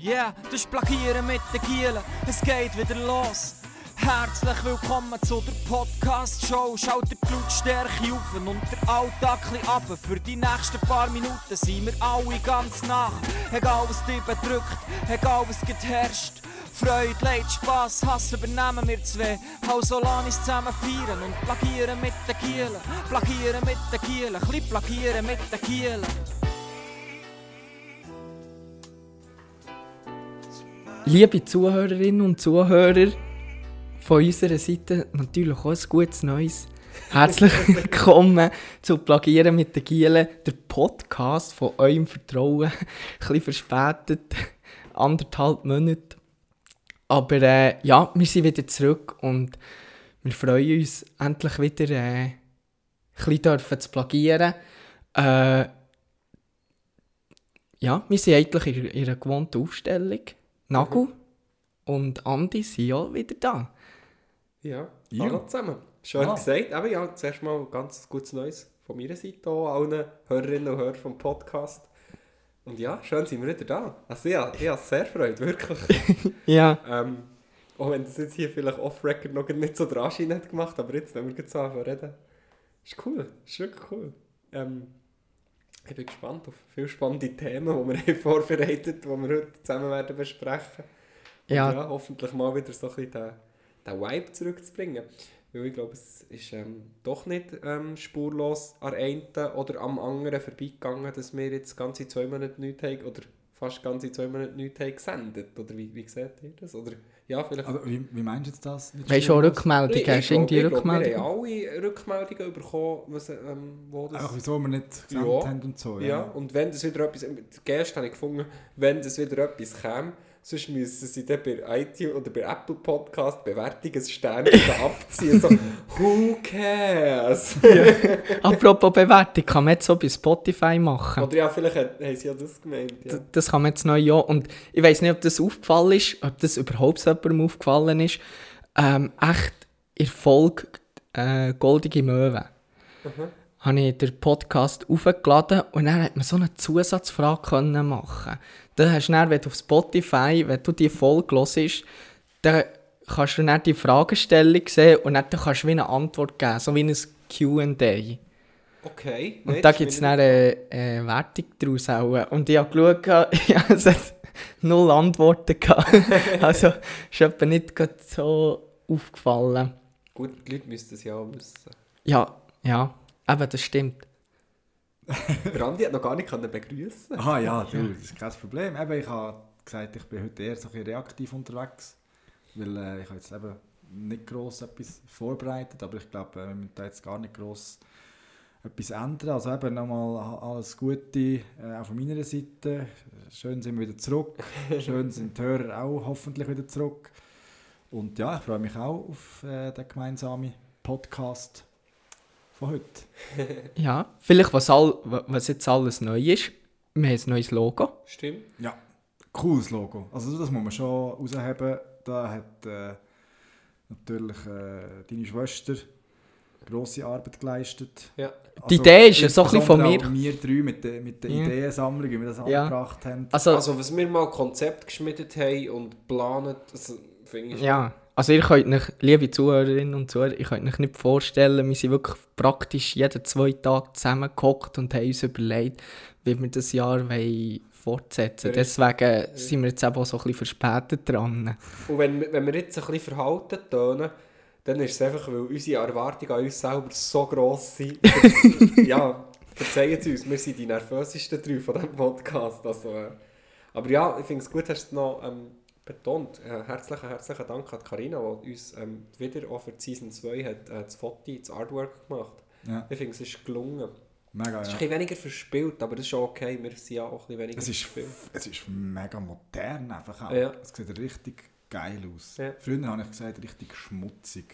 Yeah, das ist Plagieren mit den Gielen, es geht wieder los. Herzlich willkommen zu der Podcast-Show. Schaut die Blutstärke auf und der Alltag ein ab. Für die nächsten paar Minuten sind wir alle ganz nach. Egal was dich bedrückt, egal was herrscht. Freude, Leid, Spass, Hass übernehmen wir zwei. Also lass uns zusammen feiern und plagieren mit den Gielen. Plagieren mit den Gielen, ein bisschen plagieren mit den Gielen. Liebe Zuhörerinnen und Zuhörer, von unserer Seite natürlich auch ein gutes Neues. Herzlich willkommen zu Plagieren mit den Gielen, der Podcast von eurem Vertrauen. Ein bisschen verspätet, 1,5 Monate. Aber ja, wir sind wieder zurück und wir freuen uns, endlich wieder ein bisschen zu plagieren. Ja, wir sind eigentlich in einer gewohnten Aufstellung. Nagel und Andi sind ja wieder da. Ja, hallo zusammen. Schön gesagt. Aber ja, zuerst mal ganz gutes Neues von meiner Seite auch, allen Hörerinnen und Hörern vom Podcast. Und ja, schön sind wir wieder da. Also ja, ich habe es sehr gefreut, wirklich. Ja. Auch wenn das jetzt hier vielleicht off-record noch nicht so dran hat gemacht, aber jetzt, wenn wir jetzt so anfangen reden, ist cool, ist wirklich cool. Ich bin gespannt auf viele spannende Themen, die wir haben vorbereitet, die wir heute zusammen werden besprechen. Und ja, hoffentlich mal wieder so ein bisschen den Vibe zurückzubringen. Weil ich glaube, es ist doch nicht spurlos an einen oder am anderen vorbeigegangen, dass wir jetzt ganze 2 Monate nichts haben, oder fast ganze 2 Monate nichts haben gesendet. Oder wie seht ihr das? Oder, ja, vielleicht... Aber wie meinst du jetzt das? Weißt du auch Rückmeldungen? Hast du irgendwie Rückmeldungen? Wir haben alle Rückmeldungen bekommen, wo das... Einfach wieso wir nicht gesendet haben und so. Ja, und wenn das wieder etwas... Gestern habe ich gefunden, wenn das wieder etwas käme, sonst müssen sie dann bei iTunes oder bei Apple Podcast Bewertungen Sterne abziehen. So, who cares? Ja. Apropos Bewertung, kann man jetzt so bei Spotify machen. Oder ja, vielleicht haben sie ja das gemeint. Ja. Das kann man jetzt neu ja. Und ich weiss nicht, ob das aufgefallen ist, ob das überhaupt jemandem aufgefallen ist. Echt Erfolg Goldige Möwe. Habe ich den Podcast aufgeladen und dann hat man so eine Zusatzfrage machen. Dann hast du dann, wenn du auf Spotify, wenn du die Folge hörst, dann kannst du dann die Fragestellung sehen und dann kannst du wie eine Antwort geben, so wie ein Q&A. Okay. Und da gibt es dann eine Wertung daraus auch. Und ich habe geschaut, ja, es hat 0 Antworten gehabt. Also ist etwa nicht so aufgefallen. Gut, die Leute müssten es ja auch wissen. Ja, eben, das stimmt. Der Andi hat noch gar nicht begrüßen. Ah ja, du, das ist kein Problem. Eben, ich habe gesagt, ich bin heute eher so ein bisschen reaktiv unterwegs, weil ich habe jetzt eben nicht gross etwas vorbereitet, aber ich glaube, wir müssen da jetzt gar nicht gross etwas ändern. Also eben nochmal alles Gute auch von meiner Seite. Schön sind wir wieder zurück. Schön sind die Hörer auch hoffentlich wieder zurück. Und ja, ich freue mich auch auf den gemeinsamen Podcast von heute. Ja, vielleicht was jetzt alles neu ist. Wir haben ein neues Logo. Stimmt. Ja, cooles Logo. Also das muss man schon rausheben. Da hat natürlich deine Schwester grosse Arbeit geleistet. Ja. Also, die Idee ist ja so ein bisschen von mir. Wir drei mit der Ideensammlung, wie wir das angebracht haben. Also was wir mal Konzept geschmiedet haben und geplant, also, finde ich... Ja, also ihr könnt euch, liebe Zuhörerinnen und Zuhörer, ich könnt euch nicht vorstellen, wir sind wirklich praktisch jeden 2 Tage zusammengehockt und haben uns überlegt, wie wir das Jahr fortsetzen wollen. Deswegen sind wir jetzt eben auch so ein bisschen verspätet dran. Und wenn wir jetzt ein bisschen verhalten tönen, dann ist es einfach, weil unsere Erwartungen an uns selber so gross sind. Ja, verzeihen Sie uns, wir sind die nervösesten 3 von diesem Podcast. Also, aber ja, ich finde es gut, hast du noch betont. Herzlichen Dank an Carina, die uns wieder auch für Season 2 hat, das Foto, das Artwork gemacht. Ja. Ich finde, es ist gelungen. Mega, es ist ein bisschen weniger verspielt, aber das ist auch okay. Wir sind ja auch ein bisschen weniger verspielt. Es ist mega modern einfach auch. Ja. Es sieht richtig geil aus. Ja. Früher habe ich gesagt, richtig schmutzig.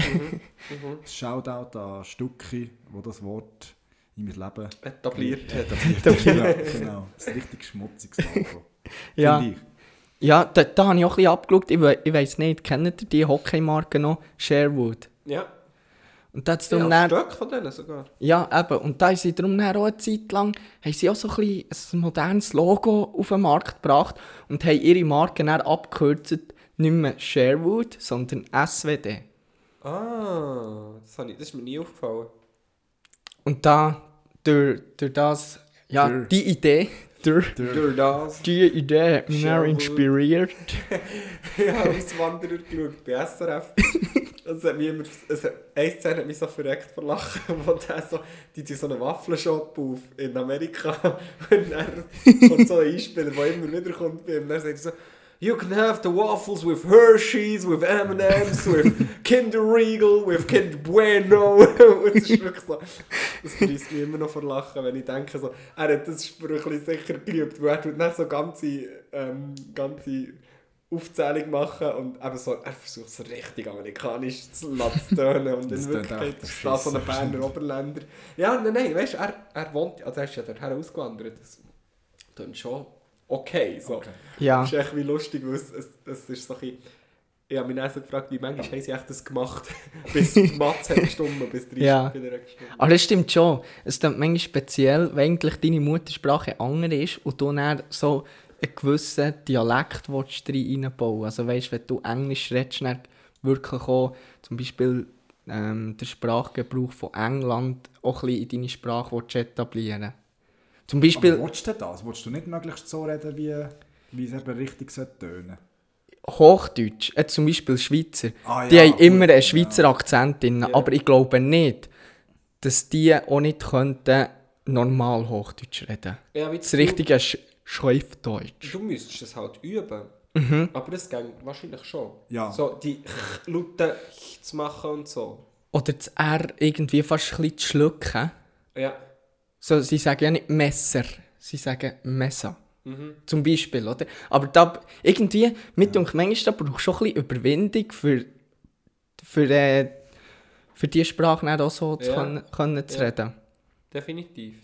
Shoutout an Stucki, wo das Wort in mein Leben etabliert hat. Ja, genau. Das ist ein richtig schmutziges Logo. Ja. Finde ich. Ja, da habe ich auch ein bisschen abgeschaut. Ich weiss nicht, kennt ihr die Hockeymarke noch? Sherwood. Ja. Und da hat's Ja, darum ein dann, Stück von denen sogar. ja, eben. Und da haben sie darum dann auch eine Zeit lang haben sie auch so ein bisschen ein modernes Logo auf den Markt gebracht und haben ihre Marke dann abgekürzt, nicht mehr Sherwood, sondern SWD. Ah, das ist mir nie aufgefallen. Und da, durch das, ja, Durch. die Idee, durch Durch das. die Idee hat mich dann Sherwood. inspiriert. Ich habe Auswanderer geschaut bei SRF. Eine Szene hat mich so verreckt vor Lachen, wo der so, die so einen Waffelshop auf in Amerika und dann kommt so ein Einspieler, der immer wieder kommt bei ihm. Dann sagt er so, you can have the waffles with Hershey's, with M&M's, with Kinder Regal, with Kinder Bueno. Und es ist wirklich so, das reißt mich immer noch vor Lachen, wenn ich denke, so, er hat das Sprüchli sicher geübt, weil er tut dann so ganze Aufzählung machen und eben so, er versucht es richtig amerikanisch zu tönen und in Wirklichkeit ist das so ein Berner Oberländer. Ja, nein, weißt du, er wohnt, also er ist ja dorthin ausgewandert, das klingt schon okay. So. Okay. Ja. Das ist echt wie lustig, weil es ist so ein bisschen, ich habe mich dann so gefragt, wie manchmal haben sie echt das gemacht, bis die Mathe hat gestummt, bis die Ja. wieder gestummt. Aber das stimmt schon. Es ist manchmal speziell, wenn eigentlich deine Muttersprache andere ist und du dann so einen gewissen Dialekt reinbauen. Also weißt, wenn du Englisch redest, dann wirklich auch zum Beispiel den Sprachgebrauch von England auch ein bisschen in deine Sprache etablieren. Zum Beispiel Aber willst du das? Willst du nicht möglichst so reden, wie es eben richtig tönen sollte? Hochdeutsch, zum Beispiel Schweizer, Ah, die ja, haben immer gut, einen Schweizer ja. Akzent drin, Ja. aber ich glaube nicht, dass die auch nicht könnten normal Hochdeutsch reden. Ja, wie Das richtige Schweifdeutsch. Du müsstest das halt üben. Aber das geht wahrscheinlich schon. Ja. So die Laute zu machen und so. Oder das R irgendwie fast ein bisschen zu schlucken. Ja. So, sie sagen ja nicht Messer, sie sagen Messer. Mhm. Zum Beispiel, oder? Aber da irgendwie, mit und manchmal da brauchst du schon ein bisschen Überwindung für die Sprache dann auch so Ja. können zu Ja. reden. Definitiv.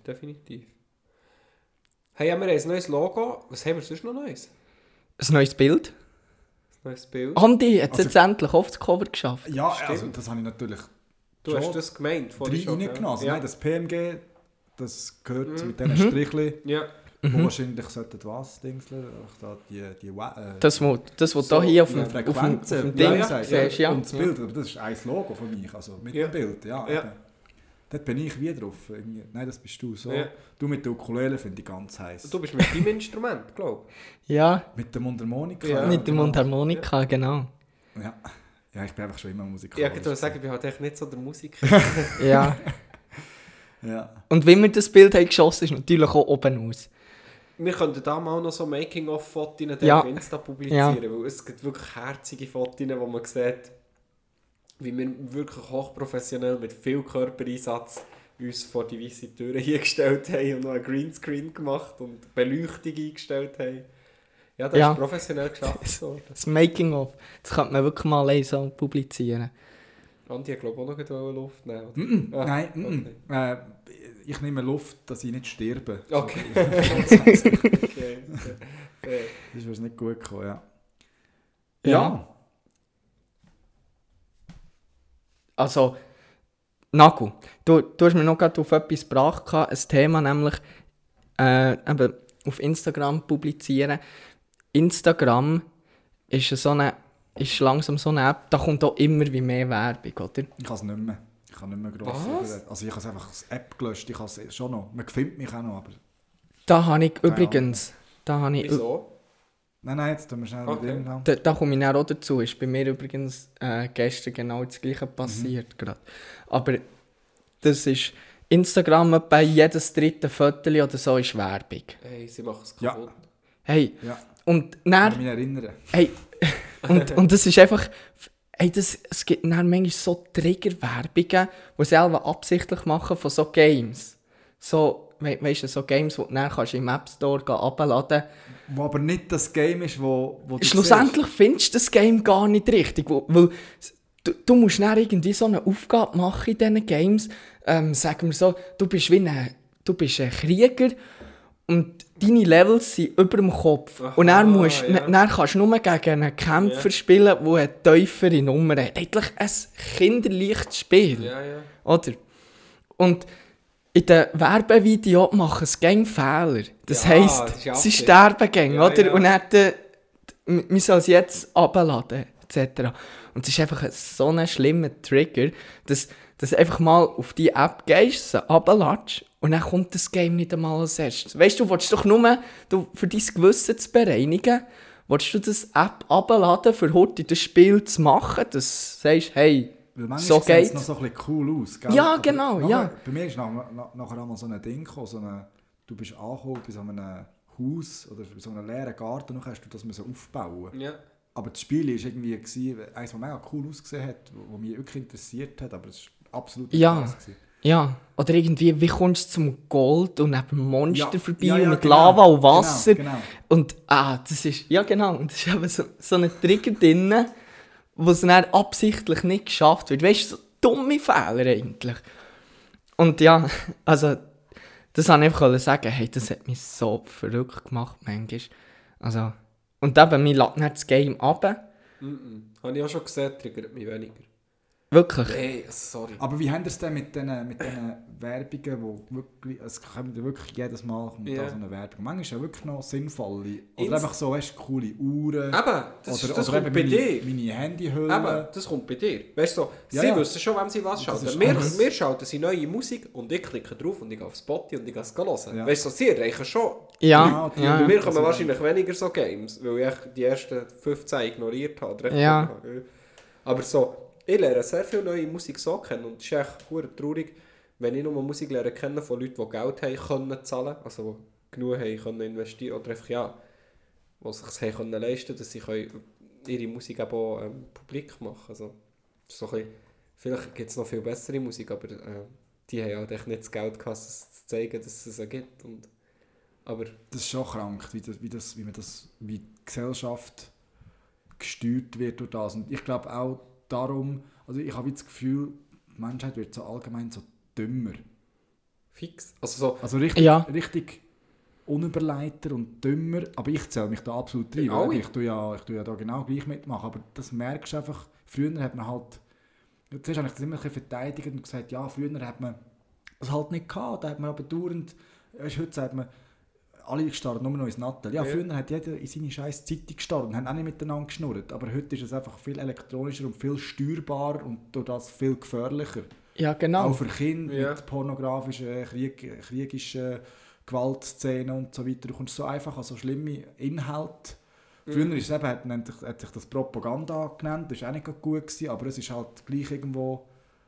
Hey, haben wir ein neues Logo? Was haben wir sonst noch Neues? Ein neues Bild. Ein neues Bild? Andi hat es Also- jetzt endlich auf das Cover geschafft. Ja, Stimmt. also das habe ich natürlich Du hast das gemeint vorhin schon, reingenommen. Also ja. nein, das PMG, das gehört Mhm. mit diesen Strichchen, Ja. wo wahrscheinlich sollten was, Dingsler, da Das, was du So, hier auf ja, dem Frequenzen, Ding ja, siehst, ja. Und das Bild, aber das ist ein Logo von mich, also mit Ja. dem Bild, ja. Ja. Eben. Dort bin ich wie drauf. Irgendwie. Nein, das bist du. So. Ja. Du mit der Ukulele finde ich ganz heiß. Du bist mit deinem Instrument, glaube Ja, Mit der Mundharmonika. Ja. mit der genau. Mundharmonika, genau. Ja. Ja, ich bin einfach schon immer ich. musikalisch. Ja, ich würde sagen, ich bin halt echt nicht so der Musiker. Ja. Ja. Und wie wir das Bild haben geschossen, ist natürlich auch oben aus. Wir könnten da mal noch so Making-of-Fotos Ja. auf Insta publizieren, weil es gibt wirklich herzige Fotos, wo man sieht, wie wir wirklich hochprofessionell mit viel Körpereinsatz uns vor die weiße Türe hingestellt haben und noch einen Greenscreen gemacht und Beleuchtung eingestellt haben. Ja, das Ja. ist professionell geschafft. So. Das Making-of, das könnte man wirklich mal so publizieren. Andi hat, glaube ich, auch noch Luft nehmen. oder? Ah, Nein, okay. ich nehme Luft, dass ich nicht sterbe. Okay. So, Okay. Fair. das ist nicht gut gekommen, ja. Ja. Also, Nagu, du hast mir noch gerade auf etwas gebracht, ein Thema, nämlich eben auf Instagram publizieren. Instagram ist langsam so eine App, da kommt auch immer wie mehr Werbung, oder? Ich kann es nicht mehr. Ich kann nicht mehr gross Was? reden. Also ich habe einfach das App gelöscht, ich habe es schon noch. Man findet mich auch noch, aber... Da habe ich übrigens, Wieso? Nein, jetzt tun wir schnell Okay. mit dem an. Da komme ich dann auch dazu. Ist bei mir übrigens gestern genau das Gleiche passiert. Gerade. Aber das ist Instagram, bei jedes dritte Foto oder so ist Werbung. Hey, sie machen es Ja. kaputt. Hey, Ja, und ich kann dann, mich erinnern. hey, und das ist einfach, hey, es gibt dann manchmal so Triggerwerbungen, die sie selber absichtlich machen von so Games. So, weißt du, so Games, die du dann kannst im App Store herunterladen kannst. Wo aber nicht das Game ist, wo du Schlussendlich findest du das Game gar nicht richtig, weil du musst dann irgendwie so eine Aufgabe machen in diesen Games. Sagen wir so, du bist ein Krieger und deine Levels sind über dem Kopf. Aha, und dann, ja. dann kannst du nur gegen einen Kämpfer spielen, der eine tiefere Nummer hat. Eigentlich ein kinderleichtes Spiel. Ja. Oder? Und in den Werbevideos machen sie gerne Fehler. Das Ja, heisst, das ist sie Absicht. sterben gerne, Ja, oder? ja. Und dann, wir sollen es jetzt abladen, etc. Und es ist einfach so ein schlimmer Trigger, dass du einfach mal auf die App gehst, sie abladest und dann kommt das Game nicht einmal als erstes. Weißt du, willst doch nur, für dein Gewissen zu bereinigen, willst du das App abladen, für heute das Spiel zu machen, dass du sagst, hey, Weil manchmal so sieht es geht. noch so ein bisschen cool aus, gell? Ja, Aber genau, nachher, ja. Bei mir ist nachher einmal so ein Ding gekommen, du bist angekommen bei so einem Haus oder bei so einem leeren Garten und dann hast du das müssen aufbauen. Ja. Aber das Spiel war irgendwie eins, das mega cool ausgesehen hat, was mich wirklich interessiert hat, aber es war absolut nicht Ja. das gewesen. Ja, oder irgendwie, wie kommst du zum Gold und neben dem Monster Ja, vorbei ja, ja, mit genau. Lava und Wasser. Genau. Und das ist, ja genau, und das ist eben so ein Trigger drin, wo es dann absichtlich nicht geschafft wird. Weißt du, so dumme Fehler eigentlich. Und ja, also, das wollte ich einfach sagen, hey, das hat mich so verrückt gemacht manchmal. Also, und eben, mir lädt nicht das Game runter. Habe ich auch schon gesehen, triggert mich weniger. Wirklich. Hey, sorry. Aber wie haben ihr es denn mit diesen Werbungen, wo wirklich, es kommt ja wirklich jedes Mal kommt Ja. da so eine Werbung. Manchmal ist ja wirklich noch sinnvolle. Oder Inst- einfach so, weißt du, coole Uhren. Eben, das oder kommt eben bei dir. meine Handyhülle. Eben, das kommt bei dir. Weißt du, so, Ja, sie ja. wissen schon, wem sie was Das schalten. ist Wir, alles. wir schalten sie neue Musik und ich klicke drauf und ich gehe auf Spotify und ich gehe es hören. Ja. Weißt du, so, sie erreichen schon. Ja, Ja, ja. Bei mir Also, kommen wahrscheinlich weniger so Games, weil ich die ersten 15 ignoriert habe. Recht Ja. habe. Aber so, ich lerne sehr viel neue Musik so kennen und es ist echt verdammt traurig, wenn ich nur Musik lernen kennen von Leuten, die Geld haben können zahlen, also die genug haben können investieren oder einfach ja, die sich es haben können leisten, dass sie können ihre Musik eben auch publik machen. Also, das ist so ein bisschen, vielleicht gibt es noch viel bessere Musik, aber die haben halt echt nicht das Geld gehabt, es zu zeigen, dass es sie gibt. Und, aber Das ist schon krank, wie die Gesellschaft gesteuert wird durch das. Und ich glaube auch darum, also ich habe das Gefühl, die Menschheit wird so allgemein so dümmer. fix. Also so, Also richtig, Ja. richtig unüberleiter und dümmer. Aber ich zähle mich da absolut rein. Alle. Weil ich tue ja da genau gleich mitmachen. Aber das merkst du einfach, früher hat man halt, zuerst habe ich das immer ein bisschen verteidigt und gesagt, ja, früher hat man das halt nicht gehabt. Da hat man aber dauernd, heute sagt man, alle starren nur noch ins Nattel. Ja, Ja. früher hat jeder in seine scheiß Zeitung gestarrt und haben auch nicht miteinander geschnurrt. Aber heute ist es einfach viel elektronischer und viel steuerbarer und durch das viel gefährlicher. Ja, genau. Auch für Kinder Ja. mit pornografischen, kriegischen Gewaltszenen und so weiter. Du kommst so einfach an so schlimme Inhalte. Früher ist es eben, hat sich das Propaganda genannt, das war auch nicht gut gewesen, aber es war halt gleich irgendwo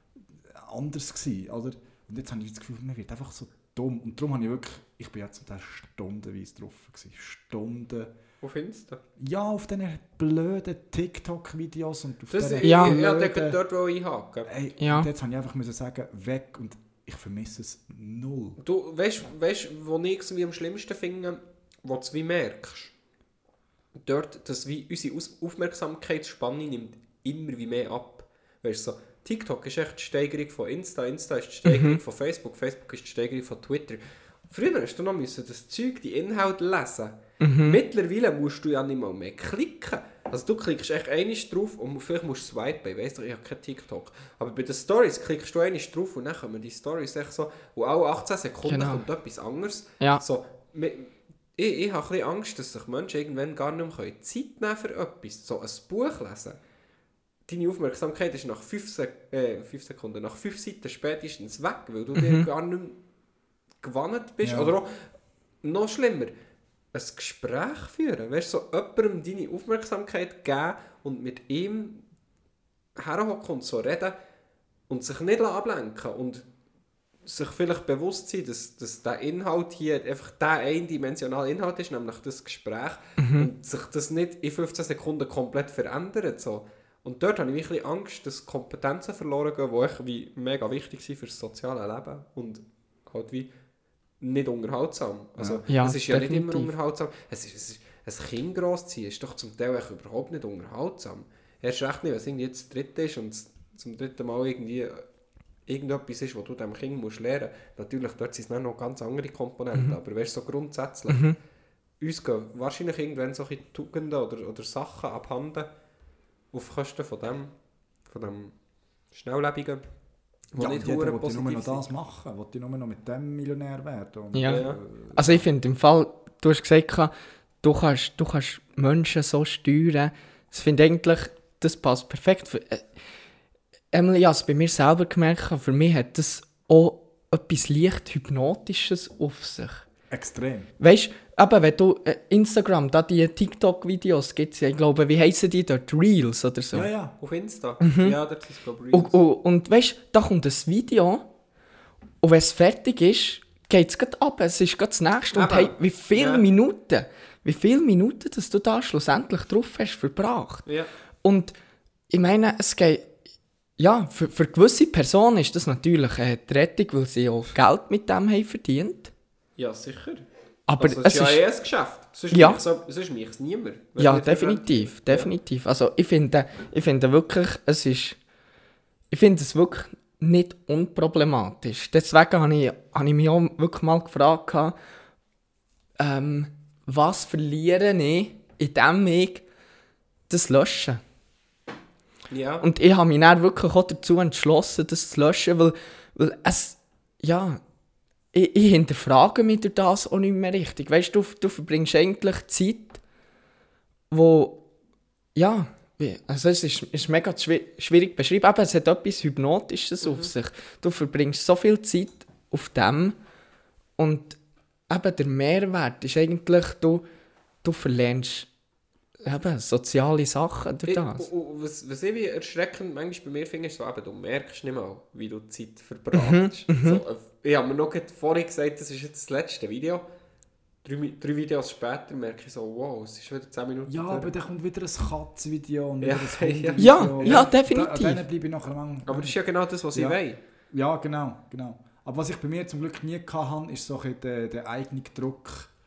anders gewesen, oder? Und jetzt habe ich das Gefühl, man wird einfach so dumm. Und darum habe ich wirklich, ich bin jetzt stundenweise drauf gewesen. Stunden. wo findest du? Ja, auf diesen blöden TikTok-Videos und auf Das, diesen Ja. ja, blöden... der dort einhaken. Ey, Ja. und jetzt musste ich einfach müssen sagen, weg. Und ich vermisse es null. Du weißt, wo ich es wie am schlimmsten finde, wo du es wie merkst. Dort, dass wie unsere Aufmerksamkeitsspanne nimmt immer wie mehr ab. Weißt du, so, TikTok ist echt die Steigerung von Insta, Insta ist die Steigerung von Facebook, Facebook ist die Steigerung von Twitter. Früher hast du noch das Zeug, die Inhalte lesen. Mittlerweile musst du ja nicht mal mehr klicken. Also du klickst echt einmal drauf und vielleicht musst du swipen. Ich weiss doch, ich habe kein TikTok. Aber bei den Stories klickst du einmal drauf und dann kommen die Stories echt so, und alle 18 Sekunden Genau. kommt etwas anderes. Ja. So, ich habe ein bisschen Angst, dass sich Menschen irgendwann gar nicht mehr Zeit nehmen für etwas. So ein Buch lesen. Deine Aufmerksamkeit ist nach 5 Sekunden, nach 5 Seiten spätestens weg, weil du dir gar nicht mehr gewandt bist. Ja. Oder auch, noch schlimmer, ein Gespräch führen. Weißt du, so jemandem deine Aufmerksamkeit geben und mit ihm herhocken und so reden und sich nicht ablenken und sich vielleicht bewusst sein, dass der Inhalt hier einfach der eindimensionale Inhalt ist, nämlich das Gespräch, und sich das nicht in 15 Sekunden komplett verändert. So. Und dort habe ich wirklich Angst, dass Kompetenzen verloren gehen, die echt wie mega wichtig sind für das soziale Leben und halt wie nicht unterhaltsam. Also, Ja, es ist ja nicht definitiv. immer unterhaltsam. Ein Kind großziehen ist doch zum Teil echt überhaupt nicht unterhaltsam. Erst recht nicht, wenn es irgendwie jetzt das dritte ist und zum dritten Mal irgendwie irgendetwas ist, was du dem Kind musst lernen musst. Natürlich, dort sind es noch ganz andere Komponenten, aber weißt, so grundsätzlich, uns gehen wahrscheinlich irgendwann solche Tugenden oder Sachen abhanden auf Kosten von dem Schnelllebigen, die nicht jeder verdammt will positiv nur noch sind. das machen, will nur noch mit dem Millionär werden. Und, Ja. Also ich finde im Fall, du hast gesagt, du kannst Menschen so steuern. Ich finde eigentlich, das passt perfekt. Emily, ich habe es bei mir selber gemerkt, für mich hat das auch etwas leicht Hypnotisches auf sich. Extrem. Weißt du, eben, wenn du Instagram, da die TikTok-Videos gibt es ja, ich glaube, wie heissen die dort? Reels oder so? Ja. Auf Insta? Ja, dort ist es, glaube ich, Reels. Und weißt du, da kommt ein Video und wenn es fertig ist, geht es gleich ab. Es ist gleich das nächste. Und Eben. hey, wie viele Minuten, dass du da schlussendlich drauf hast verbracht. Ja. Und ich meine, es geht. Ja, für gewisse Personen ist das natürlich die Rettung, weil sie auch Geld mit dem haben verdient. Ja, sicher. Aber Also, es ist ja es eh ein Geschäft. Sonst Ja. mich es niemand. Wenn ja, nicht definitiv. Also ich finde wirklich, ich finde es wirklich nicht unproblematisch. Deswegen habe ich mich auch wirklich mal gefragt, was verliere ich, indem ich das lösche. Ja. Und ich habe mich dann wirklich auch dazu entschlossen, das zu löschen, weil es, ja, ich hinterfrage mich durch das auch nicht mehr richtig. Weißt du, du verbringst eigentlich Zeit, wo, ja, also es ist mega schwierig beschrieben, aber es hat etwas Hypnotisches auf sich. Du verbringst so viel Zeit auf dem und eben der Mehrwert ist eigentlich, du verlernst eben soziale Sachen durch das. Was ich wie erschreckend manchmal bei mir finde, ist so, eben, du merkst nicht mal, wie du Zeit verbracht. So, ich habe mir noch vorhin gesagt, das ist jetzt das letzte Video. 3 Videos später merke ich so, wow, es ist wieder 10 Minuten. Ja, aber dann kommt wieder ein Katzenvideo und Ja, wieder ein Hundevideo. Ja, definitiv. An denen bleibe ich nachher lang. Aber das ist ja genau das, was ich will. Ja, genau. Aber was ich bei mir zum Glück nie hatte, ist so ein bisschen der eigene Druck.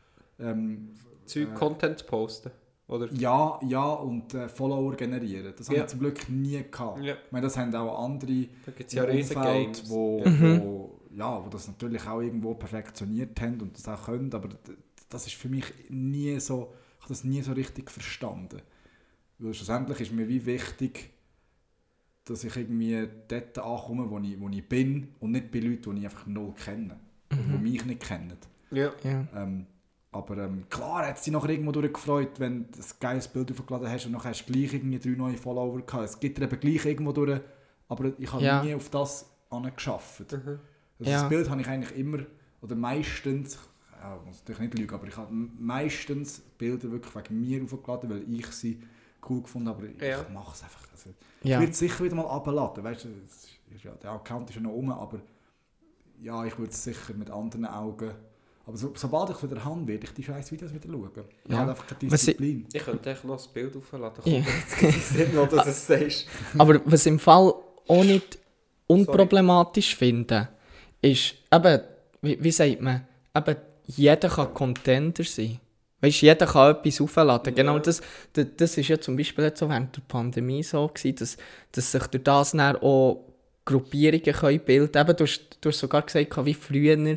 Content posten, oder? Ja, und Follower generieren. Das habe Ja. ich zum Glück nie gehabt. Ja. Ich meine, das haben auch andere Da gibt es ja im riesige Umfeld, Games. wo das natürlich auch irgendwo perfektioniert haben und das auch können, aber das ist für mich nie so, ich habe das nie so richtig verstanden. Weil schlussendlich ist mir wie wichtig, dass ich irgendwie dort ankomme, wo ich bin und nicht bei Leuten, die ich einfach null kenne oder die mich nicht kennen. Ja. Aber klar hat es dich nachher irgendwo durchgefreut, wenn du ein geiles Bild aufgeladen hast und nachher hast du gleich irgendwie 3 neue Follower gehabt. Es gibt dir eben gleich irgendwo durch, aber ich habe nie auf das angeschafft. Also das Bild habe ich eigentlich immer, oder meistens, ich muss natürlich nicht lügen, aber ich habe meistens Bilder wirklich wegen mir aufgeladen, weil ich sie cool gefunden habe, aber ich mache es einfach. Also, ich werde es sicher wieder mal abladen, weißt du, der Account ist ja noch rum, aber ja, ich würde es sicher mit anderen Augen. Aber sobald ich wieder habe, werde ich die scheiß Videos wieder schauen. Ich habe einfach keine Disziplin. Ich könnte echt noch das Bild aufladen. Ja. Noch, dass du es sagst. Aber was im Fall auch nicht unproblematisch finde, ist eben, wie sagt man, eben, jeder kann Contenter sein. Weißt du, jeder kann etwas aufladen. Ja. Genau das ist ja zum Beispiel jetzt so während der Pandemie so gewesen, dass sich durch das dann auch Gruppierungen können bilden können. Du hast sogar gesagt, wie früher,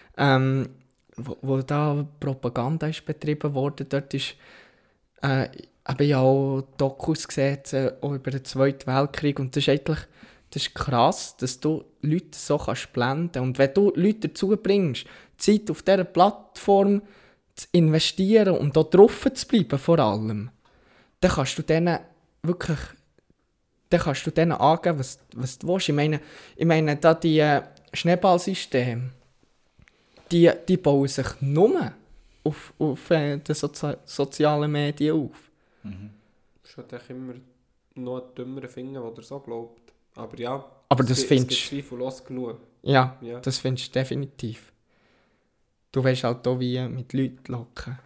wo da Propaganda ist betrieben wurde, dort ist eben ja auch Dokus gesehen, auch über den Zweiten Weltkrieg. Und das ist krass, dass du Leute so kannst blenden. Und wenn du Leute dazu bringst, Zeit auf dieser Plattform zu investieren und da drauf zu bleiben vor allem, dann kannst du denen wirklich angeben, was du willst. Ich meine da die Schneeballsysteme, die bauen sich nur auf den sozialen Medien auf. Ich würde immer noch einen dümmeren finden, der so glaubt. Aber ja, aber es gibt zweifellos genug. Ja, das findest du definitiv. Du weißt halt auch, wie mit Leuten locken.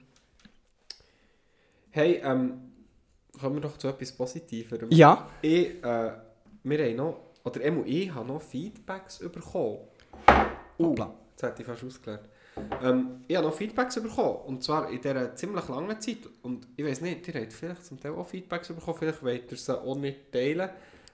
Hey, kommen wir doch zu etwas Positiverem. Ja. Wir haben noch, oder ich habe noch Feedbacks bekommen. Hoppla. Jetzt hätte ich fast ausgelernt. Ich habe noch Feedbacks bekommen, und zwar in dieser ziemlich langen Zeit. Und ich weiss nicht, ihr habt vielleicht zum Teil auch Feedbacks bekommen, vielleicht wollt ihr sie auch nicht teilen.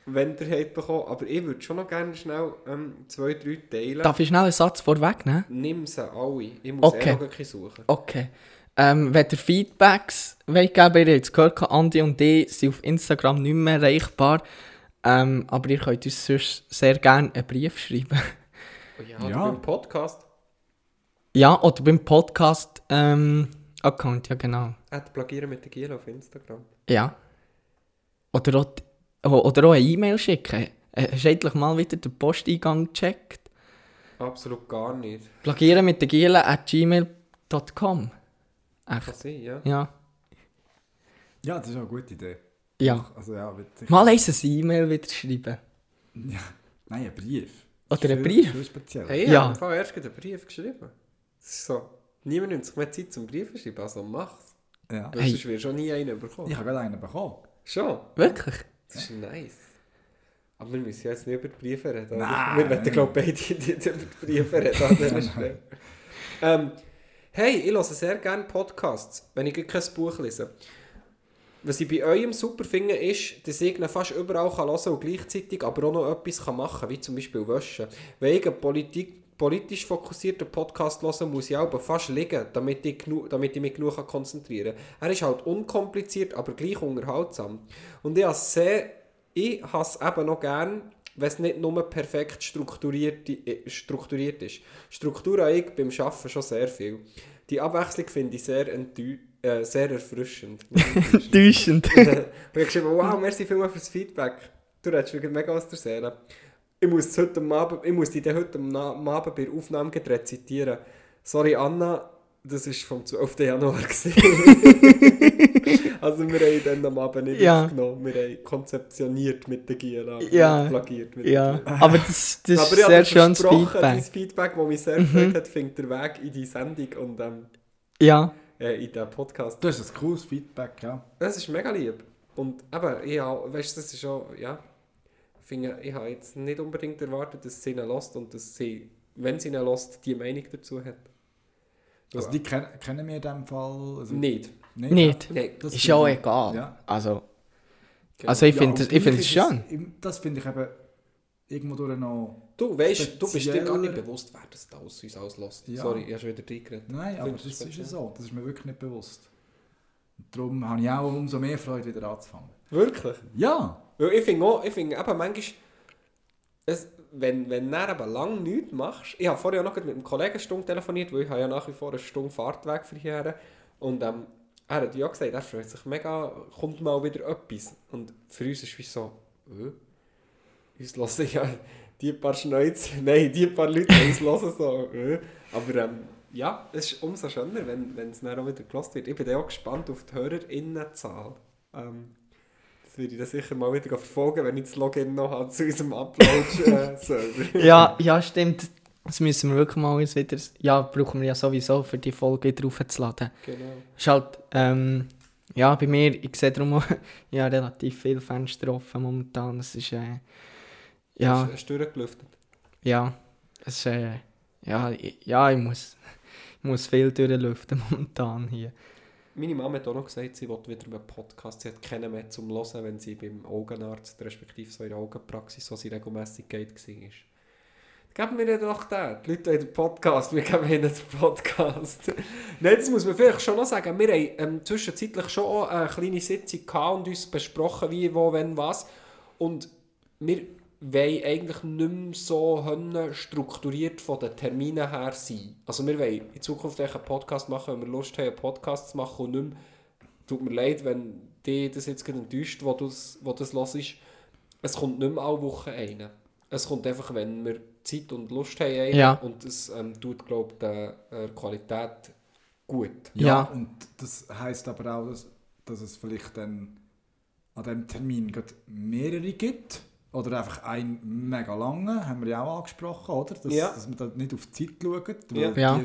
wenn ihr habt bekommen. Aber ich würde schon noch gerne schnell 2-3 teilen. Darf ich schnell einen Satz vorwegnehmen? Nimm sie alle. Ich muss Okay. noch ein bisschen suchen. Okay. Wenn ihr Feedbacks wollt geben, ihr habt es gehört, Andi und ich sind auf Instagram nicht mehr erreichbar. Aber ihr könnt uns sonst sehr gerne einen Brief schreiben. Oh ja, Ja. beim Podcast. Ja, oder beim Podcast-Account, ja genau. Plagieren mit der Giel auf Instagram. Ja. Oder auch eine E-Mail schicken. Hast du endlich mal wieder den Posteingang gecheckt? Absolut gar nicht. Plagieren mit der Giele@gmail.com. Kann Echt? sein, ja. Ja. Ja, das ist auch eine gute Idee. Ja. Also, ja, witzig. Mal eins eine E-Mail wieder schreiben. Ja. Nein, ein Brief. Oder ein Viel- Brief. viel speziell. Hey, ich Ja. habe im Fall erst gerade einen Brief geschrieben. Das ist so. Niemand nimmt sich mehr Zeit zum Briefen schreiben, also mach's. Ja. Weil Hey. sonst wirst du auch nie einen bekommen. Ich habe gerade einen bekommen. Schon? Wirklich? Das ist nice. Aber wir müssen ja jetzt nicht über die Briefe reden. oder? Nein. Wir wollen, glaube ich, beide nicht über die Briefe reden an dieser Stelle. Hey, ich höre sehr gerne Podcasts, wenn ich kein Buch lese. Was ich bei eurem super finde, ist, dass ich ihn fast überall hören kann und gleichzeitig aber auch noch etwas machen kann, wie zum Beispiel Wäschen. Wenn ich einen politisch fokussierten Podcast höre, muss ich aber fast liegen, damit ich mich genug konzentrieren kann. Er ist halt unkompliziert, aber gleich unterhaltsam. Und ich habe es eben noch gern, wenn es nicht nur perfekt strukturiert ist. Struktur habe ich beim Arbeiten schon sehr viel. Die Abwechslung finde ich sehr erfrischend. Täuschend. Ich habe geschrieben, wow, merci vielmals für das Feedback. Du redest wirklich mega aus der Seele. Ich muss dich heute am Abend bei der Aufnahme rezitieren. Sorry Anna, das war vom 12. Januar. Also wir haben dann am Abend nicht Ja. aufgenommen. Wir haben konzeptioniert mit der Giela. Ja. Plagiert mit Ja, der Giela. aber das ist Aber ich sehr habe schönes versprochen, dein Feedback. Feedback, das mich sehr gefreut hat, findet der Weg in die Sendung und Ja. in den Podcast. Das ist ein cooles Feedback, ja. Das ist mega lieb. Und eben, weißt du, das ist schon, ja, ich habe jetzt nicht unbedingt erwartet, dass sie ihn lässt und dass sie, wenn sie ihn lässt, die Meinung dazu hat. Also die kennen wir in dem Fall also Nicht. Nicht. Nein. Das Ist finde ja auch ich- egal. Ja. Also Genau. ich Ja, finde und es gleich ist schön. Das finde ich eben irgendwo durch noch... Du weißt, du bist dir gar nicht spezieller- bewusst, wer das da aus uns auslässt. Ja. Sorry, ich habe schon wieder reingeredet. Nein, aber Findest du das ist ja speziell? so. Das ist mir wirklich nicht bewusst. Und darum habe ich auch umso mehr Freude, wieder anzufangen. Wirklich? Ja! Weil ich finde eben manchmal, wenn du dann eben lange nichts machst, ich habe vorher auch noch mit einem Kollegen eine Stunde telefoniert, weil ich habe ja nach wie vor eine Stunde Fahrtweg für hierher. Und er hat ja gesagt, er freut sich mega, kommt mal wieder etwas. Und für uns ist es wie so, uns hören ja die paar Schnäuze, nein, die paar Leute, die uns hören so, Aber ja, es ist umso schöner, wenn es dann auch wieder gehört wird. Ich bin dann auch gespannt auf die HörerInnenzahl. Das würde ich dann sicher mal wieder verfolgen, wenn ich das Login noch habe zu unserem Upload-Server. Ja, stimmt. Das müssen wir wirklich mal uns wieder... Ja, brauchen wir ja sowieso, für die Folge wieder aufzuladen. Genau. Ist halt... ja, bei mir, ich sehe darum auch, ja, relativ viele Fenster offen momentan. Es ist... ja, Hast du durchgelüftet? ja. Es ist... ja, ich muss viel durchlüften momentan hier. Meine Mama hat auch noch gesagt, sie will wieder einen Podcast. Sie hat keinen mehr zum Hören, wenn sie beim Augenarzt, respektive so in der Augenpraxis, so sie regelmässig geht, war. Geben wir ihnen doch den. Die Leute haben den Podcast, wir geben ihnen den Podcast. Nein, das muss man vielleicht schon noch sagen. Wir haben zwischenzeitlich schon auch eine kleine Sitzung gehabt und uns besprochen, wie, wo, wenn, was. Und wir wollen eigentlich nicht mehr so strukturiert von den Terminen her sein. Also wir wollen in Zukunft einen Podcast machen, wenn wir Lust haben, einen Podcast zu machen und nicht mehr, tut mir leid, wenn dich das jetzt gerade enttäuscht, wo das hörst. Es kommt nicht mehr alle Wochen einer. Es kommt einfach, wenn wir Zeit und Lust haben einer. Ja. Und es tut, glaube ich, der Qualität gut. Ja. Und das heisst aber auch, dass es vielleicht dann an diesem Termin gerade mehrere gibt. Oder einfach einen mega langen, haben wir ja auch angesprochen, oder? Dass man da nicht auf die Zeit schaut. Weil Ja.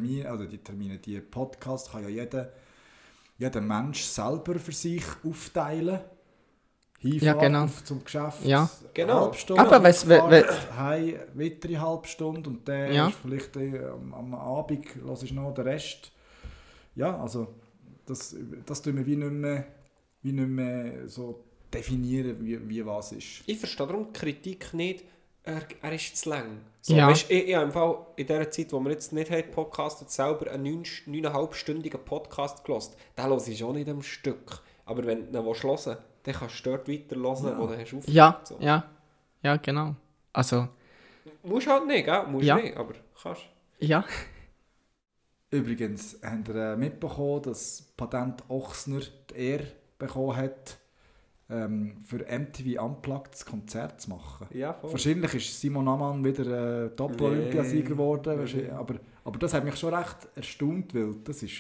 die Podcasts kann ja jeder Mensch selber für sich aufteilen. Hinfahrt Ja, genau. zum Geschäft, Ja. Genau. eine halbe Stunde, Aber heim wieder eine halbe Stunde und dann Ja. ist vielleicht am Abend hörst du noch den Rest. Ja, also das tun wir wie nicht mehr so definieren, wie was ist. Ich verstehe darum die Kritik nicht, er ist zu lang. So, Ja. weißt, ich habe im Fall in der Zeit, wo wir jetzt nicht haben podcastet, selber einen 9,5-stündigen Podcast gehört. Den höre ich schon nicht am Stück. Aber wenn du ihn hören willst, dann kannst du dort weiterhören, wo du hast aufgehört. Ja, So. ja, genau. Also, Musst halt nicht, gell? Musst Ja. nicht, aber kannst. ja. Übrigens, habt ihr mitbekommen, dass Patent Ochsner die Ehre bekommen hat, für MTV Unplugged das Konzert zu machen? Ja, voll. Wahrscheinlich ist Simon Ammann wieder Doppel-Olympiasieger geworden, Nee. aber das hat mich schon recht erstaunt, weil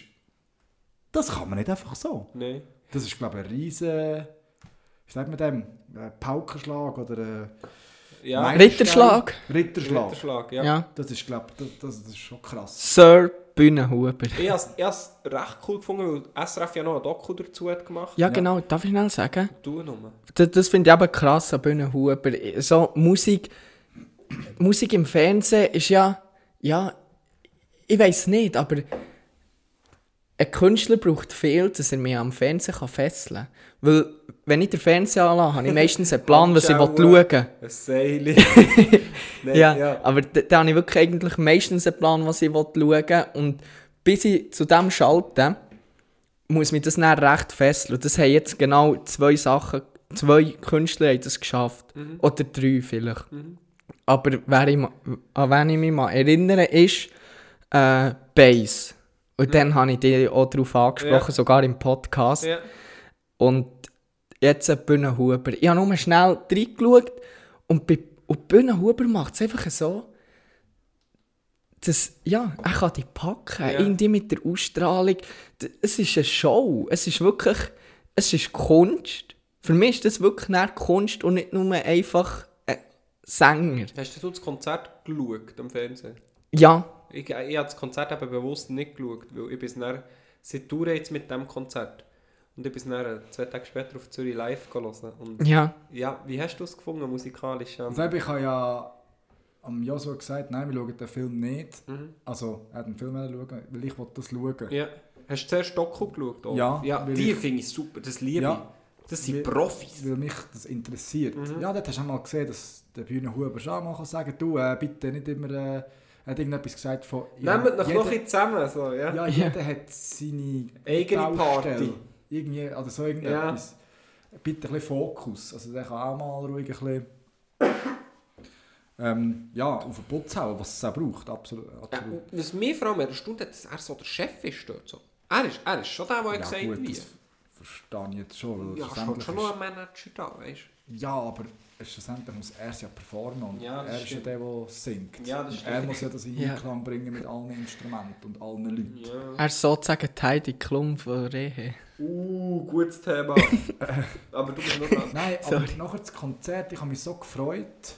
das kann man nicht einfach so. Nein. Das ist, glaube ich, ein riesen, wie sagt man dem, Paukenschlag oder Ja, Meilenstein? Ritterschlag. Ritterschlag. ja. Ja. Das ist, glaube ich, das ist schon krass. Sir Bühnenhuber. Ich habe es recht cool gefunden, weil SRF ja noch ein Doku dazu hat gemacht. Ja, genau. Darf ich schnell sagen? Du nur. Das finde ich eben krass an Bühnenhuber. So Musik im Fernsehen ist ja, ich weiß nicht, aber ein Künstler braucht viel, dass er mich am Fernsehen fesseln kann. Weil, wenn ich den Fernseher anlasse, habe ich meistens einen Plan, was ich schauen will. Ein Seil. Nein, Ja, aber da habe ich wirklich eigentlich meistens einen Plan, was ich schauen will. Und bis ich zu dem schalte, muss mich das dann recht fesseln. Und das haben jetzt genau 2 Künstler haben das geschafft. Oder 3 vielleicht. Aber an wen ich mich mal erinnere, ist Bass. Und dann habe ich dich auch darauf angesprochen, Ja. sogar im Podcast. Ja. Und jetzt Bühnenhuber. Ich habe nur schnell reingeschaut und Bühnenhuber macht es einfach so, dass, er kann die packen, Ja. irgendwie mit der Ausstrahlung. Es ist eine Show, es ist wirklich, es ist Kunst. Für mich ist das wirklich nicht Kunst und nicht nur einfach ein Sänger. Hast du das Konzert geschaut am Fernsehen? Ja, Ich habe das Konzert eben bewusst nicht geschaut, weil ich bin dann, seit Tour jetzt mit diesem Konzert. Und ich bin dann 2 Tage später auf Zürich live hören. Und ja. ja, wie hast du es gefunden musikalisch? Also ich habe ja am Joshua gesagt, nein, wir schauen den Film nicht. Also, er hat den Film schauen, weil ich das schauen. Ja. Hast du zuerst Doku geschaut? Auch? Ja, Ja, weil die ich- finde ich super, das liebe Ja. ich. Das sind Weil- Profis. Weil mich das interessiert. Ja, dort hast du einmal gesehen, dass der Bühnenhuber schon mal sagen kann, du, bitte nicht immer, er hat irgendetwas gesagt von... Nehmt euch jeder- noch ein zusammen. So, ja. Ja, jeder hat seine Eigene Baustelle. Party. Irgendwie, oder so irgendetwas. Bitte ein bisschen Fokus. Also der kann auch mal ruhig ein bisschen... auf den Putz hauen, was es auch braucht. Absolut. Ja, was mich vor allem erstaunt hat, dass er so der Chef ist dort. So. Er ist schon der, der gesagt gut, wie. das verstehe ich jetzt schon. Weil Ja, schlussendlich schon ist- noch ein Manager da, weißt Ja, aber schlussendlich muss er es ja performen und Ja, das er ist ja stimmt. der, der singt. Ja, das Und stimmt. er muss ja das in Ja. Einklang bringen mit allen Instrumenten und allen Leuten. du? Ja. Er ist sozusagen die Heidi Klum von Rehe. Gutes Thema. Aber du bist noch dran. Nein, aber Sorry. nachher das Konzert, ich habe mich so gefreut.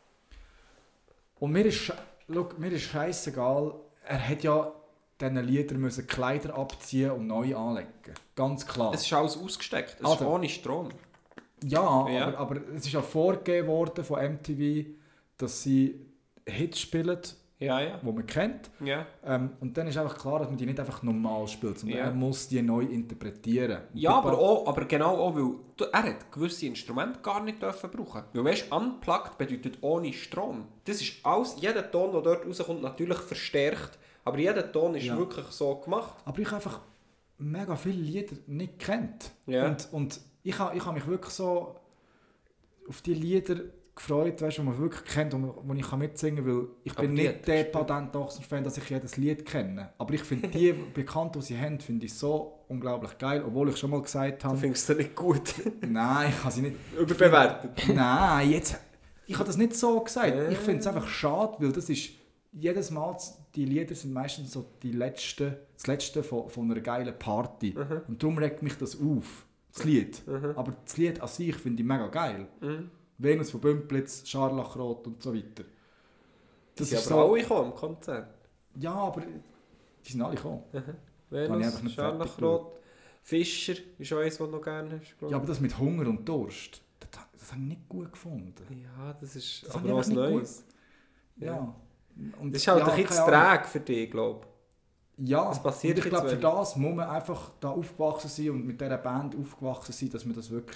Und mir ist scheissegal, er hat ja diesen Liedern müssen Kleider abziehen und neu anlegen. Ganz klar. Es ist alles ausgesteckt, es ist Also- ohne Strom. Ja, Ja. aber es ist ja vorgegeben worden von MTV, dass sie Hits spielen, Ja, ja. die man kennt. Ja, Und dann ist einfach klar, dass man die nicht einfach normal spielt, sondern Ja. er muss die neu interpretieren. Und ja die aber genau auch, weil er hat gewisse Instrumente gar nicht dürfen brauchen. Weil weißt, unplugged bedeutet ohne Strom. Das ist alles, jeder Ton, der dort rauskommt, natürlich verstärkt, aber jeder Ton ist Ja. wirklich so gemacht. Aber ich habe einfach mega viele Lieder nicht kennt. Ja. Und ich habe mich wirklich so auf die Lieder gefreut, weißt, die man wirklich kennt und wo ich mitsingen kann, weil ich Aber bin die nicht hat- der Patent-Ochsner-Fan, dass ich jedes Lied kenne. Aber ich finde die bekannt, die sie haben, finde ich so unglaublich geil, obwohl ich schon mal gesagt Du habe, findest es nicht gut. nein, ich habe sie nicht... Überbewertet. Nein, jetzt... Ich habe das nicht so gesagt. Ja. Ich finde es einfach schade, weil das ist... Jedes Mal, die Lieder sind meistens so das Letzte von einer geilen Party. Und darum regt mich das auf, das Lied. Aber das Lied an sich finde ich mega geil. Venus von Bümplitz, Scharlachrot und so weiter. Die sind aber alle gekommen am Konzert. Ja, aber die sind alle gekommen. Habe ich einfach Venus, nicht Scharlachrot, Fischer ist auch eins, was du noch gerne hast. glaub Ja, ich. aber das mit Hunger und Durst, das habe ich nicht gut gefunden. Ja, das ist Das aber habe ich was einfach nicht Neues. Ja. Und Das ist halt ja, ein bisschen zu keine Ahnung. träge für dich, glaube Ja, Das passiert und ich glaube, jetzt für das muss man einfach da aufgewachsen sein und mit dieser Band aufgewachsen sein, dass man das wirklich,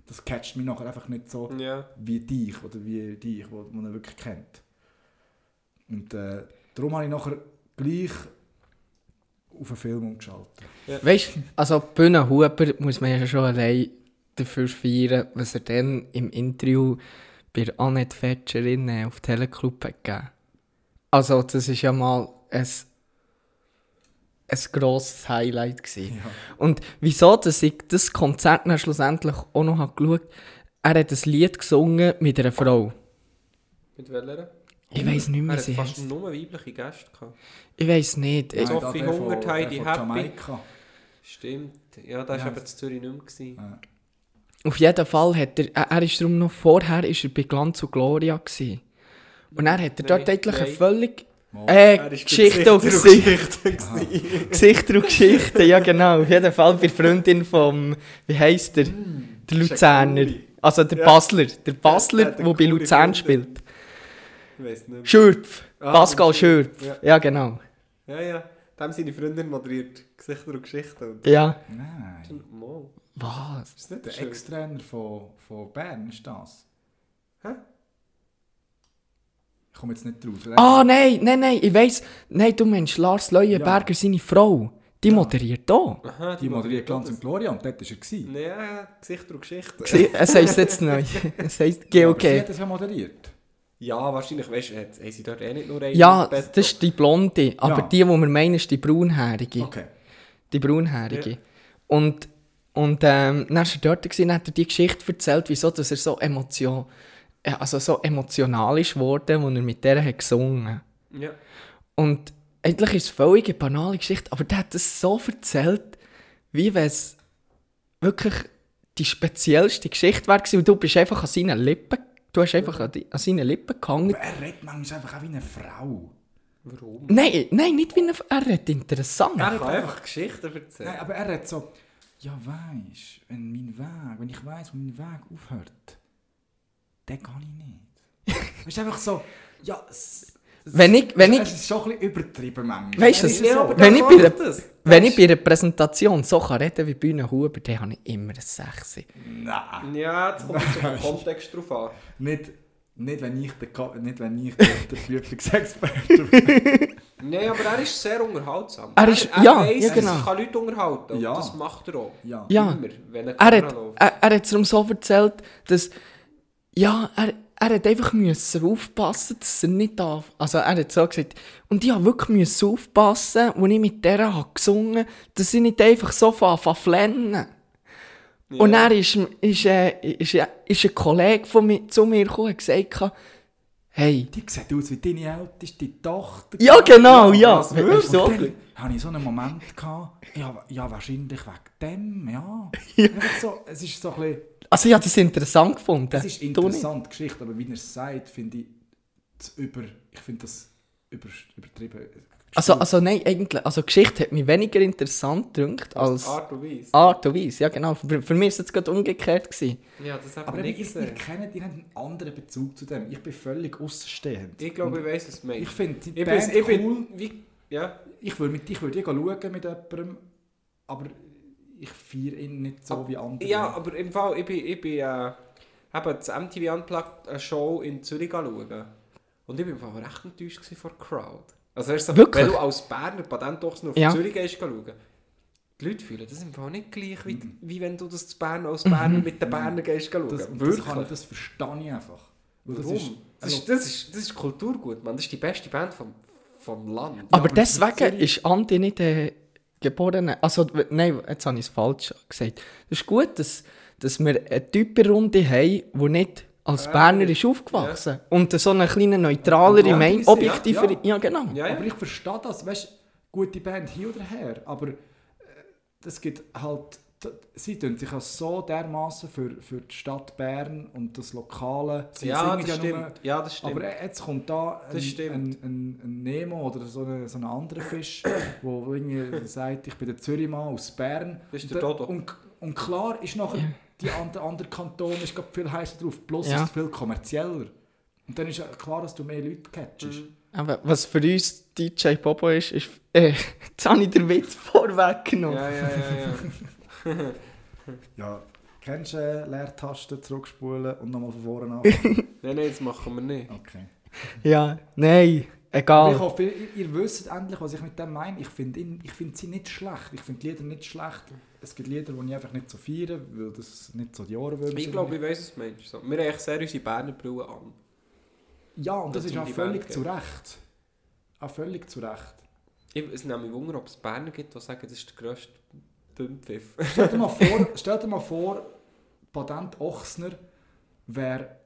das catcht mich nachher einfach nicht so Ja. wie dich oder wie dich, wo man wirklich kennt. Und darum habe ich nachher gleich auf einen Film umgeschaltet. Weißt du, also Bühne Huber muss man ja schon allein dafür feiern, was er dann im Interview bei Annette Fetscherin auf Teleclub hat gegeben. Also das ist ja mal ein grosses Highlight gewesen. Ja. Und wieso, dass ich das Konzert dann schlussendlich auch noch habe geschaut habe, er hat ein Lied gesungen mit einer Frau. Mit welcher? Ich weiss nicht Er mehr, hat sie fast heisst. nur weibliche Gäste gehabt. Ich weiss nicht. Ja. Ich, Sophie der Hunger, von- Heidi der von Happy. Jamaika. Stimmt. Ja, das war Ja. eben in Zürich nicht mehr. Gewesen. Ja. auf jeden Fall hat er ist darum noch vorher ist er bei Glanz und Gloria gewesen. Und er hat er dort eigentlich eine völlig Er ist Geschichte und Gesichter Gesicht. und Geschichte. Gesichter und Geschichte, ja genau. Auf jeden Fall bei der Freundin vom, wie heisst der? Der Luzerner. Also der Ja. Basler. Der Ja, Basler, der der bei coole Luzern Freundin. spielt. Ich weiss nicht mehr. Schürpf. Ah, Pascal Schürpf. Schürpf. Ja, genau. Ja. Dem seine Freundin moderiert Gesichter und Geschichten. Und Ja. Nein. Mal. Was? Ist das nicht Der schön? Ex-Trainer von Bern ist das. Hä? Ich komme jetzt nicht drauf. Ah, nein, ich weiss. Nein, du meinst Lars Leuenberger, seine Frau. Die moderiert auch. Aha, Die moderiert Glanz und Gloria und dort war er. gewesen. Ja, Gesichter und Geschichten. Es heisst jetzt neu. Es heisst Ja, aber sie GOG. hat das ja moderiert. Ja, wahrscheinlich, weißt du, haben sie dort nicht nur einen Ja, im Bett. das ist die Blonde. Aber Ja. die wir meinen, ist die Braunhärige. Okay. Die Braunhärige. Ja. Und dann war er dort und hat er die Geschichte erzählt, wieso dass er so so emotional ist geworden, als er mit der hat gesungen. Ja. Und eigentlich ist es völlig eine banale Geschichte, aber der hat es so erzählt, wie wenn es wirklich die speziellste Geschichte war. Und du bist einfach an seinen Lippen, du hast einfach an seinen Lippen gehangen. Aber er redet manchmal einfach auch wie eine Frau. Warum? Nein, nicht wie er redet interessant. Er kann einfach Geschichten erzählen. Nein, aber er redet so, ja weisst, wenn ich weiss, wo mein Weg aufhört, dann kann ich nicht. Es ist einfach so, ja, es ist schon ein bisschen übertrieben manchmal. Weißt du, Es ist Ja, so, aber wenn der ich bei macht einer- das. Wenn ich bei einer Präsentation so reden wie Bühne Huber, dann habe ich immer ein 6. nein, Ja, jetzt kommt es auf den Kontext drauf an. nicht wenn ich der Prüfungsexperte bin. Nein, aber er ist sehr unterhaltsam. Er ist- er ja, weiss, ja, genau. er kann Leute unterhalten. Und Ja. das macht er auch. Ja. Ja. Immer, wenn er Er Kamera läuft. hat es darum so erzählt, dass er hat einfach müssen aufpassen, dass er nicht darf. Also er hat so gesagt, und ich musste wirklich aufpassen, als ich mit der habe gesungen, dass ich nicht einfach so flennen. Ja. Und dann ist ein Kollege von mir zu mir gekommen und gesagt, hey, Die sieht aus wie deine älteste Tochter. ja genau, ja. was, wirklich? So, Und dann hatte ich so einen Moment gehabt, ja wahrscheinlich wegen dem, ja. Einfach so, es ist so ein bisschen, also ich habe das interessant gefunden. es ist Du nicht? interessant, Geschichte, aber wie er es sagt, finde ich, ich finde das übertrieben. Also nein, eigentlich, also Geschichte hat mich weniger interessant gedacht als Art und Weise. Art und Weise. Ja genau, für mich war es jetzt gerade umgekehrt gewesen. Ja, das habe Aber ich eben, nicht ihr gesehen. kennt, ihr habt einen anderen Bezug zu dem. Ich bin völlig außenstehend. Ich glaube, Und ich weiss, was du ich meinst. finde die Ich Band bin cool. wie... Ja. Ich würde mit schauen mit jemandem, aber ich feiere ihn nicht so wie andere. Ja, aber im Fall, ich bin eben das MTV Unplugged eine Show in Zürich schauen. Und ich bin im Fall recht enttäuscht von der Crowd. Also weißt du, Wirklich? wenn du als Berner Patent doch noch auf Ja. Zürich gehst schauen, die Leute fühlen das im Fall nicht gleich, wie wenn du das zu Bern als Berner mit den Bernern gehst schauen. Das verstehe ich einfach. Weil das Warum? ist, Das ist Kulturgut, Mann. Das ist die beste Band vom Land. Aber aber deswegen Zürich- ist Andi nicht geboren. Also nein, jetzt habe ich es falsch gesagt. Es ist gut, dass wir eine Typenrunde haben, die nicht als Berner ist aufgewachsen. Und so eine kleine neutralere, Ja, Meinung, ja, objektivere... ja. Ja, genau. Ja, ja. Aber ich verstehe das, weißt du, gute Band hier oder her, aber das gibt halt, sie tun sich auch so dermaßen für die Stadt Bern und das Lokale. Sie Ja, singen das nur- stimmt. Ja, das stimmt. Aber jetzt kommt da Das stimmt. ein Nemo oder so ein anderer Fisch, wo irgendwie sagt, ich bin der Zürichmann aus Bern. Das ist Und der da- Dodo. Und klar ist nachher, der andere Kanton ist gerade viel heißer drauf, plus Ja. ist es viel kommerzieller. Und dann ist ja klar, dass du mehr Leute catchest. Aber was für uns DJ Bobo ist jetzt habe ich den Witz vorweggenommen. Ja. Ja, Kennst du Leertaste zurückspulen und nochmal von vorne anfangen? Nein, das machen wir nicht. Okay. Ja, nein, Aber ich egal. hoffe, ihr wisst endlich, was ich mit dem meine. Ich finde sie nicht schlecht. Ich finde die Lieder nicht schlecht. Es gibt Lieder, die ich einfach nicht so feiere, weil das nicht so die Ohrenwürmer sind. Ich glaube, ich weiss, was du meinst. So, wir haben echt sehr unsere Berner Brille an. Ja, und das Das ist sind auch die völlig Band, zu Recht. Auch völlig zu Recht. Es nimmt mich Wunder, ob es Berner gibt, die sagen, das ist der grösste Dünnpfiff. Stell dir mal vor, Patent Ochsner wäre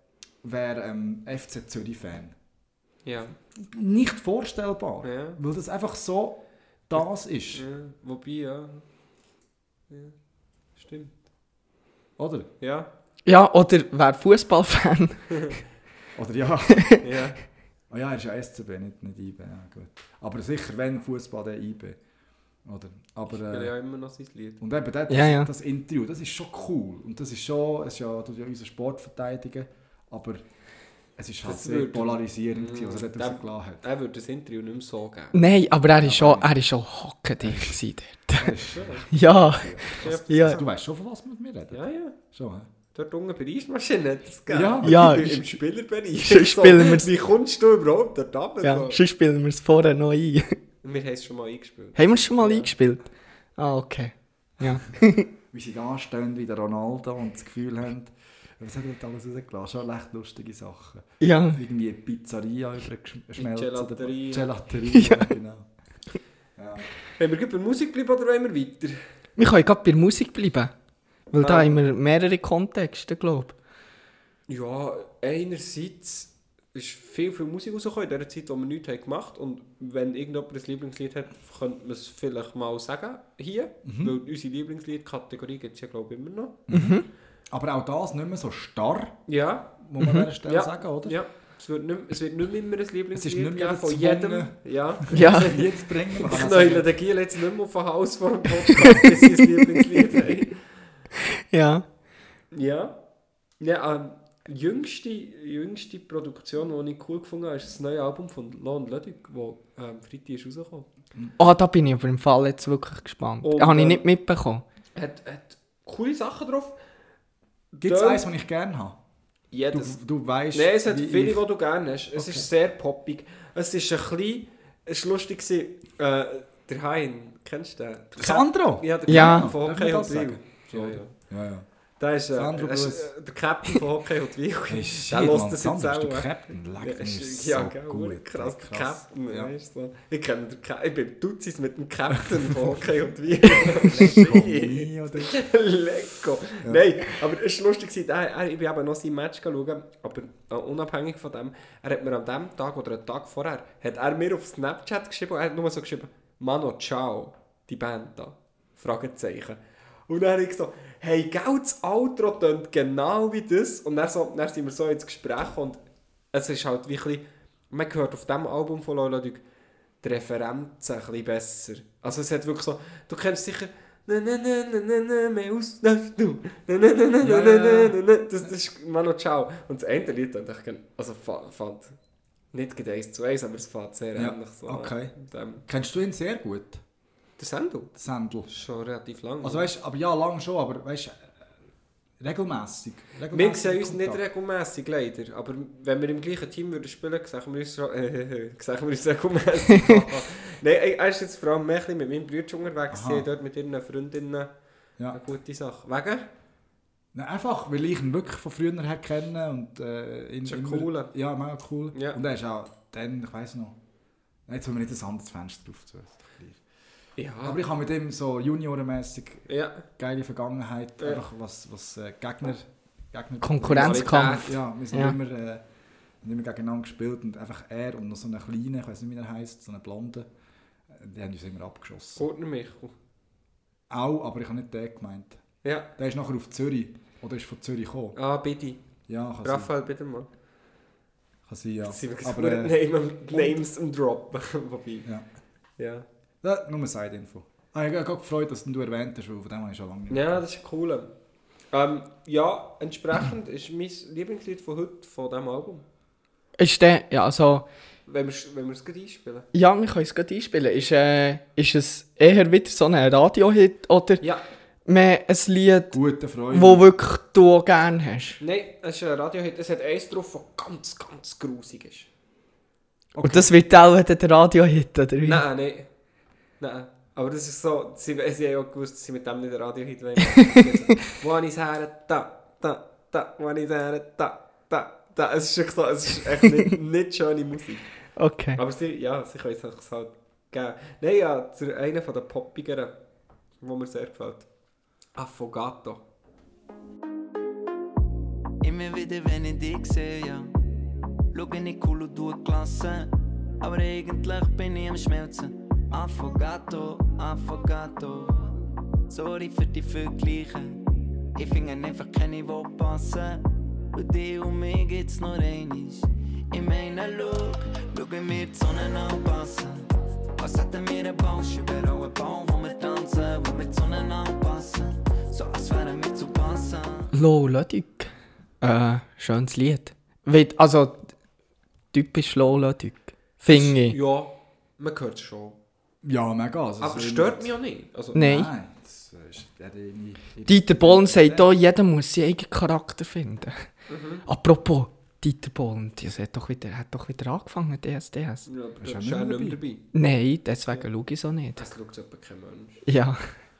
FC Zürich-Fan. Ja. Nicht vorstellbar, Ja. weil das einfach so das ist. Ja. Wobei, ja. Ja. Stimmt. Oder? Ja. Ja, oder wer Fußballfan? Oder ja. Ja. Oh ja, er ist ja SCB, nicht IB. Ja, gut. Aber sicher, wenn Fußball, dann IB. Oder? Aber, Ich spiele ja immer noch sein Lied. und eben das Interview, das ist schon cool. Und das ist schon, es ist ja, tut ja unseren Sport verteidigen, aber es ist halt Das sehr würde- polarisierend, gewesen, was er Der- dort rausgelassen hat. Er würde das Interview nicht mehr so geben. Nein, aber er ist schon hockendick gewesen dort. Er ist Schon. Ja, ja. Also, du weißt schon, von was wir mit mir reden? Ja, ja. Schon, hä? Dort unten bei der Eismaschine hat er es gegeben. Ja. Ja. Im Spielerbereich. Schon spielen wir's. Wie kommst du überhaupt dort runter? Ja, So? schon spielen wir es vorher noch ein. Wir haben es schon mal eingespielt. Haben wir es schon mal Ja. eingespielt? Ah, okay. Ja. Wie sie da stehen wie der Ronaldo und das Gefühl haben, was hat er dort alles rausgelassen? Schon echt lustige Sachen. Ja. Irgendwie Pizzeria übergeschmelzt. Gelateria. Gelateria, Ja. genau. Ja. Wollen wir gleich bei Musik bleiben oder wollen wir weiter? Wir können gerade bei der Musik bleiben. Weil da Ah. haben wir mehrere Kontexte, glaube Ja, einerseits ist viel Musik rausgekommen in der Zeit, wo wir nichts haben gemacht haben. Und wenn irgendjemand ein Lieblingslied hat, könnte man es vielleicht mal sagen hier. Weil unsere Lieblingslied-Kategorie gibt es ja, glaube ich, immer noch. Aber auch das nicht mehr so starr, Ja, muss man an dieser Stelle Ja. sagen, oder? ja. Es wird nicht mehr immer ein Lieblingslied Es ist nicht mehr geben von gezwungen. jedem. Ja. ich. Ja. Jetzt bringen wir Ich knäule den Giel jetzt nicht mehr auf den Hals vor dem Podcast, bis sie ein Lieblingslied haben. Ja. Ja. Ja, jüngste Produktion, die ich cool gefunden habe, ist das neue Album von Lon Ludwig, das Freitag ist rausgekommen. Oh, da bin ich über den Fall jetzt wirklich gespannt. Und, Habe ich nicht mitbekommen. Hat coole Sachen drauf. Gibt es Dön- eins, das ich gerne habe? Jedes. Du weißt, Nein, es hat wie viele, ich- die du gerne hast. Es Okay. ist sehr poppig. Es ist ein bisschen... Es war lustig, der Hein, kennst du den? Sandro? Ja, der Ja. Captain von Darf Hockey man und das Wil. sagen? Ja, ja. Ja, ja. Der ist, Sandro er ist Gruß. der Captain von Hockey und Wil. Hey, Der shit, lässt Mann, das jetzt Sandro ist auch. der Captain. Leck, mir ist Ja, so gell, gut. krass, der Krass. Captain. Ja. Weißt du, so. Ich kenne ich bin Dutzis mit dem Captain von Hockey und Wil. Mio, der- Lecker. Ja. Nein, aber es war lustig, ich bin eben noch sein Match schauen, aber unabhängig von dem, er hat mir an dem Tag oder einen Tag vorher, hat er mir auf Snapchat geschrieben, er hat nur so geschrieben, Mano, ciao, die Band da, Fragezeichen. Und dann habe ich so, hey, gell, das Outro tönt genau wie das. Und dann sind wir so ins Gespräch und es ist halt wie ein bisschen, man hört auf diesem Album von Lola Duc die Referenzen ein bisschen besser. Also es hat wirklich so, du kennst sicher «Na na na na na na, mehr aus, darfst du, na na na na na na na na», das ist «Mano, ciao». Und das eine Lied, also fand nicht gerade 1:1, aber es fand sehr Ja, ähnlich so. okay. Und, Kennst du ihn sehr gut? der Sendel? Sandl. Schon relativ lang. Also weißt, aber ja, lang schon, aber weißt regelmässig. Wir sehen uns nicht regelmässig, leider. Aber wenn wir im gleichen Team würden spielen, sagen wir uns schon, sagen wir uns regelmässig. Nein, er ist jetzt vor allem mehr ein bisschen mit meinem Bruder unterwegs. Aha. Sie haben dort mit ihren Freundinnen Ja. eine gute Sache. Wegen? Nein, einfach, weil ich ihn wirklich von früher her kenne und ihn Ist ein immer- cooler. Ja, mega cool. Ja. Und er ist auch dann, ich weiss noch, jetzt wollen wir nicht ein anderes Fenster drauf zu. Ja. Aber ich habe mit ihm so juniorenmäßig Ja. geile Vergangenheit, Ja. einfach was Gegner Konkurrenzkampf. Ja, wir sind Ja. immer gegeneinander gespielt und einfach er und noch so einen kleinen, ich weiß nicht wie er heisst, so einen blonden, die haben uns immer abgeschossen. Gurtner Michel. Auch, aber ich habe nicht den gemeint. Ja. Der ist nachher auf Zürich, oder ist von Zürich gekommen. Ah, bitte. Ja, kann Raphael, bitte mal. sein, ja. Jetzt sind wir Aber, Names am Drop. Wobei. ja. Ja. Ja, nur eine Side-Info. Ich habe mich gefreut, dass du erwähnt hast, weil von dem habe ich schon lange nicht Ja, das ist cool. Ja, entsprechend ist mein Lieblingslied von heute, von diesem Album. Ist der, ja, also, Wenn wir es gleich einspielen. ja, wir können es gerade einspielen. Ist es eher wieder so ein Radio-Hit oder Ja, mehr ein Lied, Gute Freunde. das wirklich du auch gerne hast. Nein, es ist ein Radiohit. Es hat eins drauf, das ganz, ganz grusig ist. Okay. Und das wird auch der Radio-Hit, oder wie? Nein. Aber das ist so, sie haben auch gewusst, dass sie mit dem nicht einen Radiohit wollen. Wo habe ich es her? Da. Wo habe ich es her? Da. Es ist echt so, es ist echt nicht schöne Musik. Okay. Aber sie können es sich halt geben. Nein, ja, einer der poppigeren, der mir sehr gefällt. Affogato. Immer wieder, wenn ich dich sehe, ja. Schau ich cool und du Klasse. Aber eigentlich bin ich am Schmelzen. Affogato. Sorry für die Vergleiche. Ich finde einfach keine, die passen. Und dich und mich gibt's nur einiges. Ich meine, schau mir die Sonne anpassen. Was hätten wir einen Bausch überall einen Baum, wo wir tanzen, wo wir die Sonne anpassen. So als wären wir zu passen. Lo Ludwig. Schönes Lied. Also, typisch Lo Ludwig. Finde ich. Ja, man hört es schon. Ja, mega. Also, Aber es stört mich auch nicht. Also, Nein. Nein, das ist Dieter Bohlen sagt auch, jeder muss seinen eigenen Charakter finden. Apropos Dieter Bohlen, der hat doch wieder angefangen, DSDS. Ja, aber Ist du er bist nicht ja mehr nicht mehr dabei. Nein, deswegen schaue ich so nicht. Das schaut etwa kein Mensch. Ja.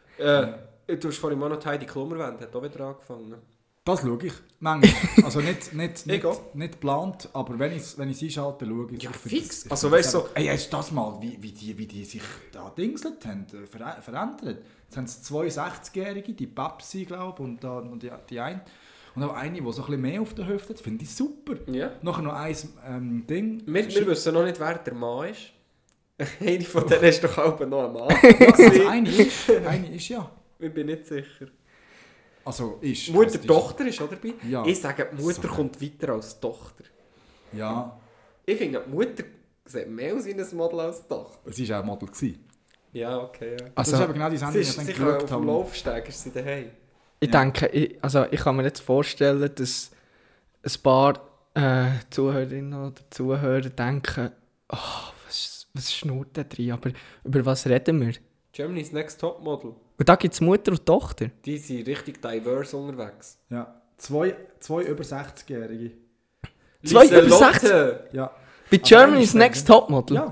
Du hast vorhin auch noch Heidi Klum erwähnt, hat auch wieder angefangen. Das schaue ich. Manchmal. Also nicht Egal. geplant, aber wenn ich es einschalte, schaue ich. Ja, Ich finde fix. das- Also weißt du, so, Ey, hast du das mal, wie die sich da dingselt haben, verändert? Jetzt haben es 62-Jährige, die Babsi, glaube ich, und die eine. Und auch eine, die so ein bisschen mehr auf der Hüfte hat, finde ich super. ja. Nachher noch ein Ding. Wir wissen noch nicht, wer der Mann ist. Eine von denen ist doch auch noch ein Mann. Ja, also eine ist ja. Ich bin nicht sicher. Also ist. Mutter, also ist- Tochter ist auch dabei. Ja. Ich sage, die Mutter So. kommt weiter als die Tochter. Ja, Ich finde, die Mutter sieht mehr aus wie ein Model als die Tochter. es war auch Model. Gewesen. Ja, okay. Ja. Das ist Also, aber genau die Sie Sendung, ist die ich dann sicher auf geschaut dem habe. Laufsteg, ist sie daheim. Ich Ja. denke, ich kann mir jetzt vorstellen, dass ein paar Zuhörerinnen oder Zuhörer denken, was schnurrt da drin, aber über was reden wir? Germany's Next Topmodel. Und da gibt es Mutter und Tochter. Die sind richtig diverse unterwegs. Ja, zwei über 60-Jährige. Zwei über Lieselotte. 60? Ja. Bei Aber Germany's eigentlich Next Topmodel? Ja.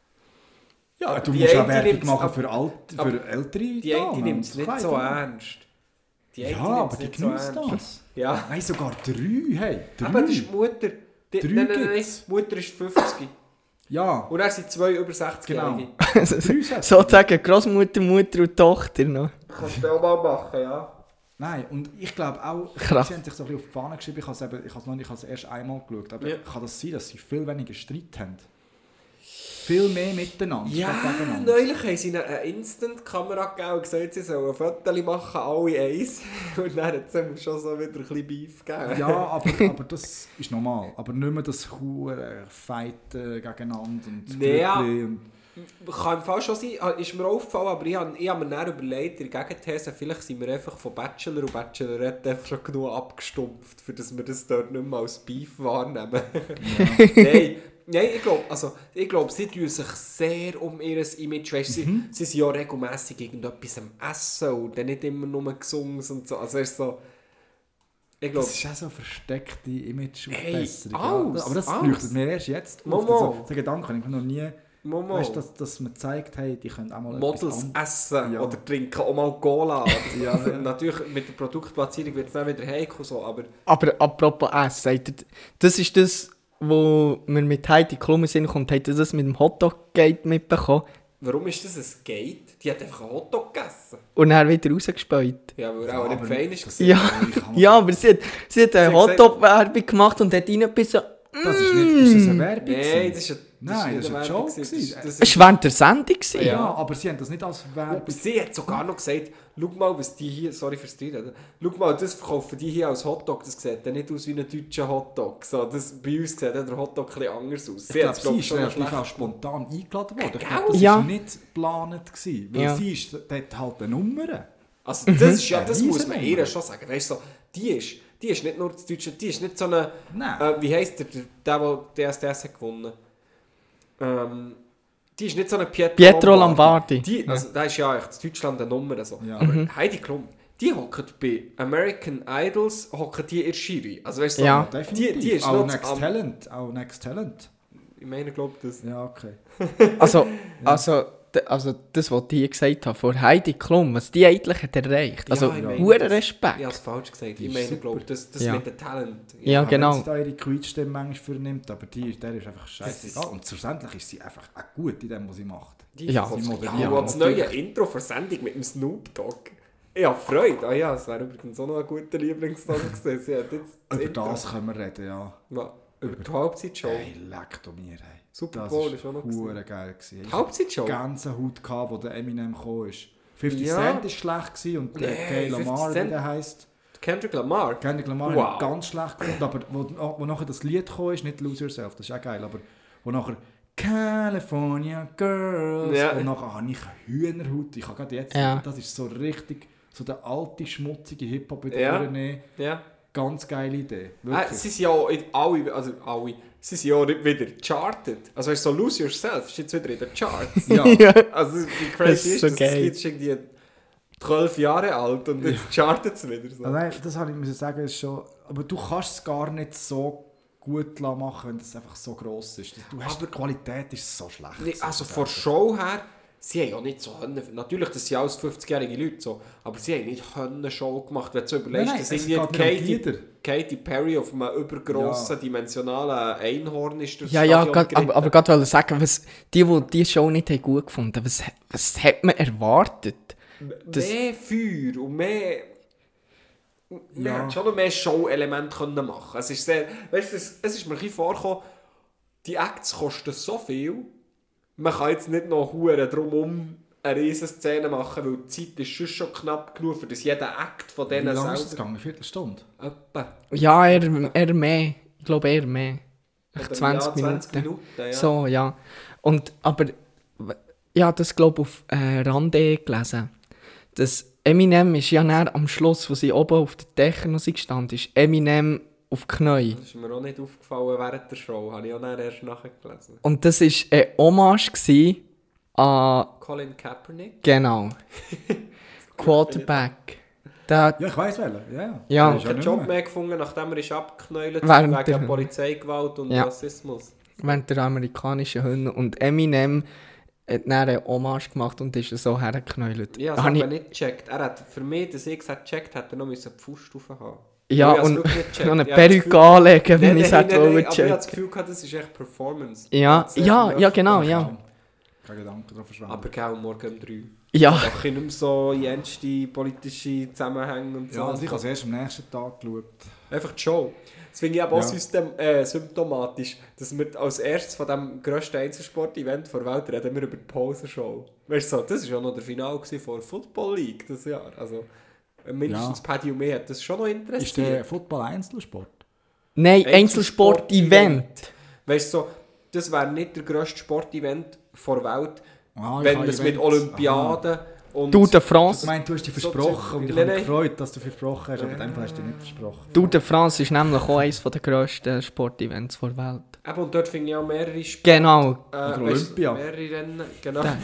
Ja, Du die musst auch eine Werbung nimmt's- machen aber- für ältere Die eine Damen nimmt es und nicht weiter. so ernst. Die eine Ja, nimmt's aber die nicht so genießt ernst. das. Ja. Nein, sogar 3. Hey, 3. Aber das ist die Mutter. Drei Nein, gibt's. die Mutter ist 50. Ja, Und er sind zwei über 60-Jährige. Genau. Sozusagen Großmutter, Mutter und Tochter noch. Kannst du auch mal machen, ja. Nein, und ich glaube auch, Krass. sie haben sich so ein bisschen auf die Fahne geschrieben, ich habe es erst einmal geschaut, aber Ja. kann das sein, dass sie viel weniger Streit haben? Viel mehr miteinander Ja, statt gegeneinander? neulich haben sie eine Instant-Kamera gegeben und gesagt, sie sollen ein Foto machen, alle eins. Und dann hat es schon so wieder ein bisschen Beef gegeben. Ja, aber das ist normal. Aber nicht mehr das hure Fighten gegeneinander und das Ja. Glückli und Kann im Fall schon sein, ist mir aufgefallen, aber ich habe mir dann überlegt, in der Gegenthese, vielleicht sind wir einfach von Bachelor und Bachelorette einfach schon genug abgestumpft, für dass wir das dort nicht mehr als Beef wahrnehmen. Nein, ich glaube, sie tun sich sehr um ihr Image, weißt, sie sind ja regelmässig irgendetwas am Essen und dann nicht immer nur gesungen und so, also es ist so, ich glaube, das ist auch so eine versteckte Image-Aufbesserung. Alles, Ja. Aber das alles. leuchtet mir erst jetzt auf. Momo. Also, den Gedanken habe ich noch nie... Momo, Weißt du, dass man zeigt, hey, die können auch mal Models essen Ja. oder trinken auch mal Cola. Ja, Also, ja. natürlich, mit der Produktplatzierung wird es dann wieder heikel, so, aber Aber apropos Essen, sagt ihr, das ist das, wo wir mit Heidi Klum sind, kommt, habt ihr das mit dem Hotdog-Gate mitbekommen warum ist das ein Gate? Die hat einfach einen Hotdog gegessen. und dann wieder rausgespäut? Ja, weil er Ja, auch nicht aber fein ist. das- Ja, kann- ja, aber sie hat Sie eine hat Hotdog-Werbung gemacht und hat reingebissen. Das ist das eine Werbung? Nein, das ist Nein, das ist eine Joke. Es war während der Sendung. gewesen. Ja, aber sie haben das nicht als Werbung. Und sie hat sogar noch gesagt, schau mal, was die hier, sorry fürs Reden, schau mal, das verkaufen die hier als Hotdog, das sieht dann nicht aus wie ein deutscher Hotdog. So, das, bei uns sieht der Hotdog ein bisschen anders aus. Ich glaube, hat's, sie ist schon noch relativ schlecht auch spontan eingeladen worden. Ich Gell? glaube, das Ja. war nicht geplant. Gewesen, weil Ja. sie ist dort halt eine Nummer. Also das ist ja, das Eine muss man Riesennummer. ihr schon sagen. Weißt du, so, die ist nicht nur das Deutsche, die ist nicht so eine, Nein. wie heisst der DSDS hat gewonnen? Die ist nicht so eine Pietro Lombardi. Die, also, der ist ja echt in Deutschland eine Nummer. Also. Ja. Aber Heidi Klum, Die hocken bei American Idols hocken die in der Jury. Also weißt du, Ja. definitiv. die ist auch noch Next am- Talent. Auch Next Talent. ich meine, glaube das. Ja, okay. Also das, was die gesagt haben, vor Heidi Klum, was die eigentlich hat erreicht. Also, Ja, ich meine, hohen das- Respekt. Ich habe es falsch gesagt. Die Ich ist meine, super. glaube das Ja. mit dem Talent. Ja, Auch genau. wenn sie da ihre Quietschstimme manchmal vornimmt, aber der ist einfach scheißegal. Und schlussendlich ist sie einfach auch gut in dem, was sie macht. Die Ja. ja, Sie moderiert ja, und das natürlich. neue Intro für Sendung mit dem Snoop Dogg. Ich habe Freude. Ah ja, es wäre übrigens auch noch ein guter Lieblingssong gewesen. Sie hat jetzt Über Intro. das können wir reden, ja. Ja, über die Halbzeitshow. Hey, leck doch mir, hey. Super Das Bowl war ist auch noch hure geil gewesen. Ich Halbzeitshow? Gänsehaut gehabt, wo der Eminem gekommen ist. 50 Ja. Cent war schlecht gewesen und der Nee, Kay 50 Lamar, wie Cent. der heisst. Kendrick Lamar? Kendrick Lamar Wow. habe ich ganz schlecht gefunden, aber wo nachher das Lied gekommen ist, nicht Lose Yourself, das ist auch geil, aber wo nachher California Girls Ja. und nachher habe ich Hühnerhaut, ich habe gerade jetzt, Ja. das ist so richtig, so der alte, schmutzige Hip-Hop wieder Ja. vornehmen. Ja. Ganz geile Idee, Sie wirklich. sind ja auch alle, sie sind ja auch wieder charted. Also weißt du, so Lose Yourself ist jetzt wieder in den Charts. Ja. Also wie Das crazy ist ist so das? Das geil. Lied ist irgendwie 12 Jahre alt und jetzt chartet es wieder so. Also nein, das habe ich müssen sagen, ist schon, aber du kannst es gar nicht so gut machen, wenn es einfach so gross ist. Die Qualität ist so schlecht. Nee, also von der Show her, sie haben ja nicht so natürlich, das sind alles 50-jährige Leute so, aber sie haben nicht eine Show gemacht, wenn du so überlegst, Nein, dass es irgendwie geht nicht um Lieder. Katy Perry auf einem übergrossen, Ja. dimensionalen Einhorn ist durchs Ja, Stadion aber geritten. gerade wollte ich sagen, die Show nicht haben gut gefunden, was hat man erwartet? das- Mehr Feuer und mehr... Man Ja. hätte schon noch mehr Show-Elemente können machen. Es ist sehr... Weißt du, es ist mir ein bisschen vorgekommen, die Acts kosten so viel, man kann jetzt nicht noch hure drumherum eine riesen Szene machen, weil die Zeit ist schon knapp genug, für das jeder Act von Wie denen lange ist das selber... gegangen? Eine Viertelstunde? Etwa. Ja, eher mehr. Ich glaube eher mehr. Oder 20 ja, Minuten. ja. So, ja. Aber ja, das glaube ich auf Rande gelesen. Das Eminem ist ja näher am Schluss, wo sie oben auf den Dächern noch gestanden ist. Eminem auf die Knie. Das ist mir auch nicht aufgefallen während der Show, habe ich auch dann erst nachgelesen. Und das war eine Hommage gewesen an, Colin Kaepernick. genau, Quarterback. Der, Ja, ich weiss welchen. Ja. Ja. Der ist Keinen nicht Job mehr. mehr gefunden, nachdem er ist abgeknäult Während wegen der- Polizeigewalt und Ja. Rassismus. während der amerikanischen Hunde. Und Eminem hat dann eine Hommage gemacht und ist so hergeknäult. Ich habe es aber nicht gecheckt. Er hat für mich, dass ich es gecheckt hätte, noch müssen die Fuß rauf haben. Ja, Ich habe es und wirklich nicht gecheckt. noch eine Ich habe das Perücke Gefühl- anlegen, wenn ich es Nein, hätte nein, wollen aber ich habe das checken. Gefühl gehabt, das ist echt Performance. Ja, Und sehr ja, gelöscht. ja, genau, ja. Kein Gedanke drauf verschwenden. Aber genau, morgen um 3. Ja, Da kann ich nicht mehr so jenste politische Zusammenhänge und so. Ja, also ich habe es erst am nächsten Tag geschaut. Einfach die Show. Das finde ich aber auch Ja. symptomatisch, dass wir als erstes von dem grössten Einzelsport-Event der Welt reden wir über die Pausenshow. Weißt du, so, das war ja noch der Finale vor der Football League das Jahr. Also, mindestens Paddy und mich hat das schon noch Ist der interessiert. Football Einzelsport? nein, Einzelsport-Event. Weißt du, so, das wäre nicht der grösste Sportevent der Welt, Ah, ich wenn habe wir es mit Events. Olympiaden und... Tour de Ich France. meine, du hast dich So versprochen und ich Nein, habe mich nein. gefreut, dass du versprochen hast, aber in dem Fall hast du dich nicht versprochen. Tour de France ist nämlich auch eines der grössten Sportevents der Welt. Eben, und dort finde ich auch mehrere Genau. Oder weisst du, Olympia. mehrere Rennen, genau. Da.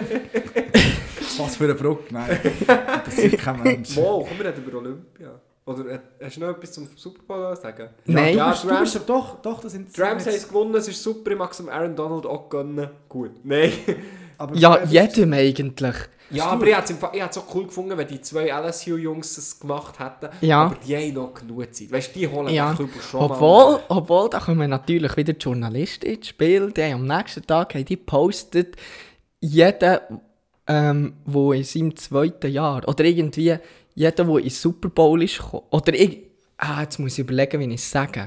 Was für eine Brücke, nein. Das ist kein Mensch. Mo, komm, wir reden über Olympia. Oder hast du noch etwas zum Super Bowl zu sagen? Nein. Ja, Du bist doch, das sind... die Rams haben es gewonnen, es ist super, ich mag es dem Aaron Donald auch gönnen. Gut. Nein. Aber Ja, du- jedem eigentlich. Ja, aber ich hätte es auch cool gefunden, wenn die zwei LSU-Jungs es gemacht hätten. Ja. Aber die haben noch genug Zeit. Weißt du, die holen Ja, den Kübel schon obwohl, da kommen natürlich wieder die Journalisten ins Spiel. Die haben am nächsten Tag haben die gepostet, jeder, der in seinem zweiten Jahr, oder irgendwie jeder, der ins Super Bowl ist gekommen, oder jetzt muss ich überlegen, wie ich es sage.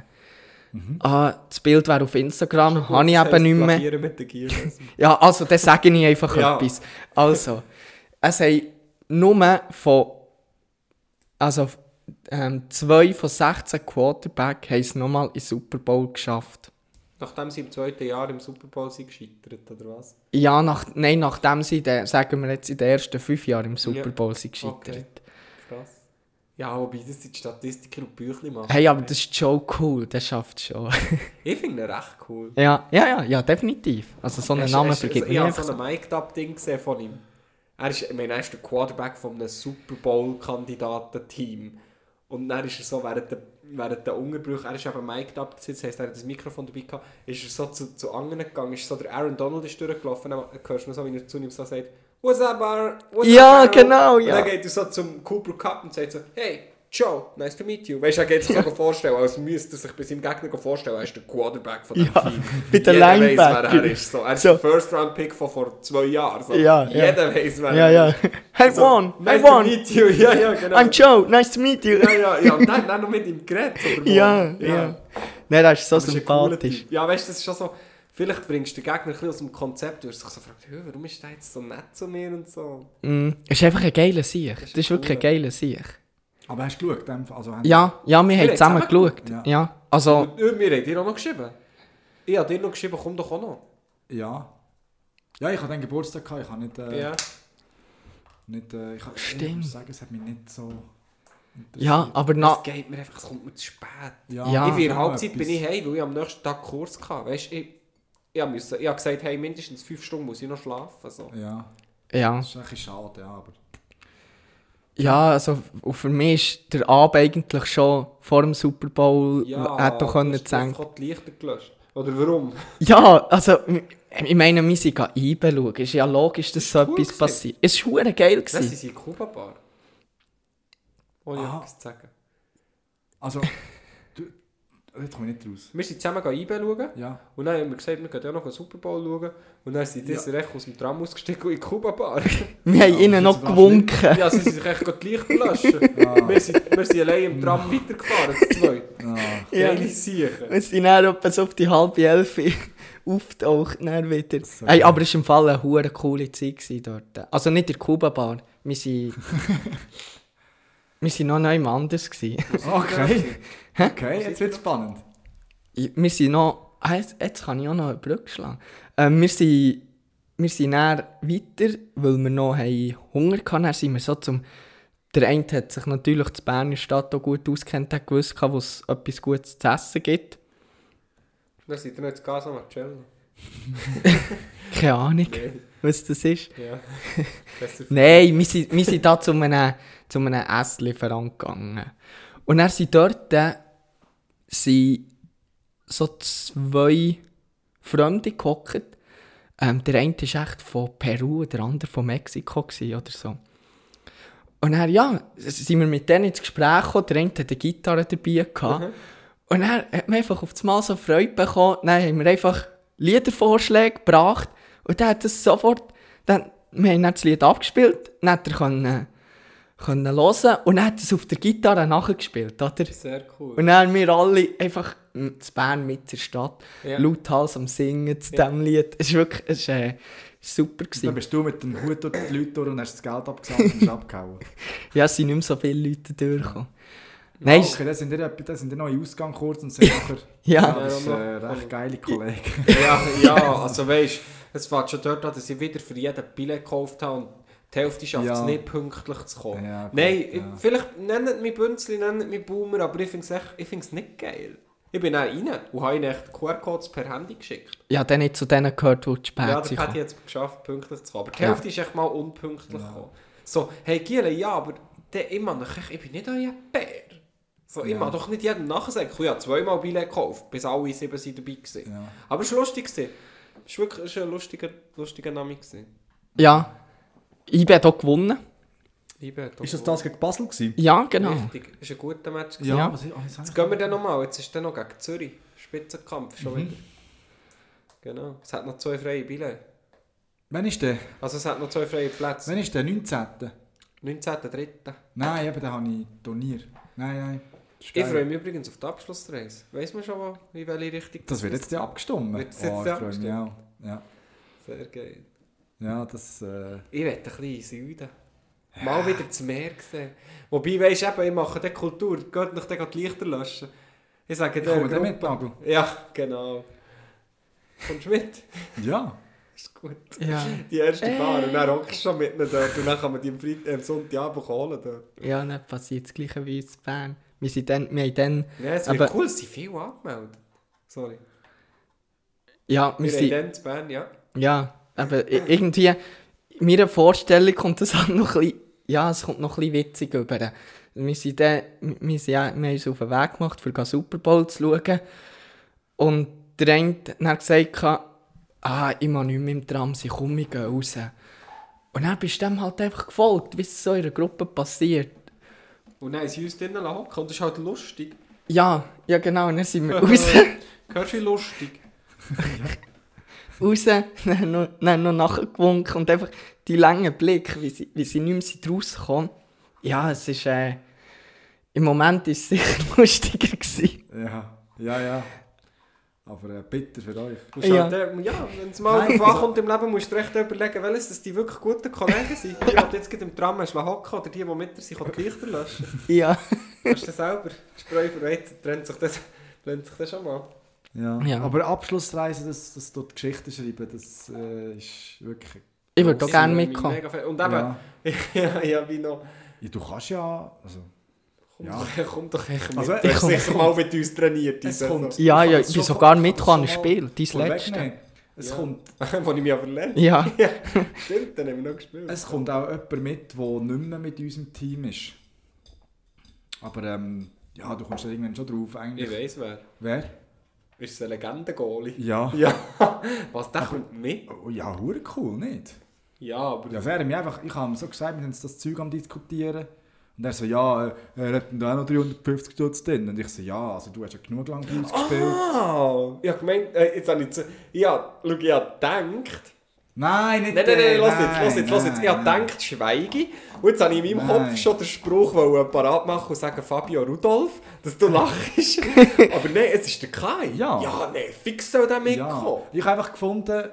Das Bild wäre auf Instagram, habe ich eben nicht mehr. Plagieren mit den Gears. Ja, also, dann sage ich einfach Ja. etwas. Also, es haben nur von... Also, 2 von 16 Quarterback haben es nochmal in den Super Bowl geschafft. Nachdem sie im zweiten Jahr im Super Bowl sind gescheitert, oder was? Ja, nachdem sie, sagen wir jetzt, in den ersten 5 Jahren im Super Bowl sind gescheitert. Okay. Krass. Ja, wobei das sind Statistiker und Büchlein machen. Hey, aber das ist schon cool, der schafft es schon. Ich finde ihn recht cool. ja, definitiv. Also so einen Namen vergibt Ich mir habe einfach so so. ein Mic'd-Up-Ding gesehen von ihm. Er ist der Quarterback von einem Super Bowl-Kandidaten-Team. Und dann ist er so, während der Unterbruch, er ist eben mic'd up gesetzt, das heisst, er hat das Mikrofon dabei gehabt, ist er so zu anderen gegangen, ist so der Aaron Donald ist durchgelaufen, dann hörst du so, wie er zu ihm so sagt, «What's up, Aaron? What's up, Aaron?» Genau, ja. Und dann geht er so zum Cooper Cup und sagt so, «Hey, Joe, nice to meet you.» Weißt du, er geht sich so vorstellen, als müsste er sich bei seinem Gegner vorstellen, er ist der Quarterback von dem Team. Bei den Jeder Linebacker. weiss, wer er ist. So, er ist der First-Round-Pick von vor 2 Jahren. So. Ja, ja. Jeder weiss, wer Ja, er ja. ist. I So, won! nice I to won! meet you. Ja, genau. I'm Joe! Nice to meet you! Ja, und dann noch mit ihm geredet. Oder Ja. Nein, das ist so Das ist ein cooler sympathisch. Typ. Ja, weißt du, das ist schon so... Vielleicht bringst du den Gegner ein bisschen aus dem Konzept, du hast dich so gefragt, warum ist der jetzt so nett zu mir und so. Es ist einfach ein geiler Sieg. Das ist cool, wirklich ein geiler Sieg. Aber hast du geschaut? Also, Ja, wir haben zusammen geschaut. Ja. Ja. Also, Und wir haben dir auch noch geschrieben. Ich habe dir noch geschrieben, komm doch auch noch. Ja. Ja, ich hatte den Geburtstag gehabt, ich habe nicht... Stimmt. Ich muss sagen, es hat mich nicht so... ja, aber Es geht mir einfach, es kommt mir zu spät. Ja. Ich bin in der schon Halbzeit etwas. bin ich heim, weil ich am nächsten Tag Kurs hatte. Weißt, ich habe gesagt, hey, mindestens 5 Stunden muss ich noch schlafen. So. Ja, ja. das ist ein bisschen schade, ja, aber... Ja, also und für mich ist der Abend eigentlich schon vor dem Super Bowl hätte können du hast sagen. einfach die Lichter gelöscht. Oder warum? Ja, also ich meine, wir sind einschauen. Ist ja logisch, dass so cool etwas gewesen. passiert. Es war verdammt geil. Nein, sie gewesen. sind in Kuba-Bar. Ohne Aha. etwas zu sagen. Also, jetzt komme ich nicht raus. Wir sind zusammen IB schauen. Ja. Und dann haben wir gesagt, wir gehen ja noch einen Super Bowl schauen. Und dann sind die recht aus dem Tram ausgestiegen und in die Kuba-Bar. Wir haben ihnen noch das ist gewunken. Ja, sie sind sich echt die Lichter löschen. Wir sind allein im Tram weitergefahren, das zwei. Ah. Ja. Geile Siechen. Wir sind dann etwa so auf die 10:30 auftaucht dann wieder. So Hey, geil. aber es war im Fall eine hure coole Zeit gewesen dort. Also nicht in der Kuba-Bar. Wir sind noch noch anders gewesen. Okay. Okay, jetzt wird es spannend. Wir sind noch... Jetzt kann ich auch noch eine Brücke schlagen. Wir sind dann weiter, weil wir noch Hunger hatten. Dann sind wir so zum... Der eine hat sich natürlich in Berner Stadt auch gut auskennt, hat gewusst, wo es etwas Gutes zu essen gibt. Dann seid ihr noch ins Casa Marcello. Keine Ahnung, Nein. was das ist. Ja. Besser Nein, wir sind da zu einem Esslieferant gegangen. Und dann sind dort so 2 Fremde gehockt. Der eine war echt von Peru, der andere von Mexiko oder so. Und dann, ja, sind wir mit denen ins Gespräch gekommen. Der eine hatte eine Gitarre dabei gehabt. Und dann hat man einfach auf das Mal so Freude bekommen. Dann haben wir einfach Liedervorschläge gebracht. Und dann hat das sofort... wir haben dann das Lied abgespielt. Dann hat er können hören. Und dann hat er es auf der Gitarre nachgespielt, oder? Sehr cool. Und dann haben wir alle einfach zu Bern mit der Stadt Ja. lauthals am Singen zu diesem Lied. Es war wirklich super. Dann Gewesen. bist du mit dem Hut durch die Leute durch und hast das Geld abgesammelt und bist abgehauen. Ja, es sind nicht mehr so viele Leute durchgekommen. Nein, Okay, dann sind ihr noch in Ausgang kurz und sind nachher... ja. Das ist recht geile Kollege. Ja, also weißt du, es fängt schon dort an, dass ich wieder für jeden Billett gekauft habe und die Hälfte schafft es Ja. nicht pünktlich zu kommen. Ja, gut, Nein, ja. vielleicht nennt mich Bünzli, nennt mich Boomer, aber ich finde es nicht geil. Ich bin auch rein und habe ihnen echt QR-Codes per Handy geschickt. Ja, dann nicht zu denen gehört, die zu spät Ja, das sind. hätte ich jetzt geschafft, pünktlich zu kommen. Aber die Ja. Hälfte ist echt mal unpünktlich gekommen. So, hey Giele, ja, aber ich bin nicht euer Bär. So, ich mag doch nicht jedem nachsagen. Ich habe 2-mal Billett gekauft, bis alle 7 sind dabei waren. Ja. Aber es war lustig. Es war wirklich ein lustiger Name. Ja, ich habe hier gewonnen. Ist das gegen Basel gewesen? Ja, genau. Richtig, es war ein guter Match. Ja. Jetzt gehen wir dann nochmal. Jetzt ist dann noch gegen Zürich. Spitzenkampf schon wieder. Genau. Es hat noch 2 freie Billett. Wann ist der? Also es hat noch 2 freie Plätze. Wann ist der? 19.? 19.03. Nein, eben, da habe ich Turnier. Nein. Das ist Ich geil. freue mich übrigens auf die Abschlussreise. Weiss man schon, in welche Richtung Das wird jetzt ja abgestimmt. Wird das jetzt ich ja freue mich auch. Ja, Sehr geil. ja das... Ich will ein bisschen in den Süden. Mal wieder das Meer sehen. Wobei, weisst du, ich mache die Kultur. Geht nicht die Lichter löschen. Ich sage Ich der komme dann Gruppe- mit, Nagel. Ja, genau. Kommst du mit? Ja. Ist gut. Ja, Die erste Bar und dann hockst du schon mit ihnen dort und dann kann man die am Sonntagabend holen dort. ja, dann passiert das Gleiche wie in Bern. Wir haben dann... Ja, es Aber- wird cool, es sind viele angemeldet. Sorry. Ja, Wir wir haben sind... dann in Bern, ja. Ja, aber irgendwie... in meiner Vorstellung kommt das halt noch ein bisschen, ja, es kommt noch ein bisschen witzig über. Wir haben uns auf den Weg gemacht, um Super Bowl zu schauen. Und der eine hat gesagt, ich muss nicht mehr im Tram sein, komm, wir gehen raus. Und dann bist du dem halt einfach gefolgt, wie es so in einer Gruppe passiert. Und dann haben sie uns drinnen hocken und das ist halt lustig. Ja, genau, und dann sind wir raus. Hörst du, wie lustig? Raus, dann noch nachgewunken und einfach die langen Blick, wie sie nicht mehr rauskommen. Ja, es ist, im Moment war es sicher lustiger gewesen. Ja. Aber bitter für euch. Wenn es mal ankommt im Leben, musst du dir echt überlegen, welches das die wirklich guten Kollegen sind. Die jetzt gerade im Tram hocken oder die mit dir sind, die Lichter löschen. Ja. Hast du selber Spreu verweizt, trennt sich das schon mal. Ja. Aber Abschlussreise, das dort Geschichten schreiben, das ist wirklich... Ich würde auch gerne mitkommen. Und eben, ja, wie noch... Ja, du kannst ja... Also, Komm doch echt mit. Also, Du hast sicher mal mit uns trainiert. Ich bin sogar mitgekommen an ein Spiel, dein letzte. Es kommt... Wo ich mich aber verletzt. Ja. Stimmt, dann haben wir noch gespielt. Es kommt auch jemand mit, der nicht mehr mit unserem Team ist. Aber du kommst ja irgendwann schon drauf eigentlich. Ich weiss wer. Wer? Ist es ein Legenden-Goalie? Ja. Was, der kommt mit? Oh, ja, hure cool, nicht? Ja, aber... Ja, ich habe ihm so gesagt, wir sind das Zeug am diskutieren. Und er so, er hat da auch noch 350 Stutz drin. Und ich so, also du hast ja genug lang bei uns gespielt. Ich habe gemeint, jetzt habe ich gedacht... Nein, nicht los jetzt. Ich habe gedacht, schweige. Und jetzt habe ich in meinem Kopf schon den Spruch parat machen und sagen, Fabio Rudolf, dass du lachst. Aber nein, es ist der Kai. Ja, nein, fix soll der mitkommen. Ja. Ich habe einfach gefunden,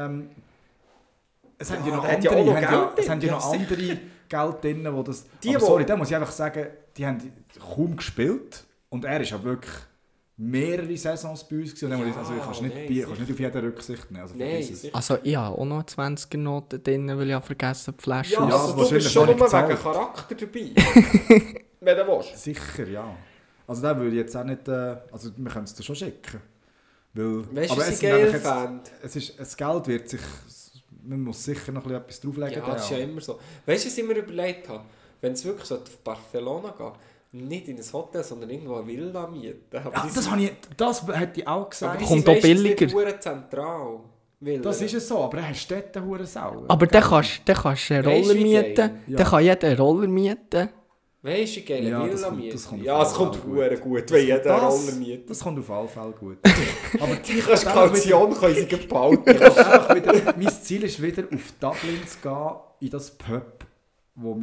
es haben ja noch andere Geld drin, wo das... da muss ich einfach sagen, die haben kaum gespielt. Und er ist ja wirklich mehrere Saisons bei uns gewesen. Also ich kannst nicht auf jeden Rücksicht nehmen. Also ich habe auch noch 20er Noten drin, weil ich vergessen die Flasche. Ja, also du bist schon nur wegen Charakter dabei. Wenn du willst. Sicher, ja. Also den würde ich jetzt auch nicht... also wir können es dir schon schicken. Weil, weißt du, was ich geil fand? Das Geld wird sich... Man muss sicher noch etwas drauflegen. Ja, das ist ja immer so. Weißt du, was ich mir überlegt habe? Wenn es wirklich auf Barcelona geht, nicht in ein Hotel, sondern irgendwo eine Villa mieten. Das hätte ich auch gesagt. Aber kommt auch billiger. Das ist zentral. Das ist es so, aber er hat Städte hure sauer. Aber dann kannst du einen Roller mieten. Dann kann jeder einen Roller mieten. Weißt du, wie geil eine Villa mieten? Ja, es kommt hure gut, wenn jeder einen Roller mietet. Das kommt auf alle Fälle gut. Aber die Kaution können sie gebaut. Mein Ziel ist wieder, auf Dublin zu gehen, in das Pub, wo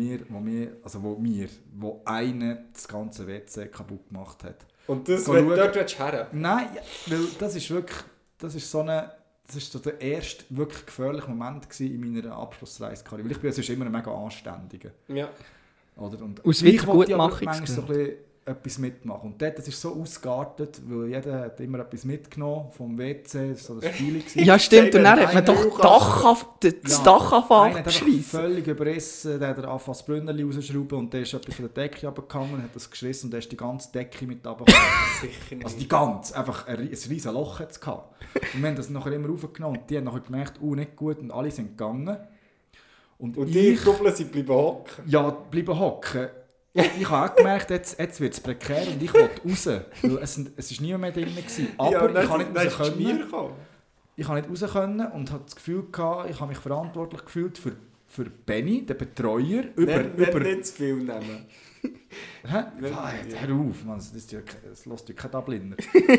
einer das ganze WC kaputt gemacht hat. Und dort willst du her? Nein, weil das ist so der erste wirklich gefährliche Moment in meiner Abschlussreise-Karriere. Weil ich bin sonst immer ein mega Anständiger. Ja. Oder? Und aus ich wollte manchmal so ein bisschen etwas mitmachen. Und dort, das ist so ausgeartet, weil jeder hat immer etwas mitgenommen vom WC, das war so das Spiel. Ja, stimmt, und dann hat man doch das Dach angefangen abzuschreissen. Völlig überrissen, der hat angefangen das Brünnerli rauszuschrauben und der ist etwas von der Decke runtergegangen, hat das geschissen und der ist die ganze Decke mit runtergegangen. Also die ganze, einfach ein riesiges Loch hat es gehabt. Und wir haben das nachher immer raufgenommen und die haben nachher gemerkt, nicht gut, und alle sind gegangen. Und die Kuppeln sind bleiben hocken? Ja, bleiben hocken. Ich habe auch gemerkt, jetzt wird es prekär und ich wollte raus. Weil es war niemand mehr drin. Aber ich kann nicht raus können. Ich kann nicht raus können und hatte das Gefühl gehabt, ich habe mich verantwortlich gefühlt für Benny, den Betreuer. Nicht zu viel nehmen. Hä? Hör auf, Mann, das lässt ja kein Dubliner.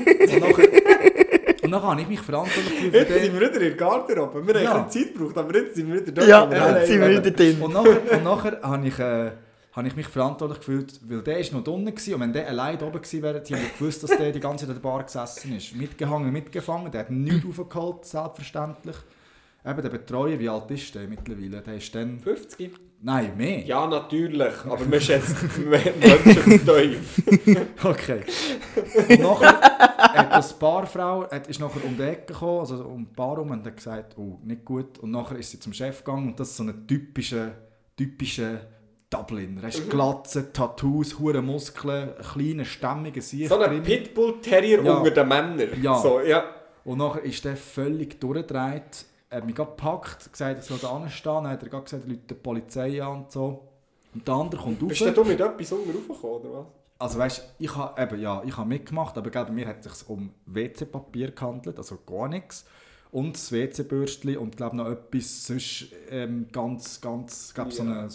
Und dann habe ich mich verantwortlich gefühlt. Jetzt sind wir wieder in der Garderobe. Wir haben keine Zeit gebraucht, aber jetzt sind wir wieder da. Ja, jetzt sind wir wieder drin. Und nachher habe ich mich verantwortlich gefühlt, weil der war noch drinnen gewesen, und wenn der allein oben gewesen wäre, die haben gewusst, dass der die ganze Zeit in der Bar gesessen ist. Mitgehangen, mitgefangen, der hat nichts raufgeholt, selbstverständlich. Eben der Betreuer, wie alt ist der mittlerweile? Der ist dann... 50? Nein, mehr. Ja, natürlich, aber man schätzt Menschen tief. Okay. Und nachher hat das Barfrau ist nachher um die Ecke gekommen, also um die Bar herum, und hat gesagt, nicht gut. Und nachher ist sie zum Chef gegangen und das ist so eine typische Dubliner. Er hast Glatze, Tattoos, hure Muskeln, kleine, stämmige Sicht. So ein Pitbull-Terrier unter den Männern. Ja. So, ja. Und nachher ist der völlig durchgedreht hat mich gerade gepackt, gesagt, ich soll da anstehen. Dann hat er gerade gesagt, er ruft die Polizei an und so. Und der andere kommt rauf. Bist du mit etwas raufgekommen, oder was? Also weißt, ich habe mitgemacht, aber bei mir hat es sich um WC-Papier gehandelt, also gar nichts. Und das WC-Bürstchen und glaube noch etwas sonst ganz gab so ein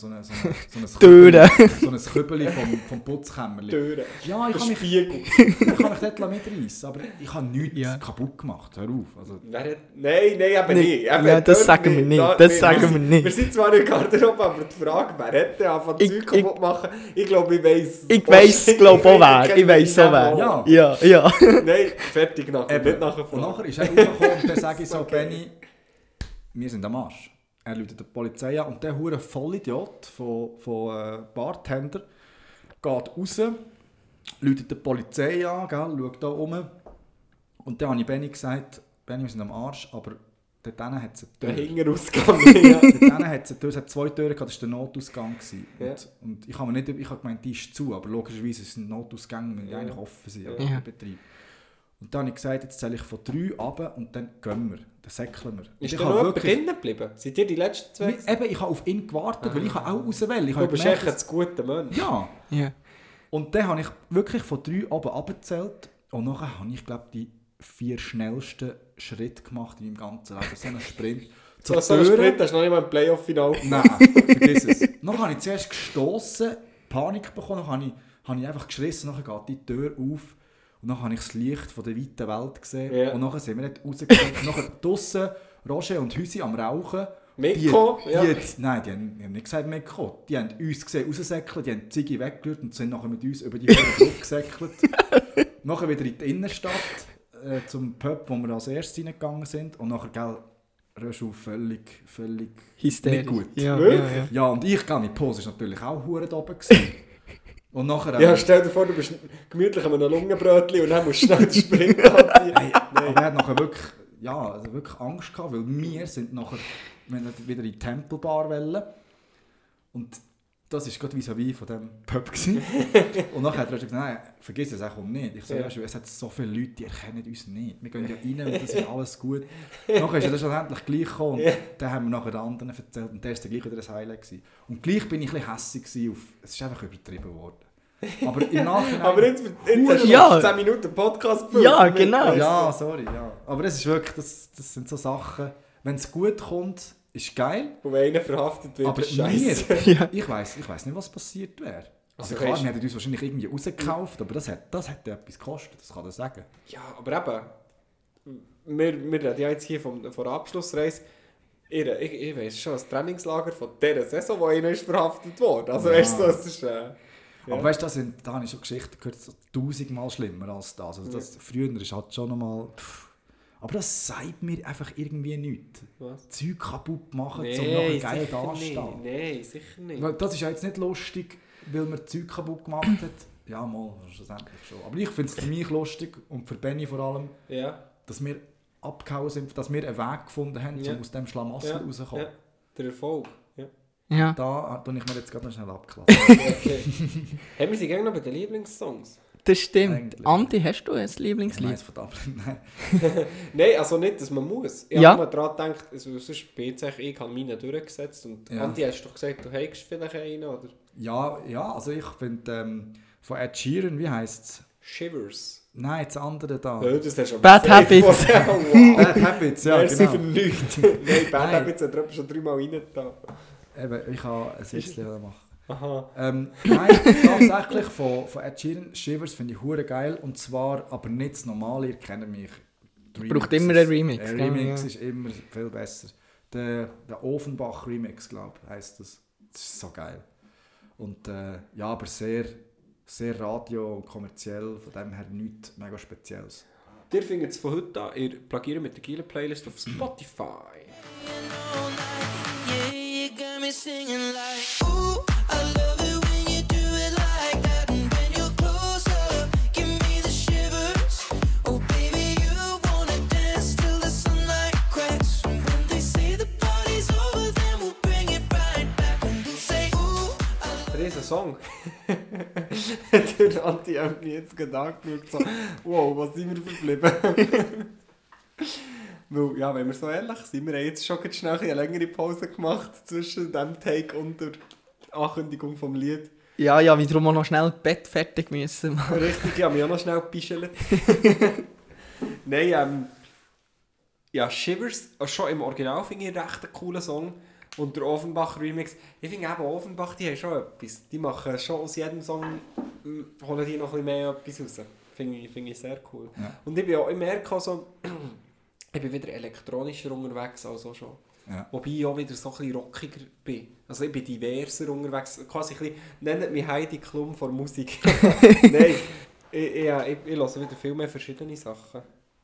Türen. so ein Kübeli vom Putzkämmerli. Türen. Ja, ich habe mich Spiegel. dort mitreißen, aber ich habe nichts kaputt gemacht. Hör auf. Also, Nein, eben nicht. Nein, das sagen wir nicht. Wir sind zwar in der Garderobe, aber die Frage, wer hätte angefangen Zeug kaputt machen? Ich glaube, ich weiss. Ich weiss, glaube auch wer. Ich weiss auch wer. Ja. Nein, fertig nachher. Nicht nachher und nachher ist er rausgekommen und dann sage ich so, okay. Benni, wir sind am Arsch. Er ruft die Polizei an und der hure Vollidiot von Bartender geht raus, ruft die Polizei an, schaut da rum. Und dann habe ich Benni gesagt, Benni, wir sind am Arsch, aber dort hat es eine Tür. Der Hingerausgang. Dort hat es 2 Türen gehabt, das war der Notausgang. Ja. Und ich habe gemeint, die ist zu, aber logischerweise sind Notausgänge die eigentlich offen sind, im Betrieb. Und dann habe ich gesagt, jetzt zähle ich von 3 runter und dann gehen wir, dann säckeln wir. Ist da noch jemand drinnen geblieben? Seid ihr die letzten 2? Ich habe auf ihn gewartet, weil ich auch auswählen. Du bist echt ein guter Mensch. Ja. Ja. Und dann habe ich wirklich von 3 oben runtergezählt und nachher habe ich, glaube ich, die 4 schnellsten Schritte gemacht in meinem ganzen Leben. So einen Sprint. So einen Sprint hast du noch nicht mal im Playoff-Final. Nein, vergiss es. Dann habe ich zuerst gestossen, Panik bekommen, dann habe ich einfach geschrissen, dann geht die Tür auf. Und dann habe ich das Licht von der weiten Welt gesehen. Yeah. Und dann sind wir nicht rausgekommen. Nachher draussen Roger und Hüsi am Rauchen. Meko? Nein, die haben nicht gesagt Meko. Die haben uns gesehen raussäckeln, die haben die Ziege weggerührt und sind nachher mit uns über die Brücke gesäckelt. Nachher wieder in die Innenstadt, zum Pub, wo wir als erstes reingegangen sind. Und nachher, Röschel völlig hysterisch. Nicht gut. Ja, ja, und ich gehe nicht Pose, ist natürlich auch hure da oben gewesen. Und nachher, ja, stell dir vor, du bist gemütlich an einem Lungenbrötchen und dann musst du schnell den Sprint anziehen. Aber er hat nachher wirklich Angst gehabt, weil wir sind nachher wieder in die Tempelbar wollen. Und das war gerade vis-à-vis von diesem Pub. Und nachher hat er gesagt, nein, vergiss es, er kommt nicht. Ich so, ja, es hat so viele Leute, die erkennen uns nicht. Wir gehen ja rein und das ist alles gut. Nachher ist er dann schlussendlich gleich gekommen und dann haben wir nachher den anderen erzählt und der war dann gleich wieder ein Highlight gewesen. Und gleich bin ich ein bisschen hässig auf, es ist einfach übertrieben worden. Aber im Nachhinein... Aber jetzt hast du 10 Minuten Podcast gefüllt. Ja, genau. Ja, sorry, ja. Aber es ist wirklich, das sind so Sachen, wenn es gut kommt, ist geil. Und wenn einer verhaftet wird, aber ist scheiße. Ich weiss nicht, was passiert wäre. Also klar, wir hätten uns wahrscheinlich irgendwie rausgekauft, aber das hat etwas gekostet, das kann ich sagen. Ja, aber eben, wir reden ja jetzt hier von der Abschlussreise. Ich weiss schon, das Trainingslager von dieser Saison, wo einer ist verhaftet wurde. Also weißt du, das ist... Aber weißt du, da habe ich schon Geschichten gehört, so 1000-mal schlimmer als das. Also das früher ist halt schon nochmal... Aber das sagt mir einfach irgendwie nichts. Was? Zeug kaputt machen, um nachher geil dastehen. Nein, sicher nicht. Weil das ist ja jetzt nicht lustig, weil man Zeug kaputt gemacht hat. Ja, mal, schlussendlich schon. Aber ich finde es für mich lustig und für Benni vor allem, dass wir abgehauen sind, dass wir einen Weg gefunden haben, um aus dem Schlamassel rauszukommen. Ja, der Erfolg. Ja. Da tue ich mir jetzt gerade noch schnell abgelassen. Okay. Haben wir sie gerne noch bei den Lieblingssongs? Das stimmt. Eigentlich. Andi, hast du ein Lieblingslied? Nein. Nein, also nicht, dass man muss. Ich habe mir daran gedacht, sonst bin ich habe meinen durchgesetzt. Und Andi, hast du doch gesagt, du hättest vielleicht einen, oder? Ja, also ich finde von Ed Sheeran, wie heisst es? Shivers. Nein, das andere da. Das hast du Bad Habits. Wow. Bad Habits, ja, Merci genau. für nichts. Nein, Bad Habits hat er schon 3-mal reingetan. Eben, ich habe ein Witzchen machen. Aha. Nein, tatsächlich von Ed Sheeran, Shivers finde ich hure geil. Und zwar aber nicht das Normale, ihr kennt mich. Braucht immer einen Remix. Ein Remix ist immer viel besser. Der Offenbach-Remix, glaube ich, heisst das. Das ist so geil. Und ja, aber sehr, sehr radio und kommerziell, von dem her nichts mega Spezielles. Ihr findet es von heute an, ihr plagiert mit der Giele-Playlist auf Spotify. Singing like, ooh, I love it when you do it like that. And when you're closer, give me the shivers. Oh baby, you wanna dance till the sunlight cracks. And when they say the party's over, then we'll bring it right back. And we'll say, ooh, I love it. Riesen Song. Der Andi hat mich jetzt gerade angeschaut, so, wow, was sind wir verblieben? Weil, ja, wenn wir so ehrlich sind, wir haben jetzt schon ganz schnell eine längere Pause gemacht zwischen dem Take und der Ankündigung vom Lied. Ja, ja, wiederum auch noch schnell das Bett fertig müssen machen. Richtig, ich habe mich auch noch schnell gepischelt. Nein, ja, Shivers, schon im Original finde ich einen recht coolen Song. Und der Offenbach-Remix, ich finde eben Offenbach, die haben schon etwas. Die machen schon aus jedem Song, holen die noch ein bisschen mehr etwas raus. Finde ich sehr cool. Ja. Und ich merke auch so, ich bin wieder elektronischer unterwegs als auch schon. Ja. Wobei ich auch wieder so ein bisschen rockiger bin. Also ich bin diverser unterwegs. Quasi ein bisschen, nennt mich Heidi Klum von Musik. Nein, ich höre wieder viel mehr verschiedene Sachen.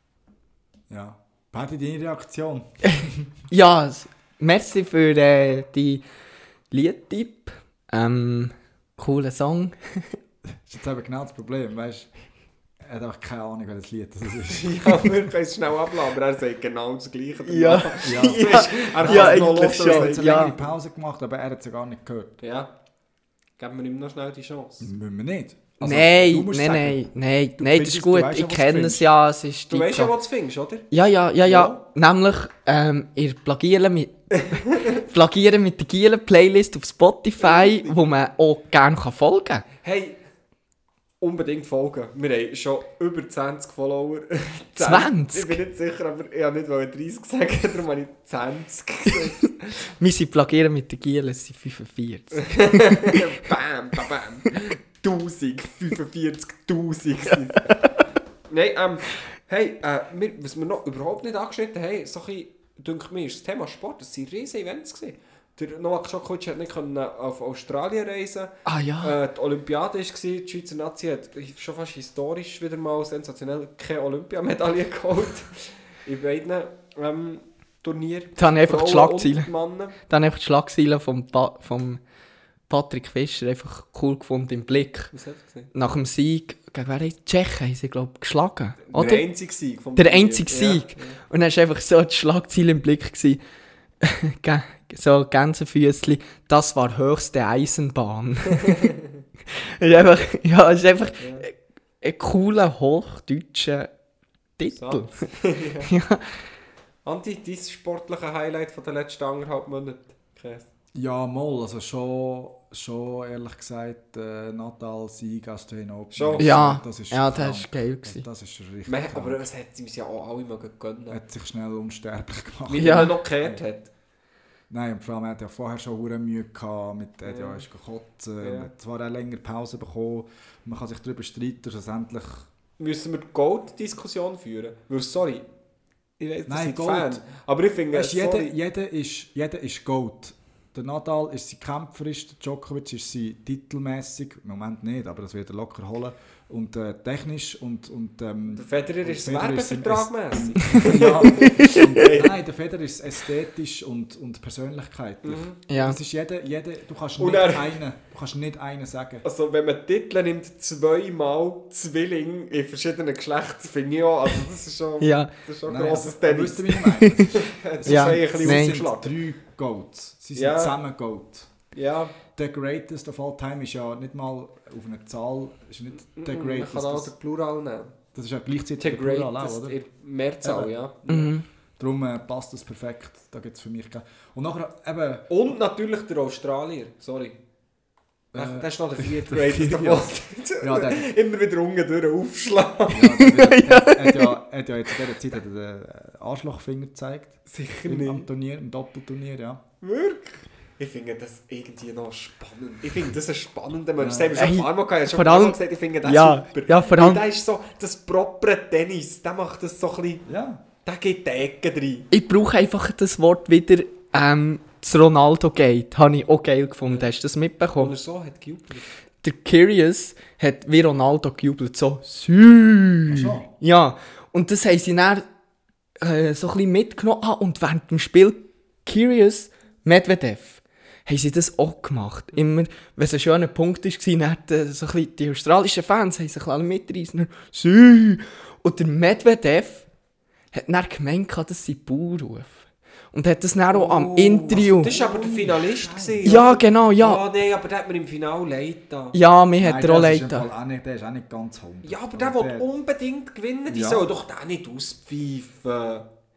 Ja. Patty, deine Reaktion? Ja, merci für die Liedtipp. Cooler Song. Das ist jetzt eben genau das Problem, weißt du? Er hat auch keine Ahnung, welches Lied das ist. Ja, wir können es schnell abladen, aber er sagt genau das Gleiche. Ja. Ja. Er kann Ja, es noch eigentlich hören, schon. er Er hat eine Ja. längere Pause gemacht, aber er hat es ja gar nicht gehört. Ja, geben wir ihm noch schnell die Chance. Müssen wir nicht. Also, du Nein, musst nein, sagen, nein, Du das findest- ist gut. du weißt ja, Ich was kenne du es findest. ja, es ist Du weißt ja, Dito. was du findest, oder? Ja. Ja. Nämlich, ihr Plagieren mit der Gielen-Playlist auf Spotify, wo man auch gerne folgen kann. Hey, unbedingt folgen. Wir haben schon über 20 Follower. 20? Ich bin nicht sicher, aber ich wollte nicht 30 sagen, darum habe ich 20 gesagt. Wir sind Plagieren mit der Gielen, es sind 45. Bam, bam, bam. 1000, 45'000. Nein, hey, was wir noch überhaupt nicht angeschnitten haben, so ein bisschen, denke mir, ist das Thema Sport, das waren riesige Events gewesen. Der Novak Djokovic hat nicht auf Australien reisen. Ah ja. Die Olympiade war, die Schweizer Nazi hat schon fast historisch wieder mal sensationell keine Olympiamedaille geholt. In beiden Turnieren. Da habe ich einfach die Frauen Schlagzeilen. und Männer. Dann einfach die Schlagzeilen vom Patrick Fischer einfach cool gefunden im Blick. Was hat er gesehen? Nach dem Sieg, gegen wer haben die Tschechen, haben sie, glaube ich, geschlagen. Oder? Der einzige Sieg vom Der Turnier. einzige Sieg. Und dann war einfach so die Schlagzeile im Blick. gewesen. So Gänsefüßchen, das war höchste Eisenbahn. Es ist einfach ein cooler, hochdeutscher Titel. Satz. Ja. Andi, dein sportliche Highlight von den letzten 1,5 Monaten? Käse. Ja, mal, also schon ehrlich gesagt, Natal-Sieg Australian Open. Schon? Ja, das ist ja, krank. das war geil. gewesen. Das ist richtig Man, krank. aber das hat uns ja auch alle mal gönnen. Er hat sich schnell unsterblich gemacht. Wie Ja. er noch gehört hat. Nein, und vor allem er hat ja vorher schon hure Mühe gehabt, mit er ja. Ist kotzen, Ja. er hat zwar eine längere Pause bekommen, man kann sich darüber streiten, schlussendlich... Müssen wir die Gold-Diskussion führen? Weil, sorry, ich weiß, das Nein, sind Gold. Fan, aber ich finde, Weißt, sorry, jeder ist Gold. Der Nadal ist sein kämpferisch, der Djokovic ist sein titelmässig, im Moment nicht, aber das wird er locker holen. Und technisch und der Federer ist Federer ist werbevertragmässig. ja, und, nein, der Federer ist ästhetisch und persönlichkeitlich. Ja. Das ist jeder, du kannst Und nicht einen sagen. Also wenn man Titel nimmt, 2-mal Zwilling in verschiedenen Geschlechtern, finde ich auch, also das ist schon, Ja. das ist schon Nein, grosses aber Tennis. wisst ihr, wie ich meine? Das ist Ja, eigentlich ein bisschen nein. ausgeschlagen. 3 Goats. Sie sind Ja. zusammen Goat. Ja, Der Greatest of all time ist ja nicht mal auf eine Zahl, ist nicht der man Greatest. kann auch Das, den Plural nehmen. das ist ja gleichzeitig Der der Plural auch, Greatest oder? in Mehrzahl, Eben. ja. Mhm. Darum passt das perfekt. Da gibt es für mich keine... Und nachher eben... Und natürlich der Australier, sorry. Das ist noch der vierte Greatest of Ja. all. Ja, der- Immer wieder unten durch aufschlagen. Er hat ja jetzt in dieser Zeit den Arschlochfinger gezeigt. Sicher Am nicht. Turnier, im Doppelturnier, ja. Wirklich? Ich finde das irgendwie noch spannend. Ich finde das ein spannender Mensch. Ja. Das haben wir schon Ey, ein paar Mal gehabt. Ich habe schon vor ein paar Mal allem- gesagt, ich finde das Ja, super. ja, vor Weil allem- der ist so, das propere Tennis, der macht das so ein bisschen, Ja. der geht die Ecke rein. Ich brauche einfach das Wort wieder, das Ronaldo-Gate. Habe ich auch geil gefunden. Hast du das Und mitbekommen? er so hat gejubelt. Der Kyrgios hat wie Ronaldo gejubelt, so «Sü». Ach so. Ja, und das haben sie dann so ein bisschen mitgenommen. Ah, und während dem Spiel Kyrgios Medvedev haben sie das auch gemacht. Immer, wenn es ein schöner Punkt war, dann hat so ein bisschen die australischen Fans haben sich alle mitreißen. «Sü». Und der Medvedev hat dann gemeint, das sei Bauerruf. Und hat das dann auch am Interview... Das war aber der Finalist. Gewesen, Ja, oder? genau, ja. Ja, nein, aber der hat mir im Finale leid da. Ja, mir hat Nein, er auch das ist leid im Fall getan. auch nicht, der ist auch nicht ganz 100. Ja, aber der will unbedingt gewinnen. Die Ja. soll doch den nicht auspfeifen.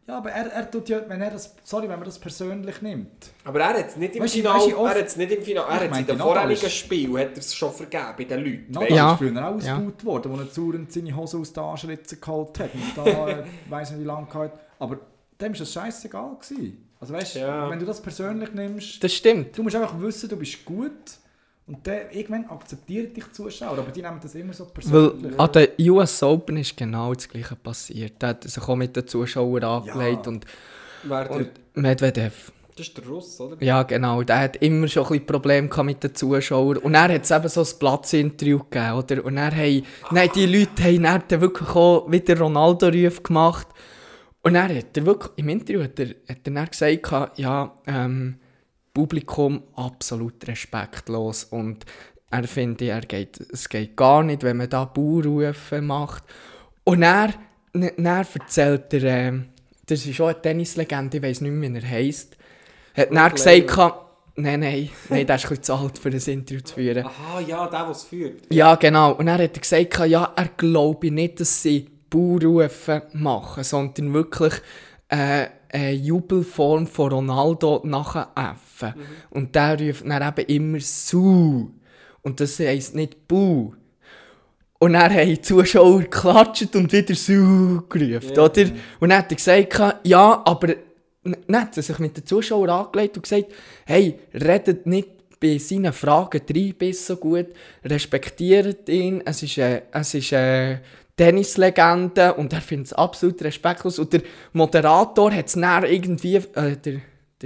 Ja, aber er tut ja, wenn man das persönlich nimmt. Aber er hat es nicht im Weißt du, Finale, weißt du, oft- er hat es nicht im Finale, er Ich hat es meine, in den Nadal vorherigen ist- Spielen hat er es schon vergeben bei den Leuten. Nadal Weißt Ja. ist früher auch Ja. ausgebaut worden, wo er zurend seine Hose aus den Anschlitzen geholt hat. Und da weiss nicht wie lange gehabt. Aber dem war das scheißegal gewesen. Also weißt du, Ja. wenn du das persönlich nimmst, Das stimmt. du musst einfach wissen, du bist gut. Und dann, irgendwann akzeptieren dich die Zuschauer, aber die nehmen das immer so persönlich. Weil an den US Open ist genau das Gleiche passiert. Da hat er sich auch mit den Zuschauern angelegt Ja. und du? Medvedev. Das ist der Russ, oder? Ja, genau. Der hat immer schon ein bisschen Probleme gehabt mit den Zuschauern. Und er hat es eben so ein Platzinterview gegeben, oder? Und dann haben die Leute dann wirklich auch wieder Ronaldo-Ruf gemacht. Und dann hat er wirklich, im Interview hat er dann gesagt, ja, Publikum absolut respektlos. Und er findet, es geht gar nicht, wenn man da Baurufe macht. Und dann erzählt er, das ist auch eine Tennislegende, ich weiss nicht mehr, wie er heisst, hat dann gesagt, nein, der ist ein bisschen zu alt, für ein Interview zu führen. Aha, ja, der es führt. Ja, genau. Und dann hat er gesagt, ja, er glaube nicht, dass sie Baurufe machen, sondern wirklich eine Jubelform von Ronaldo nachäffen. Und der ruft dann eben immer «Su». Und das heisst nicht «Bu». Und dann haben die Zuschauer geklatscht und wieder «Su» gerufen, Ja. oder? Und dann hat er gesagt, ja, aber dann hat er sich mit den Zuschauern angelegt und gesagt, hey, redet nicht bei seinen Fragen rein bis so gut, respektiert ihn, es ist eine Tennislegende und er findet es absolut respektlos. Und der Moderator hat es dann irgendwie, der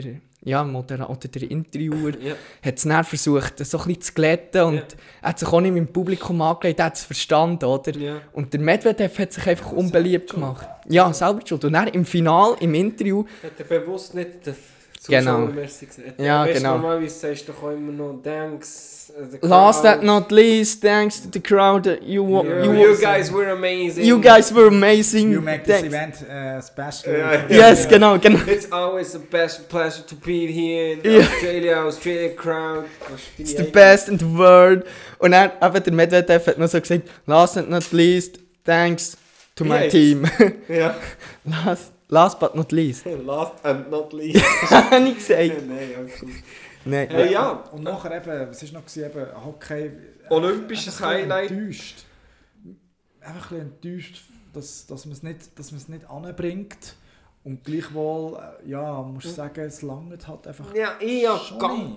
Interviewer, Ja. hat es dann versucht, so ein bisschen zu glätten und Ja. hat sich auch nicht mit dem Publikum angelegt, er hat es verstanden, oder? Ja. Und der Medvedev hat sich einfach unbeliebt gemacht. Ja, selber schuld. Und dann im Finale, im Interview, Hat er bewusst nicht den Genau. Zuschauer merci gesagt. Ja, genau. Normalerweise sagst du doch auch immer noch «Thanks». the last crowd. but not least, thanks to the crowd, you guys were amazing. you guys were amazing. You make this Thanks. event special. Ja. Yes, genau. It's always a pleasure to be here in Ja. Australia crowd. It's the best in the world. Und dann, eben der Medvedev hat noch so gesagt, last but not least, thanks to my Yes. team. Ja. last but not least. Last and not least. Habe ich gesagt? Nein, alles gut. Nein. Hey, ja. Und nachher eben, was war noch? Eben, Hockey. Olympisches einfach ein Highlight. bisschen enttäuscht. Einfach ein bisschen enttäuscht, dass man es nicht anbringt. Und gleichwohl, ja, muss ich sagen, es langt halt einfach. Ja, ich habe Schon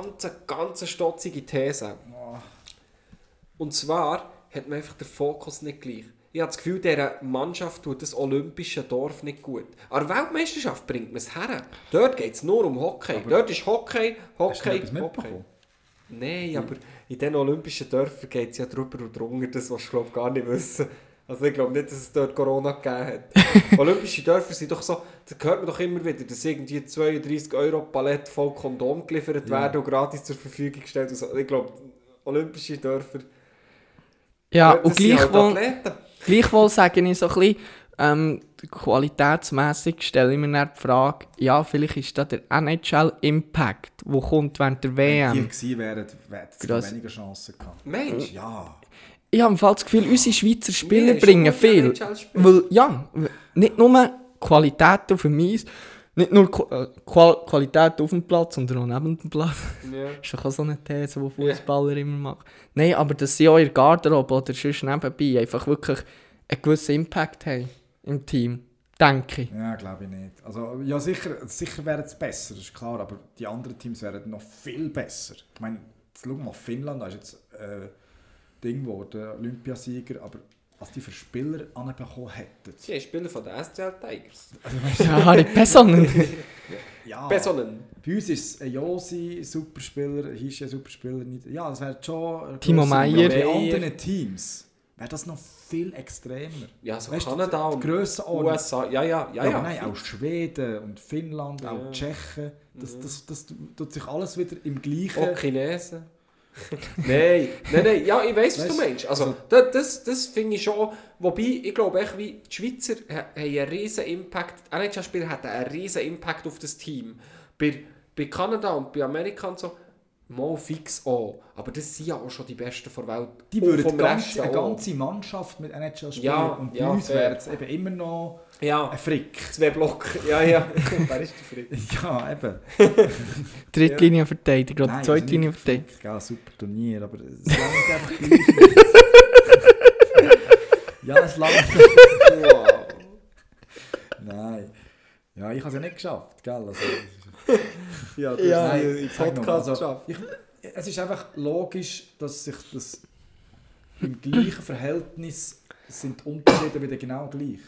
ganz stotzige These. Oh, Und zwar hat man einfach den Fokus nicht gleich. Ich habe das Gefühl, dieser Mannschaft tut das olympische Dorf nicht gut. An der Weltmeisterschaft bringt man es her. Dort geht es nur um Hockey. Aber dort ist Hockey, hast du noch Hockey, etwas Hockey. mitbekommen? Nein, aber in diesen olympischen Dörfern geht es ja drüber und drunter. Das willst du, glaube ich, gar nicht wissen. Also ich glaube nicht, dass es dort Corona gegeben hat. Olympische Dörfer sind doch so, da hört man doch immer wieder, dass irgendwie 32 € Palette voll Kondom geliefert werden und gratis zur Verfügung gestellt. Und so. Ich glaube, olympische Dörfer, Ja, das und sind halt gleichwohl, Athleten. gleichwohl sage ich so ein bisschen, qualitätsmässig stelle ich mir dann die Frage, ja, vielleicht ist da der NHL-Impact, der kommt während der Wenn die WM. gewesen wären, hätten sie Das- weniger Chancen gehabt. Mensch, Ja. Ich habe im Fall das Gefühl, unsere Schweizer Spieler Wir bringen schon viel. NHL-Spieler. Weil, ja, nicht nur Qualität auf dem Eis, nicht nur Qualität auf dem Platz, sondern auch neben dem Platz. Ja. Das ist doch auch so eine These, die Fußballer immer machen. Nein, aber dass sie auch in der Garderobe oder sonst nebenbei einfach wirklich einen gewissen Impact haben im Team. Denke ich. Ja, glaube ich nicht. Also, ja, sicher wären es besser, das ist klar, aber die anderen Teams wären noch viel besser. Ich meine, jetzt schau mal, Finnland, da ist jetzt Ding geworden, Olympiasieger, aber was die für Spieler anbekommen hätten. Sie sind Spieler von den SCL Tigers. Ja, Harry Pessonen. Ja, Personen. bei uns ist es ein Josi, Superspieler, Hischi, ein Superspieler. Nicht. Ja, das wäre schon... ein Timo grosser- Meier. Bei anderen Teams wäre das noch viel extremer. Ja, so Weißt du, Kanada die und Grössenordnung. USA. Ja. Aber nein, auch Schweden und Finnland, Ja. auch Tschechen. Das tut sich alles wieder im gleichen... Auch Chinesen. nein, ja, ich weiss, was du Weißt, meinst. Also, also- das finde ich schon. Wobei, ich glaube, echt, wie die Schweizer haben einen riesen Impact. Die NHL-Spieler hatten einen riesen Impact auf das Team. Bei Kanada und bei Amerika und so, mal fix auch. Aber das sind ja auch schon die Besten der Welt. Die Und würden vom Rest eine auch. ganze Mannschaft mit NHL spielen Ja, und bei ja, uns fair. wäre es eben immer noch Ja, Ein Frick. 2 Block. Ja. Wer ist der Frick? Ja, eben. Drittlinienverteidiger oder Nein, also nicht Zweitlinienverteidiger. Frick, ja, super Turnier, aber es langt einfach gleich nicht. Ja, es langt. Wow. Nein. Ja, ich habe es ja nicht geschafft, gell? Also, Ja, du Ja, hast nein, im sag noch mal, Podcast also, geschafft. es ist einfach logisch, dass sich das im gleichen Verhältnis sind die Unterschiede wieder genau gleich.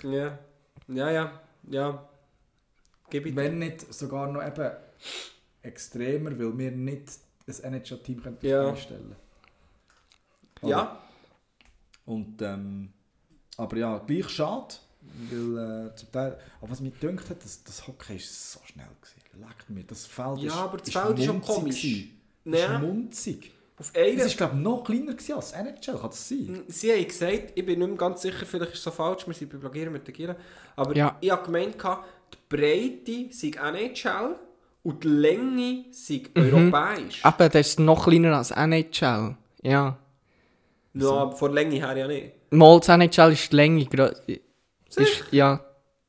Ja. Gib ich dir. Wenn nicht sogar noch eben extremer, weil wir nicht ein NHL-Team Ja. einstellen können. Ja, Und, aber ja, gleich schade, weil zum Teil, aber was mich gedacht hat, das Hockey ist so schnell gewesen. Leckt mir, das Feld Ja, aber das Feld ist schon munzig komisch. gewesen. Das ist Ja. munzig. auf Es einen. ist glaube ich noch kleiner gewesen als NHL, kann das sein? Sie haben gesagt, ich bin nicht mehr ganz sicher, vielleicht ist es so falsch, wir sind bei Plagieren mit der Gielen, aber Ja. ich habe gemeint, die Breite sei NHL und die Länge sei europäisch. Aber das ist noch kleiner als NHL. Ja. Ja, von der Länge her ja nicht. Mal das NHL ist die Länge ist, ja.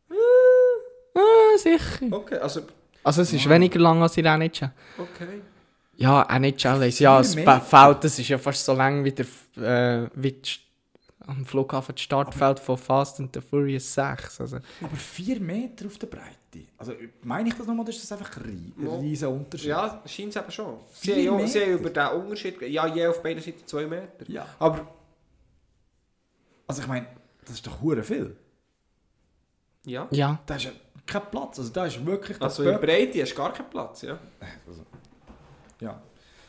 Sicher. Okay, also, Also es ist weniger lang als in der NHL. okay. Ja, NHL ist ja, das 4 Meter. Feld, das ist ja fast so lang wie, am Flughafen das Startfeld von Fast and the Furious 6. Also, Aber 4 Meter auf der Breite. Also meine ich das nochmal, ist das einfach ein riesen Unterschied. Ja, scheint es eben schon. 4 Sie haben Meter? über den Unterschied, ja, je auf beiden Seiten 2 Meter. Ja. Aber, Also ich meine, das ist doch hure viel. ja. ja. Da ist ja kein Platz, also da ist wirklich der Also in Böck- Breite hast du gar keinen Platz, ja. Ja.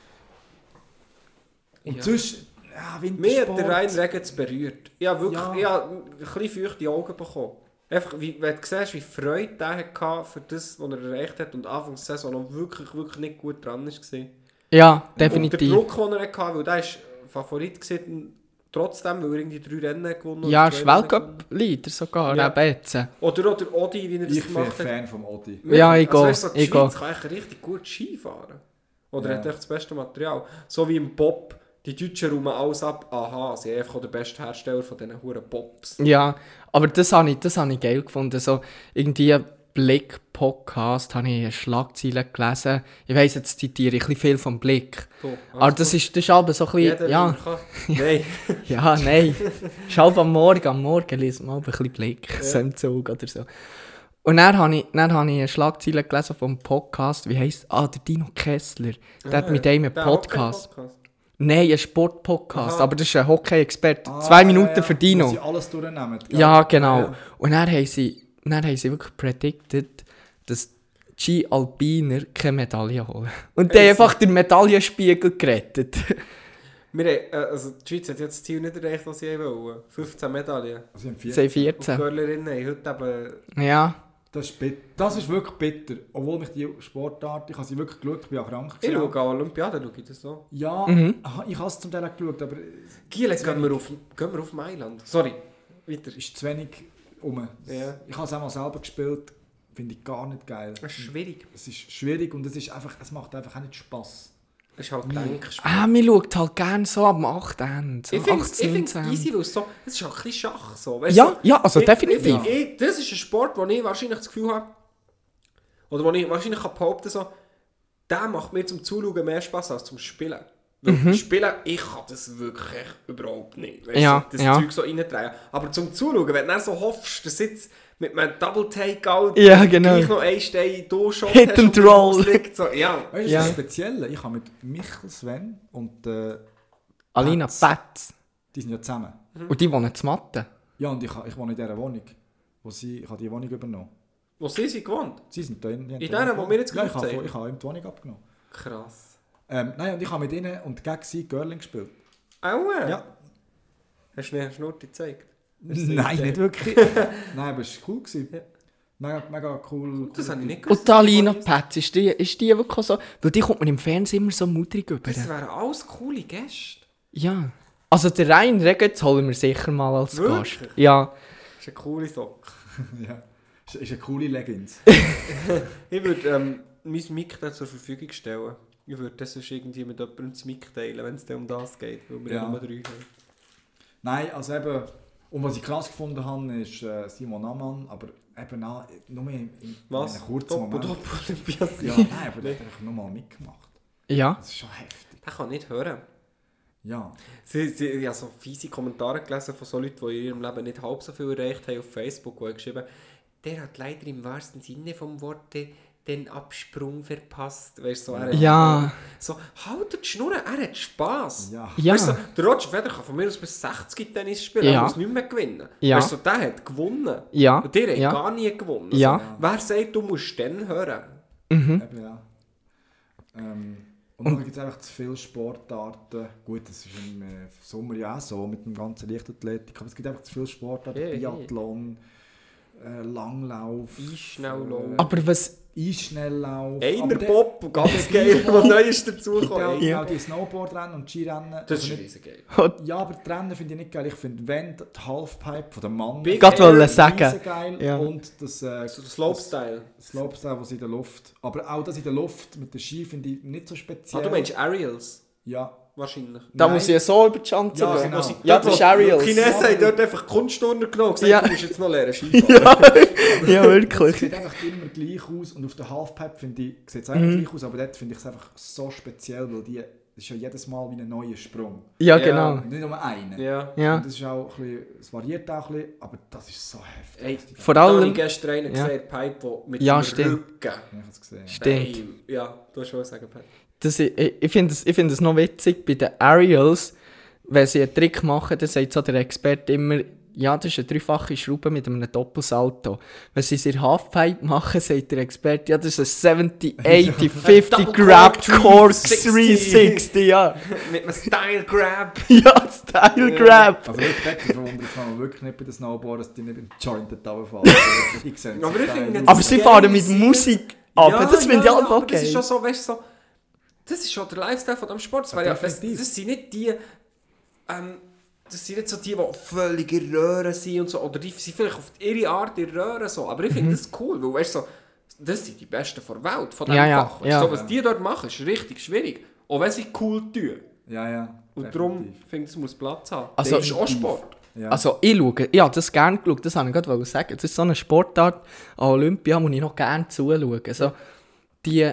Und Ja. sonst, ja, Mir Wintersport. hat der Rhein es berührt. Ich habe wirklich Ja. ich habe ein bisschen feuchte Augen bekommen. Einfach, wenn du siehst, wie Freude der hatte für das, was er erreicht hat und Anfangs der Saison noch wirklich nicht gut dran war. Ja, Und der definitiv. Druck, den er hatte, weil der war Favorit gewesen, trotzdem, weil er irgendwie 3 Rennen gewonnen Ja, oder ist 2 Rennen gewonnen. Weltcup-Leader sogar, Ja. eben jetzt. Oder Odi, wie er das Ich bin gemacht hat. Fan vom Odi. Ja, ich gehe, weißt du, die ich Schweiz gehe. kann echt richtig gut Ski fahren. Oder Ja. hat echt das beste Material. So wie im Pop. Die Deutschen räumen alles ab. Aha, sie sind einfach auch der beste Hersteller von diesen huren Pops. Ja, aber das habe ich geil gefunden. So irgendwie ein Blick-Podcast habe ich eine Schlagzeile gelesen. Ich weiss, jetzt zitiere ich ein bisschen viel vom Blick. So, Aber das ist aber so ein bisschen, Jeder, ja, der kann. Nein. ja, nein. Ist halb am Morgen liest man ein bisschen Blick, so im Zug oder so. Und dann habe ich eine Schlagzeile gelesen vom Podcast, wie heisst der Dino Kessler. Der hat mit einem einen Der Podcast. Hockey-Podcast. Nein, ein Sportpodcast, Aha. aber das ist ein Hockey-Experte. 2 Minuten für Wo Dino. sie alles durchnehmen. gell? Ja, genau. Ja. Und dann haben sie wirklich predicted, dass die Alpiner keine Medaille holen. Und die haben einfach den Medaillenspiegel gerettet. Wir haben, also die Schweiz hat jetzt das Ziel nicht erreicht, was sie wollen. 15 Medaillen. Also im Sie haben Und die 14. Girlerinnen haben heute eben... Ja. Das ist wirklich bitter. Obwohl mich die Sportart, ich habe sie wirklich geschaut, ich bin auch krank. Ich gewesen. schaue an Olympiade, schaue ich das so. Ja, Mhm. ich habe es zum Teil auch geschaut, aber Giel, jetzt gehen wir auf Mailand. Sorry, weiter. es ist zu wenig um. Ja. Ich habe es auch mal selber gespielt, finde ich gar nicht geil. Das ist schwierig. Es ist schwierig und es macht einfach auch nicht Spass. Das ist halt Denkspiel. Man schaut halt gerne so am 8. Ende. So Ich finde es 18, 19. easy, weil es so, es ist halt ein bisschen Schach. So. Weißt Ja, du, ja, also ich- definitiv. Das ist ein Sport, wo ich wahrscheinlich das Gefühl habe, oder wo ich wahrscheinlich kann behaupten so, der macht mir zum Zuschauen mehr Spass als zum Spielen. Weil Spielen, ich kann das wirklich überhaupt nicht. Weißt Ja, du, das ja. Zeug so reindrehen. Aber zum Zuschauen, wenn du dann so hoffst, dass jetzt mit meinem Double Take out Ja, genau. gleich noch ein Stein durchschaut Hit and roll. So, ja. Weißt du, Ja. das ist speziell. Ich habe mit Michel, Sven und Alina Petz. die sind ja zusammen. Und die wohnen zu Matten. Ja, und ich wohne in dieser Wohnung. Ich habe die Wohnung übernommen. Wo sie sind gewohnt? Sie sind da in der, wo wir jetzt Ja, ich gewohnt habe haben? ich habe ihm die Wohnung abgenommen. Krass. Nein, und ich habe mit ihnen und gegen sie Girling gespielt. Aua. Ja. Hast du mir eine Schnurte gezeigt? Nein, nicht wirklich. Nein, aber es war cool. Gewesen. Mega cool. Das habe ich nicht Und die Alina Petz, ist die wirklich so... Weil die kommt man im Fernsehen immer so mutig über. Das wären alles coole Gäste. Ja. Also der Rhein Regetz holen wir sicher mal als Wirklich? Gast. Ja. Das ist eine coole Socke. Ja. Ist eine coole Leggings. Ich würde mein Mic da zur Verfügung stellen. Ich würde das sonst irgendwie mit jemandem das Mic teilen, wenn es dann um das geht, weil wir Ja. ja nur 3 haben. Nein, also eben, und was ich krass gefunden habe, ist Simon Ammann, aber eben nur in Was? einem kurzen Moment. Doppel-Olympiasieger? Ja, nein, aber der hat einfach nur mal mitgemacht. Ja. Das ist schon heftig. Ich kann nicht hören. Ja. Ich habe so fiese Kommentare gelesen von so Leuten, die in ihrem Leben nicht halb so viel erreicht haben auf Facebook, die haben geschrieben, der hat leider im wahrsten Sinne vom Worte den Absprung verpasst. Weißt du, so, er Ja. so, halt die Schnur, er hat Spass. Ja. Ja. Weißt du, der Roger Federer kann von mir aus bis 60 Tennis spielen, Ja. er muss nicht mehr gewinnen. Ja. Weißt du, der hat gewonnen. Ja. Und der hat Ja. gar nie gewonnen. Ja. Also, wer sagt, du musst dann hören? Mhm. Eben, ja. Und dann gibt es einfach zu viele Sportarten. Gut, das ist im Sommer ja auch so mit dem ganzen Leichtathletik, aber es gibt einfach zu viele Sportarten. Hey, hey. Biathlon, Langlauf, Eisschnelllauf. Aber was... Eisschnelllauf. Einerbob, ganz geil, was neu ist dazugekommen. Ja, auch die Snowboardrennen und Skirennen. Das Also ist nicht- riesengeil. Ja, aber die Rennen finde ich nicht geil. Ich finde, wenn die Halfpipe von der Mann Big Gerade Air, wollen sagen. geil Ja. und das So der Slopestyle. Slopestyle, was in der Luft. Aber auch das in der Luft mit der Ski finde ich nicht so speziell. Ah, du meinst Aerials? Ja. Wahrscheinlich. Da Nein. muss ich so über die Chance Ja, gehen. genau. Ja, das ist Aerials. Die Chinesen haben dort einfach Kunstturner genommen und gesagt, Ja. du musst jetzt noch lernen Skifahren. Ja, Es wirklich. sieht einfach immer gleich aus und auf der Halfpipe finde ich, sieht es auch Mhm. gleich aus, aber dort finde ich es einfach so speziell, weil das ist ja jedes Mal wie ein neuer Sprung. Ja, Ja. genau. Und nicht nur einer. Ja. Ja. Und das ist auch ein bisschen, es variiert auch ein bisschen, aber das ist so heftig. Ey, Vor da habe ich allem... gestern einen Ja. gesehen, Pipe, der mit Ja, dem stimmt. Rücken. Ich habe es gesehen. Stimmt. Bam. Ja, du hast was sagen, Pat. Ich finde es noch witzig, bei den Aerials, wenn sie einen Trick machen, dann sagt so der Experte immer, ja, das ist eine dreifache Schraube mit einem Doppelsalto. Wenn sie es in der Halfpipe machen, sagt der Experte, ja, das ist ein 70, 80, 50 Double Grab Cork Cork 360. 360, ja. Mit einem Style Grab. Ja, Style Grab. Also wirklich, dort verwundert es mich wirklich nicht bei den Snowboardern, dass die nicht im Joint runterfallen. Ich sehe es Aber ich geil finde aus. das- Aber sie fahren mit Musik ab, Ja, das finde ich ja, einfach aber das ist okay. schon so, weißt du, so, das ist schon der Lifestyle von diesem Sport. Das, Ja, wäre ja, das, definitiv. das sind nicht die, das sind nicht so die völlig in Röhren sind und so, oder die sind vielleicht auf ihre Art in Röhren so, aber ich finde das cool, weil weißt du, so, das sind die Besten der Welt von diesem Ja, ja, Fach. Weißt du, ja. so, was die dort machen, ist richtig schwierig, auch wenn sie cool tun. Ja, ja. Und darum definitiv. finde ich, es muss Platz haben. Also- Das ist auch Sport. Ja. Also ich schaue, ich habe das gerne geschaut, das wollte ich gerade sagen. Das ist so eine Sportart an Olympia, wo ich noch gerne zuschaue. Also die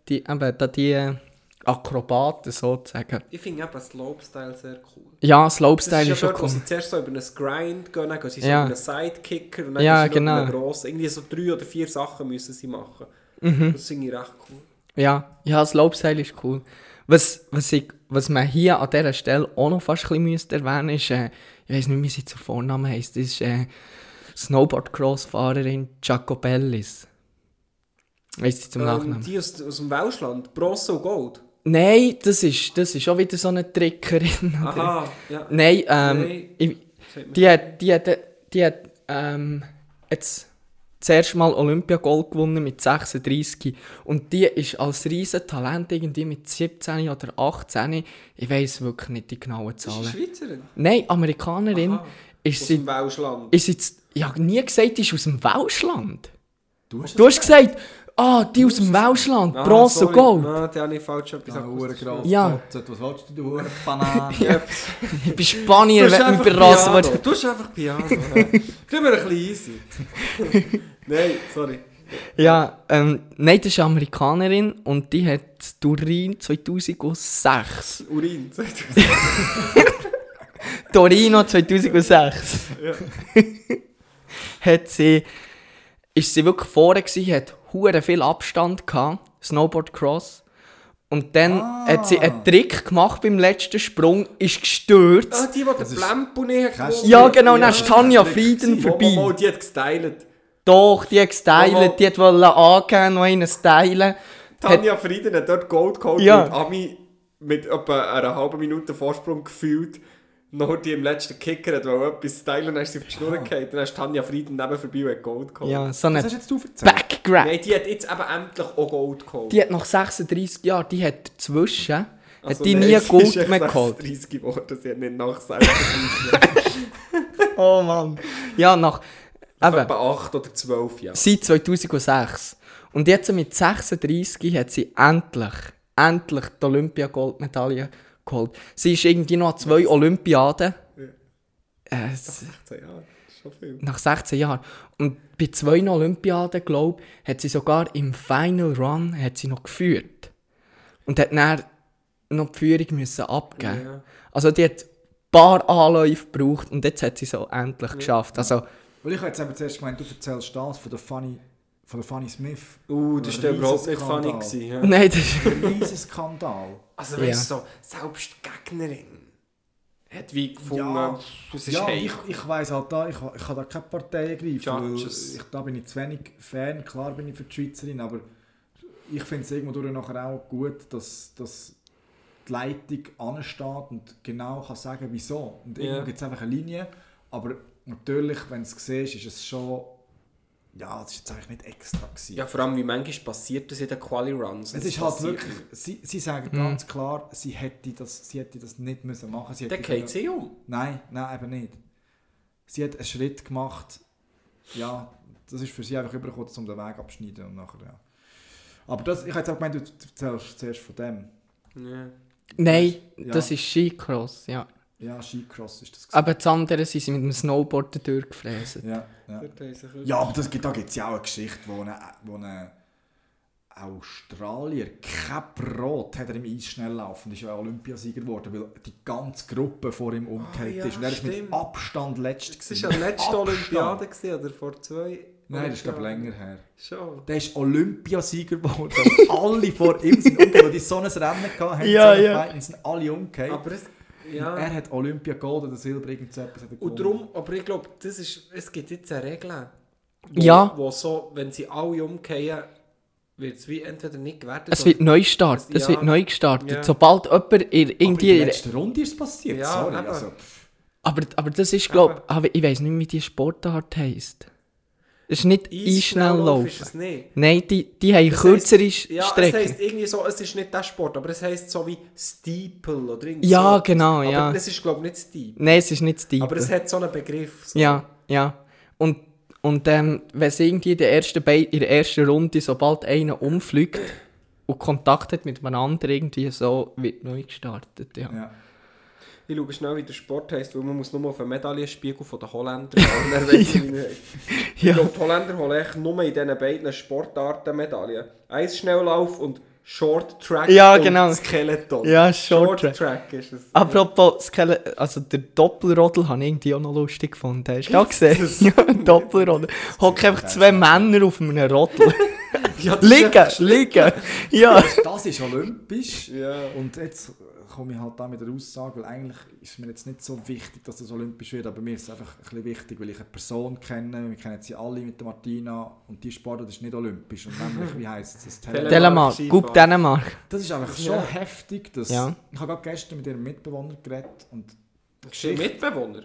Akrobaten sozusagen. Ich finde eben Slopestyle sehr cool. Ja, Das Slopestyle ist ja ist schon dort, wo cool. sie zuerst so über einen Grind gehen, dann gehen sie so Ja. über einen Sidekicker und dann Ja, gehen sie noch über genau. einen grossen. Irgendwie so 3 oder 4 Sachen müssen sie machen. Mhm. Das finde ich recht cool. Ja, Slopestyle ist cool. Was man hier an dieser Stelle auch noch fast ein bisschen erwähnen müsste, ist, ich weiß nicht, wie sie zu Vornamen heisst, das ist Snowboard-Cross-Fahrerin Jacobellis. Weißt du zum Nachnamen? Die aus dem Welschland, Bronze und Gold. Nein, das ist auch wieder so eine Trickerin. oder? Aha, ja. Nein, Nein. die hat jetzt zuerst mal Olympiagold gewonnen mit 36 und die ist als Riesentalent irgendwie mit 17 oder 18, ich weiss wirklich nicht die genauen Das ist Zahlen. eine Schweizerin. Nein, Amerikanerin. Aha, Ist aus sie, dem Welschland. ist sie, ich habe nie gesagt, die ist aus dem Welschland. Du hast Du hast gesagt, die aus dem Welschland, Bronze und Gold. Ah, die habe ich falsch etwas Ja, akustisch Graf, Ja. was willst du, du Banane? Ja. Ich bin Spanier, wenn du mich überraschen willst. Du hast einfach Piano. Ja. Tu mir ein bisschen easy. Nein, sorry. Ja, nein, das ist eine Amerikanerin und die hat Turin 2006. Urin. Torino 2006. Ja. Ist sie wirklich vorne gewesen, hat hure viel Abstand gehabt, Snowboard Cross. Und dann hat sie einen Trick gemacht beim letzten Sprung, ist gestürzt. Ah, die den Plempo nicht Kannst gewonnen. Ja, genau, dann ist Ja, Tanja Trick Frieden Mal, vorbei. die hat gestylt. Doch, die hat gestylt, Mal. die hat wollen angeben, noch einen stylen. Tanja Frieden hat dort Gold geholt Ja. und Ami mit etwa einer halben Minute Vorsprung gefühlt. Noch die im letzten Kicker hat etwas stylen, dann ist sie auf die Schnur gefallen. Dann ist Tanja Frieden neben vorbei und hat Gold geholt. Ja, so Was einen hast jetzt du erzählt? Backgrab. Nein, die hat jetzt eben endlich auch Gold geholt. Die hat nach 36 Jahren, die hat dazwischen, Also hat die nein, nie sie Gold ist mehr echt geholt. 36 geworden, sie hat nicht nach 36 Oh Mann. Ja, nach eben, etwa 8 oder 12 Jahren. seit 2006. Und jetzt mit 36 hat sie endlich die Olympia-Goldmedaille geholt. Sie ist irgendwie noch an 2 Olympiaden. 16 Jahre. Schon viel. Nach 16 Jahren. Und bei 2 Olympiaden, glaube ich, hat sie sogar im Final Run hat sie noch geführt. Und hat dann noch die Führung müssen abgeben. Ja. Also die hat ein paar Anläufe gebraucht und jetzt hat sie es auch endlich geschafft. Also, Weil ich habe jetzt eben zuerst gemeint, du erzählst das von der Funny Smith. Das war überhaupt nicht funny. Riesenskandal. Gewesen, ja. nein, das ist... Ein riesen-Skandal. Also weißt du, so, selbst die Gegnerin hat wie gefunden, Ja. es ist Ja, heim. ich weiss halt da, ich kann da keine Partei ergreifen, weil Judges. da bin ich zu wenig Fan. Klar bin ich für die Schweizerin, aber ich finde es irgendwo durch nachher auch gut, dass die Leitung ansteht und genau kann sagen, wieso. Und irgendwo Ja. gibt es einfach eine Linie, aber natürlich, wenn du es siehst, ist es schon, ja, das ist jetzt eigentlich nicht extra gewesen. Ja, vor allem, wie manchmal passiert das in den Quali-Runs. Es ist halt wirklich, sie sagen ganz klar, sie hätte das nicht müssen machen müssen. Dann geht sie um. Nein, eben nicht. Sie hat einen Schritt gemacht, ja, das ist für sie einfach übergekommen, um den Weg abzuschneiden und nachher, ja. Aber das, ich hätte jetzt auch gemeint, du erzählst zuerst von dem. Ja. Nein, Ja. das ist Skicross, ja. Ja, Skicross ist das. Aber das andere sind sie mit dem Snowboard durchgefräst. Ja. Dort haben sie sich Ja, aber da gibt es ja auch eine Geschichte, wo ein Australier kein Brot hat er im Eisschnelllauf und ist ja Olympiasieger geworden, weil die ganze Gruppe vor ihm umgekehrt ja, ist. Und er ist mit stimmt. Abstand letzt. Das war ja die letzte Olympiade gewesen, oder vor 2? Nein, das ist glaube ich länger her. Schon. Der ist Olympiasieger geworden. Und alle vor ihm sind umgekehrt, weil die so ein Rennen hatten, Ja, so eine ja. Fight, und sind alle umgekehrt. Aber es, ja. Er hat Olympia Gold oder Silber, irgend so etwas hat er Und gewonnen. darum, aber ich glaube, es gibt jetzt eine Regel, Ja. wo so, wenn sie alle umkehren, wird es wie entweder nicht gewertet. Es wird neu gestartet. Es Ja. wird neu gestartet. Ja. Sobald jemand Aber in irgendwie... der letzten Runde ist es passiert, Ja, sorry. eben. Also, Aber das ist, glaube ich, ich weiß nicht mehr, wie die Sportart heisst. Es ist nicht Eisschnelllauf Eisschnelllauf. ist es nicht. Nein, die haben Das kürzere heisst- Ja, es Strecken. heisst irgendwie so, es ist nicht der Sport, aber es heisst so wie Steeple oder irgendwie Ja, so. genau, Aber ja. es ist glaube ich nicht Steeple. Nein, es ist nicht Steeple. Aber es hat so einen Begriff. So. Ja. Und wenn es irgendwie in der ersten Runde, sobald einer umfliegt und Kontakt hat mit einem anderen, irgendwie so, wird neu gestartet. Ja. ja. Ich schaue schnell, wie der Sport heisst, weil man muss nur auf einen Medaillenspiegel von den Holländern schauen. Dann weiss ich, wie er heisst. Ich glaube, die Holländer holen echt nur in diesen beiden Sportarten Medaillen. Eisschnelllauf und Short Track Ja, und genau. Skeleton. Ja, Short Track ist es. Apropos also der Doppelrodel habe ich irgendwie auch noch lustig gefunden. Hast du das gesehen? Ja, Doppelrodel. Hocken einfach 2 Männer auf einem Rodel. Ja, das ist liegen. Ja. Das ist olympisch. Ja. Und jetzt komme ich halt da mit der Aussage, weil eigentlich ist mir jetzt nicht so wichtig, dass das olympisch wird, aber mir ist es einfach ein bisschen wichtig, weil ich eine Person kenne, wir kennen sie alle mit der Martina und die Sportart ist nicht olympisch. Und nämlich, wie heisst es? Dänemark. Gut Dänemark. Das ist einfach schon heftig. Dass Ja. Ich habe gerade gestern mit ihrem Mitbewohner geredet und Das ist ein Mitbewohner.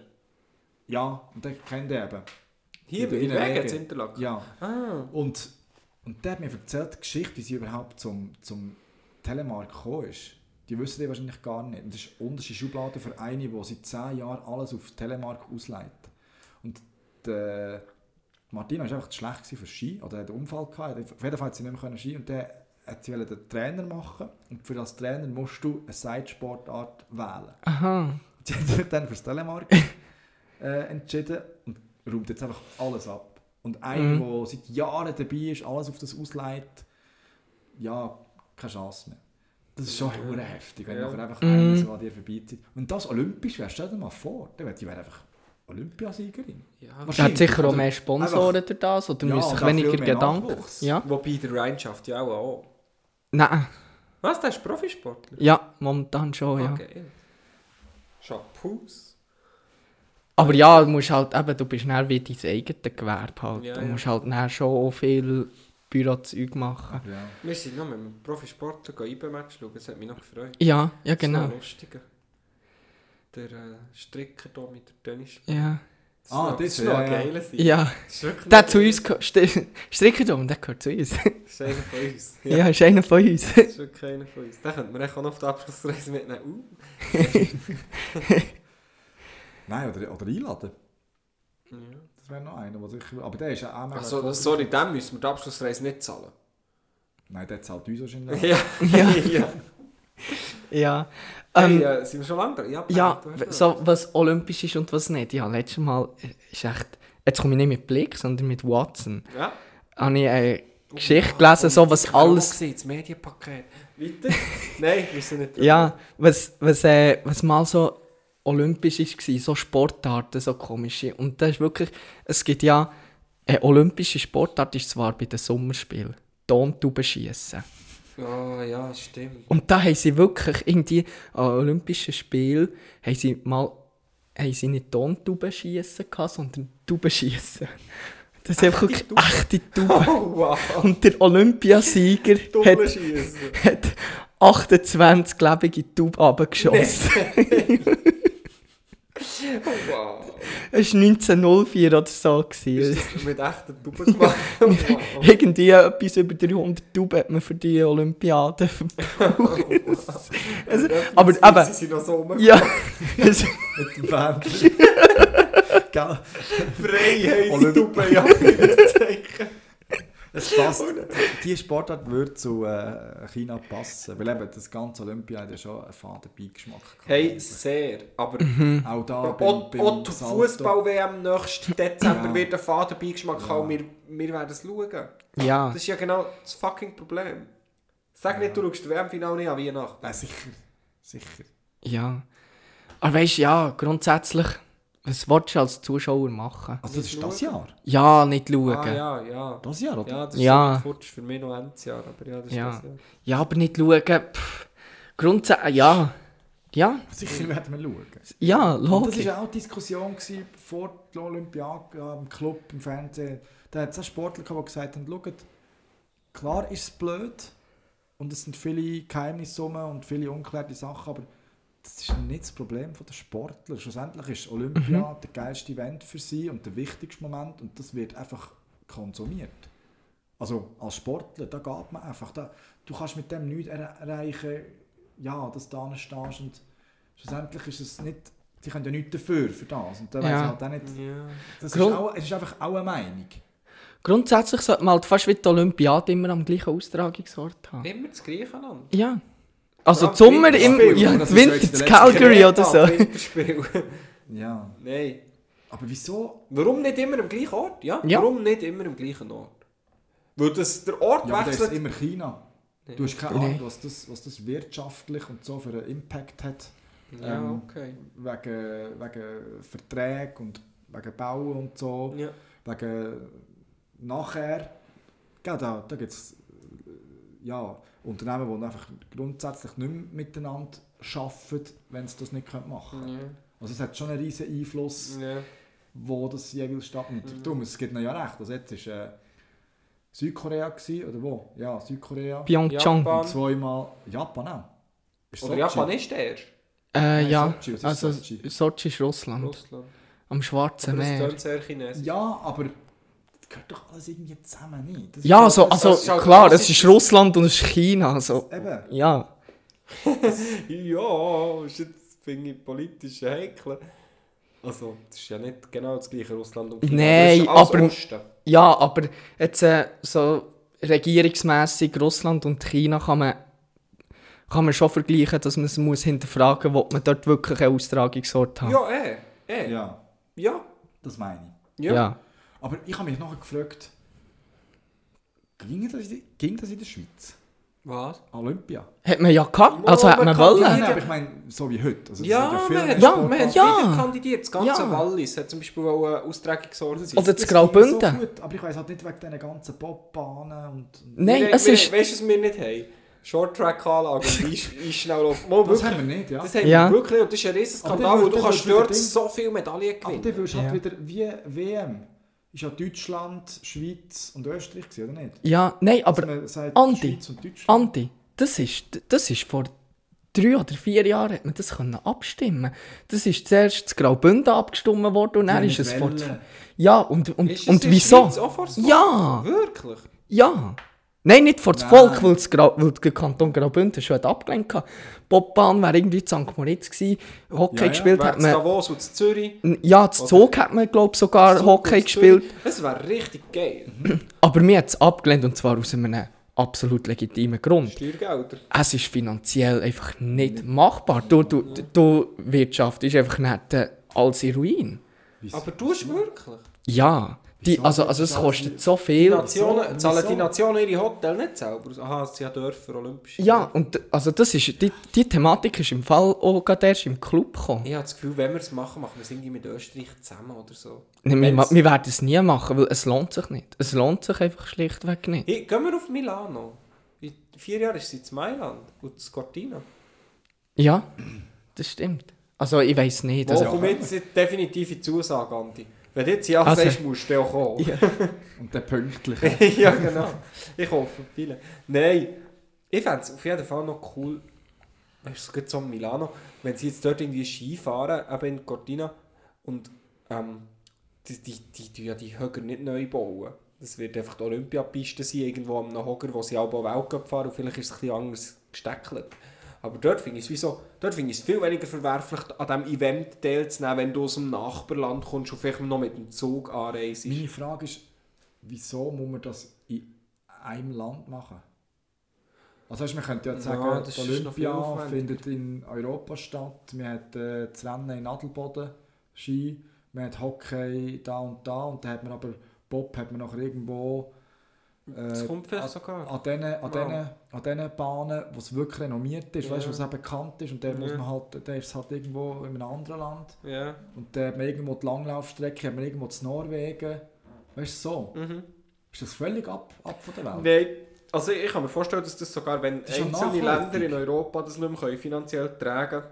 ja, und der kennt er eben. Hier In in der Wegen Wege. zu Interlaken. Ja. Ah. Und der hat mir erzählt, die Geschichte, wie sie überhaupt zum Telemark gekommen ist. Die wissen die wahrscheinlich gar nicht. Und das ist unterste Schublade für eine, die seit 10 Jahren alles auf Telemark ausleitet. Und Martina war einfach zu schlecht für Ski, oder hat einen Unfall gehabt. Auf jeden Fall hat sie nicht mehr Ski und der hat sie den Trainer machen. Und für das Trainer musst du eine Sidesportart wählen. Aha. Sie hat sich dann für das Telemark entschieden und räumt jetzt einfach alles ab. Und einer, der seit Jahren dabei ist, alles auf das ausleitet, ja, keine Chance mehr. Das ist schon hure heftig, wenn nachher einfach einer so an dir vorbeizieht. Wenn das olympisch wäre, stell dir mal vor, die wäre einfach Olympiasiegerin. Ja. Er hat sicher auch Oder mehr Sponsoren einfach- durch das, oder Ja, müssen sich und auch weniger viel mehr Gedanken... Nachwuchs. Ja. Wobei der Ryan schafft ja auch. Nein. Was, der ist Profisportler? Ja, momentan schon, ja. Okay. Chapeaus. Aber ja, du musst halt eben, du bist dann wie dein eigenes Gewerbe halt. Ja, du ja. musst halt dann schon auch viel Bürozeug machen. Ja. Wir sind noch mit einem Profisportler IB-Match schauen, das hat mich noch gefreut. Ja, ja Das genau. war lustiger. Der Stricker hier mit der Tennis. Ja. Das ist noch ja, ein ja. geiler Sieg. Ja, Das ist wirklich der noch zu geil. uns gehört. Strickerdom, der gehört zu uns. Das ist einer von uns. Ja, ist einer von uns. Das ist wirklich einer von uns. Den könnte man echt auch noch auf die Abschlussreise mitnehmen. Nein, oder einladen. Ja. Das wäre noch einer, der sicher... Aber der ist ja auch mega Also, erfolgreich. sorry, dem müssen wir die Abschlussreise nicht zahlen. Nein, der zahlt uns wahrscheinlich. Ja. Ja. ja. Ja. Sind wir schon lange dran? Ja, du hast so, was olympisch ist und was nicht. Ja, letztes Mal ist echt jetzt komme ich nicht mit Blick, sondern mit Watson, Ja. habe ich eine Geschichte gelesen, so was alles... Das Medienpaket. Weiter? Nein, wir sind nicht Ja, was mal so olympisch war, so Sportarten, so komische. Und das ist wirklich, es gibt ja, eine olympische Sportart ist zwar bei den Sommerspielen, Tontaubenschiessen. Oh ja, stimmt. Und da haben sie wirklich irgendwie an Olympischen Spielen, haben sie nicht Tontaubenschiessen gehabt, sondern Taubenschiessen. Das ist einfach wirklich echte Tauben. Oh wow. Und der Olympiasieger Dumme hat, Schiessen. hat 28 lebende Tauben runtergeschossen. Oh wow. Es war 1904 oder so. Ist das mit echten Tauben gemacht? Wow. Irgendwie etwas über 300 Tauben hat man für die Olympiade verbraucht. aber Sie sind noch so rum. ja, es, Mit dem Band. Gell? Freiheitstauben, ja, Zeichen. Es passt. Diese Sportart würde zu China passen. Weil eben das ganze Olympia hat ja schon einen faden Beigeschmack gehabt. Hey, sehr. Aber Auch da auch die Salto. Fußball-WM nächsten Dezember Ja. wird einen faden Beigeschmack haben. Wir werden es schauen. ja. Das ist ja genau das fucking Problem. Sag nicht, du schaust das WM-Finale nicht an Weihnachten. Sicher. Ja. Aber weisst du, ja, grundsätzlich, was willst du als Zuschauer machen? Also das ist das Jahr? Ja, nicht schauen. Ah, ja. Das Jahr, oder? Ja, das ist Ja. so weit für mich noch Endjahr, aber ja, das ist Ja. das Jahr. Ja, aber nicht schauen. Grundsätzlich, ja. Ja, Sicher werden wir schauen. ja, Und das logisch. war auch die Diskussion gewesen, vor der Olympiade, im Club, im Fernsehen. Da hat es auch Sportler gehabt, die gesagt haben, schaut, klar ist es blöd und es sind viele Geheimnisse rum und viele ungeklärte Sachen, aber das ist nicht das Problem der Sportler. Schlussendlich ist Olympia der geilste Event für sie und der wichtigste Moment und das wird einfach konsumiert. Also als Sportler, da geht man einfach. Du kannst mit dem nichts erreichen, ja, dass du da stehst und schlussendlich ist es nicht, die können ja nichts dafür für das. Und da weiss Ja. ich halt auch nicht, Ja. das Grund- ist auch, es ist einfach auch eine Meinung. Grundsätzlich sollte man halt fast wie die Olympiade immer am gleichen Austragungsort haben. Immer das Gleiche an. Ja. Also Ja, die Sommer im Winterspiel. ja, Das ist Winter jetzt zu der Calgary Kreta, oder so. Winterspiel. Ja. Nein. Aber wieso? Warum nicht immer am gleichen Ort? Ja. Ja. Warum nicht immer am gleichen Ort? Weil das der Ort Ja, aber das ist wechselt. immer China. Nee. Du hast keine Nee. Ahnung, was das wirtschaftlich und so für einen Impact hat. Ja, okay. Wegen Verträgen und wegen Bauen und so. Ja. Wegen nachher. Ja, da gibt es Unternehmen, die einfach grundsätzlich nicht mehr miteinander arbeiten, wenn sie das nicht machen können. Ja. Also es hat schon einen riesen Einfluss, Ja. wo das jeweils stattfindet. Darum, es gibt ihnen ja recht. Also jetzt war Südkorea gewesen, oder wo? Ja, Südkorea. Pyeongchang. Japan. Und zweimal Japan auch. Ist Oder Sochi? Japan ist der erst. Ja, Sochi, was ist also Sochi? Sochi ist Russland. Russland. Am Schwarzen Aber das Meer. klingt sehr chinesisch. Ja, aber das gehört doch alles irgendwie zusammen nicht. Das ist Ja, doch- also, das ist halt klar, es klassisch. ist Russland und es ist China. Also, Eben. ja. Ja, ist jetzt finde ich politisch heikel. Also, das ist ja nicht genau das gleiche Russland und China. Nein, das ist alles aber- Osten. Ja, aber jetzt so regierungsmässig Russland und China kann man schon vergleichen, dass man es muss hinterfragen muss, ob man dort wirklich einen Austragungsort hat. Ja, Ja. Ja, das meine ich. Ja. Aber ich habe mich nachher gefragt, ging das in der Schweiz? Was? Olympia? Hat man ja gehabt, also Ja, hat man man kann wollen. ja- Nein, aber ich meine, so wie heute. Also, das Ja, hat viel man mehr hat, ja, Sport man hat ja. wieder kandidiert. Das ganze Ja. Wallis hat zum Beispiel auch einen Austragungsort sein. Oder Das das Graubünden. ging so gut, aber ich weiss halt nicht wegen diesen ganzen Bobbahnen und... Nein, wir, es ist... Weißt du, was wir nicht haben? Short-Track-Anlage und Einschnelllauf. Mal Das wirklich. haben wir nicht, ja. Das haben Ja. wir wirklich und das ist ein riesen Aber Skandal, dann weil du wird- kannst dann wird dort Ding- so viele Medaillen Aber gewinnen. dann willst du halt Ja. wieder wie WM. Ist ja Deutschland, Schweiz und Österreich gewesen, oder nicht? Ja, nein, aber Dass man sagt, Andi, Schweiz und Deutschland. Andi, das ist vor 3 oder 4 Jahren hat man das können abstimmen. Das ist zuerst zu Graubünden abgestimmt worden und dann Die ist es vor... Welle. Ja, und Ist es und in wieso? Schweiz auch vor das Ja, Volk? Wirklich? ja. Nein, nicht vor das Nein. Volk, weil der Kanton Graubünden schon abgelehnt hat. Bobbahn wäre irgendwie in St. Moritz gewesen. Hockey Ja, ja. gespielt Wer hat in man... Davos und in Zürich? Ja, zu Zug hat man, glaube ich, sogar Zug Hockey und gespielt. Zürich. Das wäre richtig geil. Aber mir hat es abgelehnt und zwar aus einem absolut legitimen Grund. Steuergelder. Es ist finanziell einfach nicht machbar. Die Wirtschaft ist einfach nicht als in Ruin. Wieso? Aber du hast wirklich? Ja, Wieso? also es kostet so viel. Nationen, zahlen die Wieso? Nationen ihre Hotel nicht selber? Aha, sie haben Dörfer, Olympische. Ja, und also das ist, die Thematik ist im Fall auch gerade erst im Club gekommen. Ich habe das Gefühl, wenn wir es machen, machen wir es irgendwie mit Österreich zusammen oder so. Nee, Wenn's- wir werden es nie machen, weil es lohnt sich nicht. Es lohnt sich einfach schlichtweg nicht. Hey, gehen wir auf Milano. In 4 Jahren ist sie in Mailand und in Cortina. Ja, das stimmt. Also ich weiss nicht. Also, Kommt jetzt eine definitive Zusage, Andi. Wenn du jetzt ja Also- sagst, musst du auch kommen. Ja. Und dann pünktlich. Ja, genau. Ich hoffe, viele. Nein, ich fände es auf jeden Fall noch cool, weißt du, so in Milano, wenn sie jetzt dort irgendwie Ski fahren, eben in Cortina, und die ja die Höger nicht neu bauen. Das wird einfach die Olympiapiste sein, irgendwo am Höger, wo sie auch Weltcup fahren, und vielleicht ist es ein bisschen anders gesteckelt. Aber dort finde ich es viel weniger verwerflich, an diesem Event teilzunehmen, wenn du aus dem Nachbarland kommst und vielleicht noch mit dem Zug anreist. Meine Frage ist, wieso muss man das in einem Land machen? Also weißt, man könnte ja Ja, sagen, das die ist noch viel Olympia aufwendiger. findet in Europa statt. Wir haben das Rennen in Adelboden, Ski, wir haben Hockey da, und dann hat man aber Bob hat man nachher irgendwo Das kommt vielleicht sogar. an diesen Bahnen, wo es wirklich renommiert ist, Ja. weißt, wo es eben bekannt ist, und dann muss Ja. man halt, dann ist es halt irgendwo in einem anderen Land. Ja. Und dann hat man irgendwo die Langlaufstrecke, hat man irgendwo in Norwegen. Weißt du, so. Mhm. Ist das völlig ab von der Welt? Nein, also ich kann mir vorstellen, dass das sogar, wenn Das ist ja einzelne nachhaltig. Länder in Europa das nicht mehr können finanziell tragen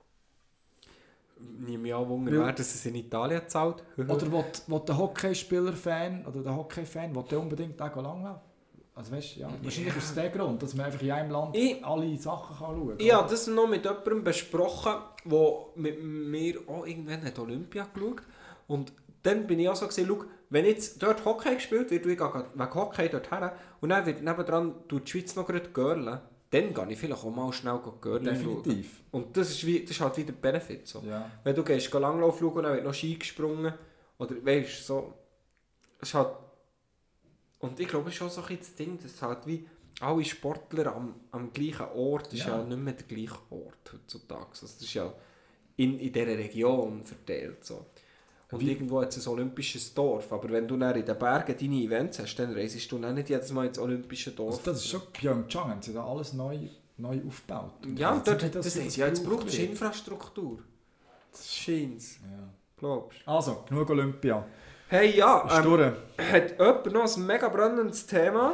können, nehme ich an, Wunder Ja. wäre, dass es in Italien zahlt. Oder will der Hockeyspieler-Fan oder der Hockey-Fan will der unbedingt auch langlaufen? Also weißt du, ja, wahrscheinlich ist es der Grund, dass man einfach in einem Land Ich- alle Sachen kann schauen kann. Ich habe das noch mit jemandem besprochen, der mit mir auch irgendwann hat Olympia geschaut. Und dann bin ich auch so gesehen, schau, wenn jetzt dort Hockey gespielt wird, ich gehe wegen Hockey dort her, und dann wird nebendran die Schweiz noch gerade girlen, dann gehe ich vielleicht auch mal schnell girlen schauen. Definitiv. Und das ist halt wieder der Benefit. So. Ja. Wenn du gehst Langlauf schauen und dann wird noch Ski gesprungen, oder weißt du, so, es ist halt, und ich glaube, es ist schon so ein bisschen das Ding, dass halt wie alle Sportler am gleichen Ort, das ist Ja. ja nicht mehr der gleiche Ort heutzutage, also das ist ja in dieser Region verteilt. So. Und Wie- irgendwo hat es ein olympisches Dorf, aber wenn du dann in den Bergen deine Events hast, dann reisest du dann nicht jedes Mal ins olympische Dorf. Also das ist schon Pyeongchang, haben sie da alles neu aufgebaut. Ja, Und dort, jetzt das nicht, haben sie ja jetzt gebraucht, das ist wird. Infrastruktur. Das scheint's, Ja. glaubst du? Also, genug Olympia. Hey, ja, Ist durch. hat jemand noch ein mega brennendes Thema?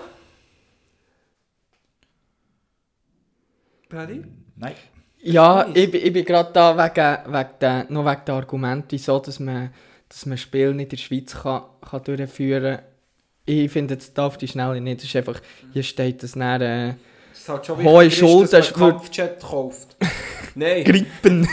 Paddy? Nein. Ja, ich bin gerade da wegen der Argumente, wieso dass man Spiel nicht in der Schweiz kann durchführen kann. Ich finde, das darf die Schnelle nicht. Das ist einfach, hier steht, dass dann Das ist halt schon Hohe wichtig, Schulter dass man wird- Kampfjet kauft. Nein. Grippen.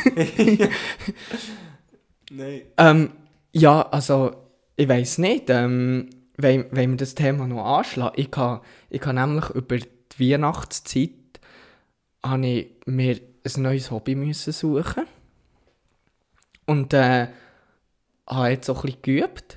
Nein. Ja, also, ich weiss nicht, wenn wir das Thema noch anschlagen. Ich habe nämlich über die Weihnachtszeit habe ich mir ein neues Hobby müssen suchen. Und habe jetzt auch ein bisschen geübt.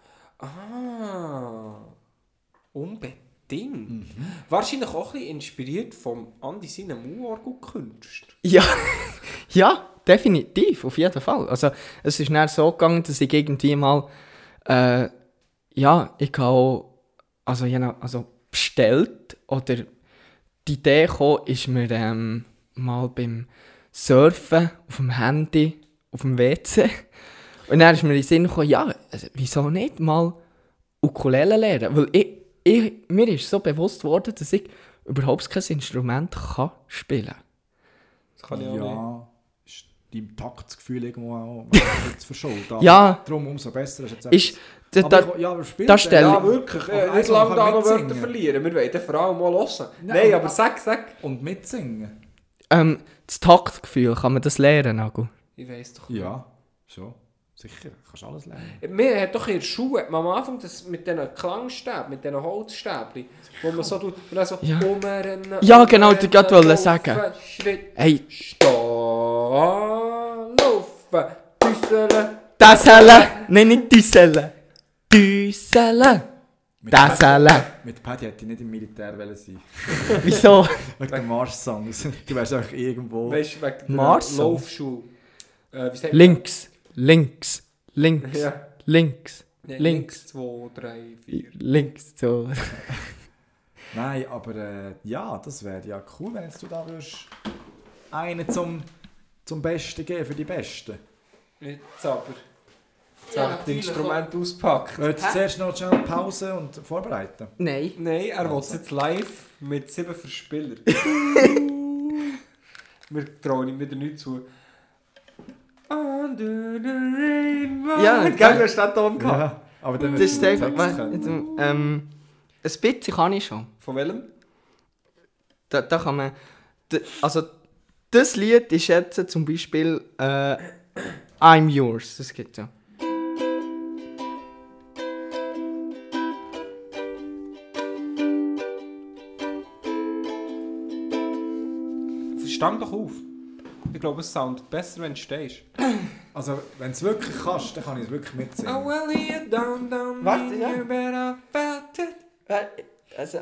Ah. Unbedingt. Wahrscheinlich auch ein bisschen inspiriert vom Andi seinen Mu-Orgel-Künsten. Ja, ja, definitiv, auf jeden Fall. Also, es ist dann so gegangen, dass ich irgendwie mal, ich habe auch, also bestellt, oder die Idee gekommen, ist mir mal beim Surfen auf dem Handy, auf dem WC. Und dann ist mir in den Sinn gekommen, ja, also, wieso nicht mal Ukulele lernen? Weil mir ist so bewusst worden, dass ich überhaupt kein Instrument kann spielen kann. Das kann ich auch nicht. Ja, ist dein Taktgefühl irgendwo auch jetzt verschuldet. Ja. Darum umso besser. Ist jetzt Ist, aber spielt da stell- Ja, wirklich. Aber Nicht eins lange kann da noch mitsingen. Wörter verlieren. Wir wollen vor allem mal hören. Nein, Nein, aber- aber sag. Und mitsingen? das Taktgefühl, kann man das lernen, Nago? Ich weiss doch. Ja, schon. Sicher, kannst alles lernen. Wir hat doch in der Schule hat man am Anfang das mit diesen Klangstäben, mit diesen Holzstäbchen, wo man so tut und dann so Ja. umrennen. Ja, genau, ich umrennen, wollte laufen, sagen. Schritt, Hey, stehen, laufen, düsseln. Düsseln! Nein, nicht Düsseln! Düsseln! Düsseln! Mit Paddy hätte ich nicht im Militär wollen sein. Wieso? Wegen dem Marsch-Song. Du wärst einfach irgendwo... Weißt du, wegen der Mars? Laufschuhe. Wie sagt man? Links, links, links, Ja. links. Links. 2, 3, 4. Links so. Nein, aber ja, das wäre ja cool, wenn jetzt du da würdest einen zum Besten geben, für die Besten. Jetzt aber. Jetzt Ja, habe ich das Instrument auspackt. Willst du zuerst noch schnell Pause und vorbereiten? Nein. Nein, er will es jetzt live mit 7 Verspielern. Wir trauen ihm wieder nichts zu. Under the rainbow. Ja, gell, du hast den Ton gehabt. Ja, aber dann Das ist einfach... ein bisschen kann ich schon. Von welchem? Da kann man... Also, das Lied ist jetzt zum Beispiel I'm Yours. Das geht so. Stand doch auf. Ich glaube, es soundet besser, wenn du stehst. Also, wenn du es wirklich kannst, dann kann ich es wirklich mitsingen. Oh, well, you down, Warte, ja. you better felt it. Also...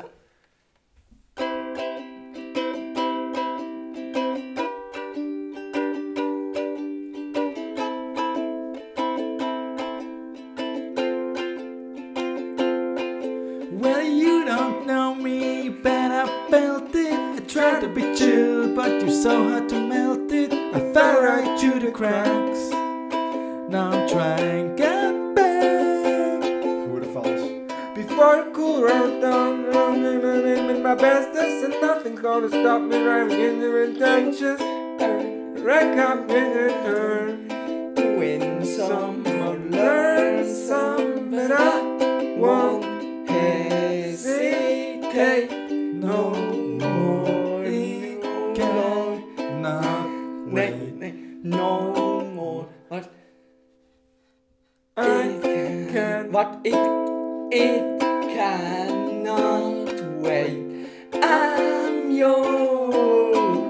Well, you don't know me, but I felt it. I tried to be chill, but you're so hard to melt it. I fell right through the cracks. Now I'm trying to get back. Hure falsch. Before I cool right down, I'm my bestest, and nothing's gonna stop me right in your intentions. Wreck up in return. Win Some or learn some, but I won't hesitate no more. It cannot wait. No more. What? I can. What? It cannot wait. I'm yours.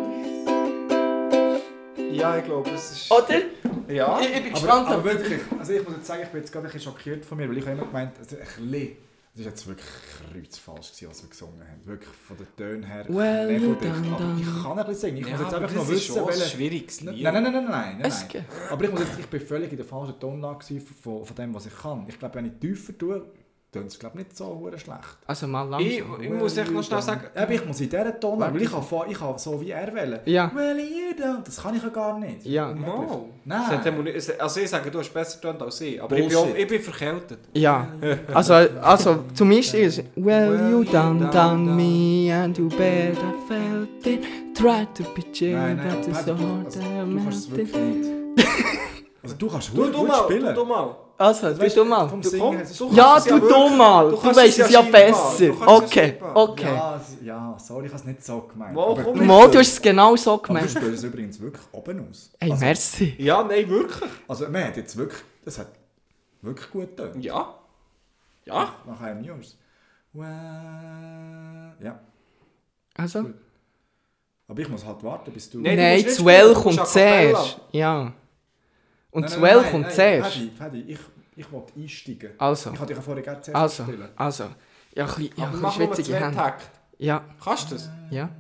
Ja, ich glaube, es ist. Oder? Ja. Ich bin Aber, gespannt. aber wirklich, also ich muss jetzt sagen, ich bin jetzt gerade ein bisschen schockiert von mir, weil ich habe immer gemeint, also das ist jetzt wirklich kreuzfalsch gewesen, was wir gesungen haben. Wirklich von den Tönen her. Well, knebeldicht. you Aber done, ich kann ein bisschen singen. Ich muss jetzt aber einfach das noch ist wissen, schon ein welche... schwieriges Lied. Nein. Es geht. Aber ich bin völlig in der falschen Tonlage gewesen von dem, was ich kann. Ich glaube, wenn ich tiefer tue, tönt es nicht so hure schlecht. Also mal Ich langsam. muss echt noch schnell sagen. Aber ich muss in dieser Tonlage, weil ich habe so wie er wählen. Ja. Well, you don't. Das kann ich ja gar nicht. Ja. Unmöglich. No. Nein. Also ich sage, du hast besser getan als ich, aber Bullshit. ich bin verkältet. Ja. Also zum ersten ist well, you done me and you better felt it. Try to be chill, Nein, but it's so hard also, to du kannst es wirklich nicht. Also du kannst Du gut mal, spielen. du mal. Also, du mal. Vom Du Singen komm, her, es ist- du Ja, kannst es du wirklich. mal. Du Du kannst weißt es es ja scheinbar. besser. Du kannst es Okay, scheinbar. okay. Ja, sorry, ich habe es nicht so gemeint. Wo Aber komm ich? Mo, du hast es genau so aber du gemeint. spielst es übrigens wirklich oben aus. Ey, also, merci. Ja, nein, wirklich. also man hat jetzt wirklich, das hat wirklich gut getan. Ja. Ja. Nach einem Yours. Well, ja. Also? Aber ich muss halt warten, bis du... Nein, du Nein, musst nicht das Well spielen, du musst kommt a cappella. zuerst. Ja. Und Nein, das nein, Well nein, kommt nein, zuerst. Fadi, ich wollte einsteigen. Also. Ich hatte dich ja vorher gerne zuerst Also. spielen. Also. Ja, ein bisschen, Aber mach nur schwitzige 2 Hände. Takte. Ja. Kannst du das? Ja.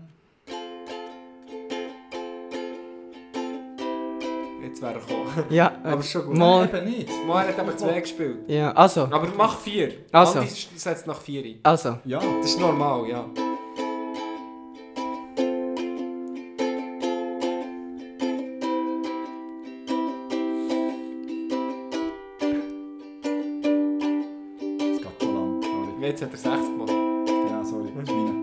Jetzt wäre er gekommen. Ja. Aber schon gut. Mal. Eben nicht. Mal hat eben 2 gespielt. Ja, also. Aber mach 4. Also. Andi setzt nach 4 ein. Also. Ja. Das ist normal, ja. Es geht schon lang. Sorry. Jetzt hat er 60 gemacht. Ja, sorry. Das ist meine.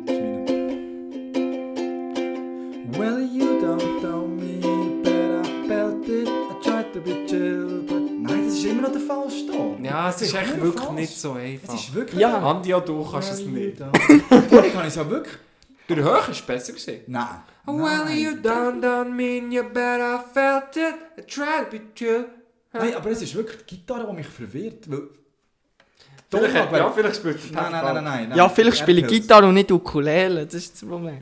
Well, you don't know me, but I felt it. I tried to be chill, but... Nein, das ist immer noch der falsche Ton. Ja, es ist echt verdammt wirklich falsch. nicht so einfach. Es ist wirklich... Ja. Andi, auch du kannst es Well, nicht. you don't- Vorhin kann ich es ja wirklich... Durch den Höch ist es besser gewesen. Nein. Well, you done me, you better felt it. I tried to be chill. Nein, aber es ist wirklich die Gitarre, die mich verwirrt, weil... Vielleicht spielt er Nein. Ja, vielleicht spiele ich Apples. Gitarre und nicht Ukulele. Das ist das Problem.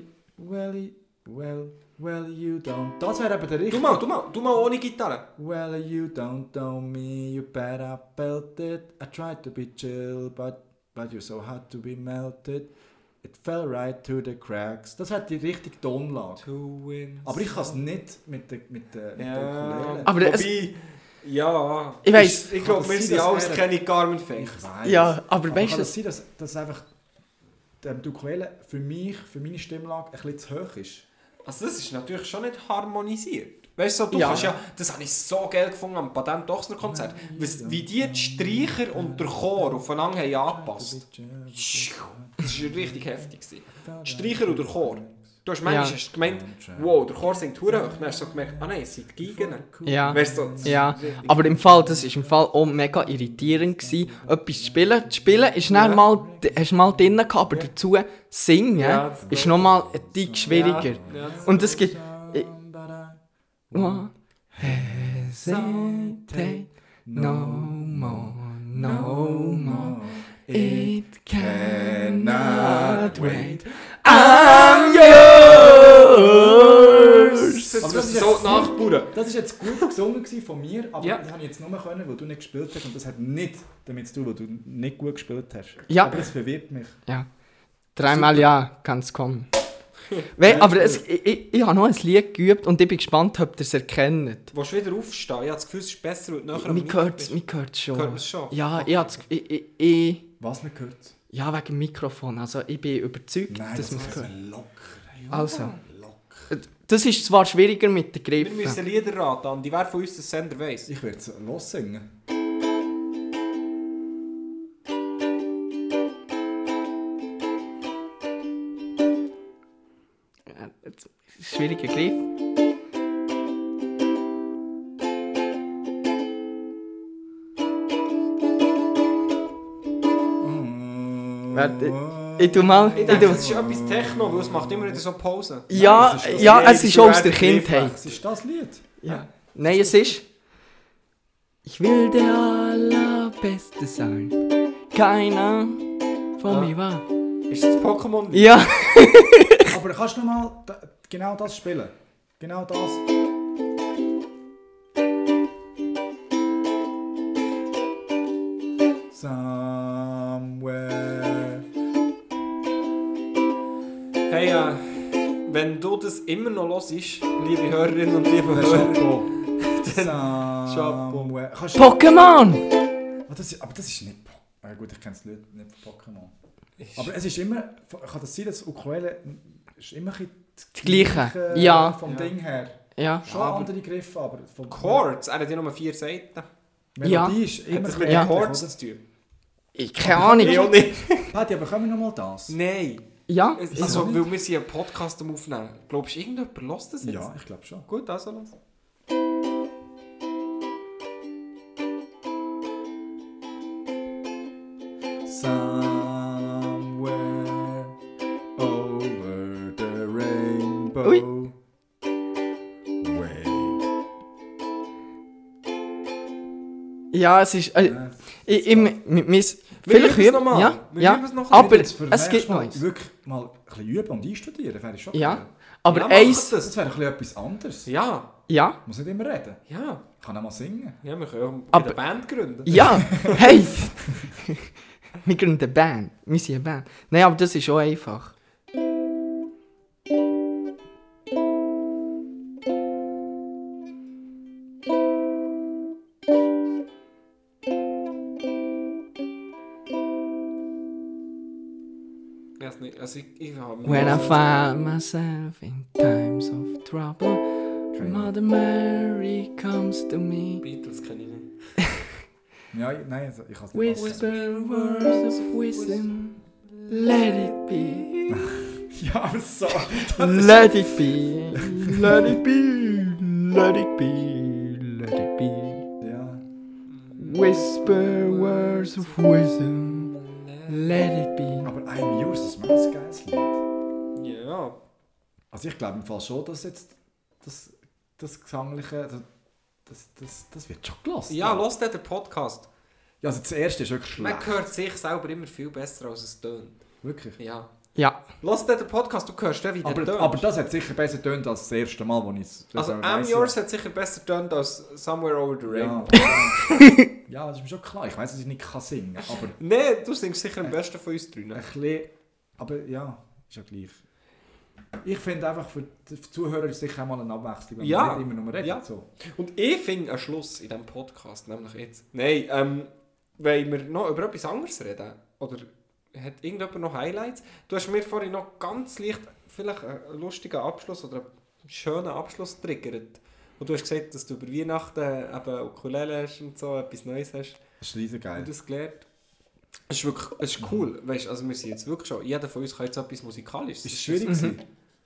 Well, you don't... Das wäre eben der richtige... Du mal ohne Gitarre. Well, you don't know me, you bet I felt it. I tried to be chill, but you're so hard to be melted. It fell right through the cracks. Das hat die richtige Tonlage. To win. Aber ich kann es nicht mit der Ukulele. Aber Wobei, Ja. Ich weiss. Ich glaube, Kann wir das sind sein, alles dass keine Garmin-Fans. Ich weiss. Ja, aber weißt kann du, das sein, dass einfach die Ukulele für meine Stimmlage ein bisschen zu hoch ist? Also das ist natürlich schon nicht harmonisiert. Weißt du, du Ja. kannst ja, das habe ich so geil gefunden am Patent-Dochsner-Konzert, wie die Streicher und der Chor aufeinander haben angepasst. Das war richtig heftig. Streicher und der Chor. Du hast manchmal hast du gemeint, wow, der Chor singt hure hoch. Dann hast du so gemerkt, nein, es sind die Geigen. ja. Weißt du, so, Ja, aber im Fall, das war im Fall auch mega irritierend gewesen, etwas zu spielen. Das Spielen ist dann mal, hast du mal drin gehabt, aber dazu singen Ja, das ist nochmal ein Tick schwieriger. Ja. Und es gibt... Hesitate no more, no more. It cannot wait. I'm yours! Das ist so nachbauen. Das war jetzt gut gesungen von mir, aber Ja. das habe ich jetzt nur können, weil du nicht gespielt hast. Und das hat nicht damit zu tun, weil du nicht gut gespielt hast. Ja. Aber es verwirrt mich. Ja. Dreimal ja kann es kommen. Aber ich habe noch ein Lied geübt und ich bin gespannt, ob ihr es erkennt. Willst du wieder aufstehen? Ich habe das Gefühl, es ist besser, weil du nachher am Mir Mikro hört bist. es schon. Hört man's schon? Ja, Was mir gehört? ja, wegen dem Mikrofon. Also ich bin überzeugt, Nein, dass das man es ist hört. locker. Also, das ist zwar schwieriger mit den Wir Griffen. müssen Lieder raten, Andi. Wer von uns den Sender weiss? Ich werde es lossingen. Schwieriger Griff. Warte, ich tu mal. Ich denke, das ist etwas Techno, weil es macht immer wieder so Pausen. Ja, das ist das ja, Lied, es ist so aus der ein Griff. Kindheit. Was ist das Lied? Ja. Nein, es ist. Ich will der Allerbeste sein. Keiner von mir war. Ist das Pokémon? Ja. Aber kannst du noch mal genau das spielen? Genau das. Somewhere. Hey, wenn du das immer noch hörst, liebe Hörerinnen und liebe Der Hörer, Chapeau. Chapeau. Somewhere. Kannst du- Pokémon! Aber das ist nicht gut, ich kenne das Lied nicht von Pokémon. Aber es ist immer, kann das sein, dass Ukulele ist immer ein bisschen Das Gleiche, ja. vom Ja. Ding her. Ja. Schon Aber- andere Griffe, aber vom Chords, er hat ja nur 4 Seiten. Melodie ist immer Hat das ein mit bisschen den Ja. Chords ähnlich, zu tun? Ich keine Ahnung. Ich auch nicht. oder? Patti, aber können wir noch mal das? Nein. Ja. Also, weil wir sind einen Podcast am Aufnehmen. Glaubst du, irgendjemand hört das jetzt? Ja, ich glaube schon. Gut, also los. Somewhere over the rainbow. Ui. Way. Ja, es ist. Vielleicht üben es üben. noch mal. Ja, Wir ja. üben es noch Aber ein es Für das gibt nächste noch Mal eins. wirklich mal ein bisschen üben und einstudieren, wäre schon Ja. cool. Aber Ja, eins. macht Das wäre ein bisschen etwas anderes. Ja, Ja. Muss nicht immer reden. ja. Kann auch mal singen. Ja, wir können auch Aber- eine Band gründen. Ja. Hey! Wir gründen eine Band. Wir sind eine Band. Nein, aber das ist auch einfach. Ich weiß nicht, also ich habe... When I find myself in times of trouble, Mother Mary comes to me. Beatles kenne ich nicht. Ja, nein, also ich kann es nicht. Whisper words of wisdom, let it be. Ja, aber so. Let it be, let it be, let it be, let it be. Ja. Whisper words of wisdom, let it be. Aber I'm yours, das ist mir ein geiles Lied. Ja. Also ich glaube im Fall schon, dass jetzt das Gesangliche, das wird schon gelassen. Ja, los den Podcast. Ja, also das erste ist wirklich schlecht. Man hört sich selber immer viel besser, als es tönt. Wirklich. Ja. Ja, Los den Podcast, du hörst den, wie der tönt. Aber das hat sicher besser tönt als das erste Mal, wo ich es... Also I'm Yours hat sicher besser tönt als Somewhere Over the Rainbow. Ja. Ja, das ist mir schon klar. Ich weiss, dass ich nicht singen kann, aber Nee, du singst sicher am besten von uns drei. ein bisschen... Aber ja, ist ja gleich. Ich finde einfach, für die Zuhörer ist sicher auch mal eine Abwechslung, wenn Ja. man nicht immer nur redet. Ja. So. Und ich finde einen Schluss in diesem Podcast, nämlich jetzt. Nein, wollen wir noch über etwas anderes reden? Oder hat irgendjemand noch Highlights? Du hast mir vorhin noch ganz leicht vielleicht einen lustigen Abschluss oder einen schönen Abschluss triggert. Und du hast gesagt, dass du über Weihnachten eben Ukulele hast und so, etwas Neues hast. Das ist riesig geil. Und das gelernt. Es ist wirklich, es ist cool. Weißt, also wir sind jetzt wirklich schon, jeder von uns kann jetzt etwas Musikalisches. Ist es schwierig gewesen?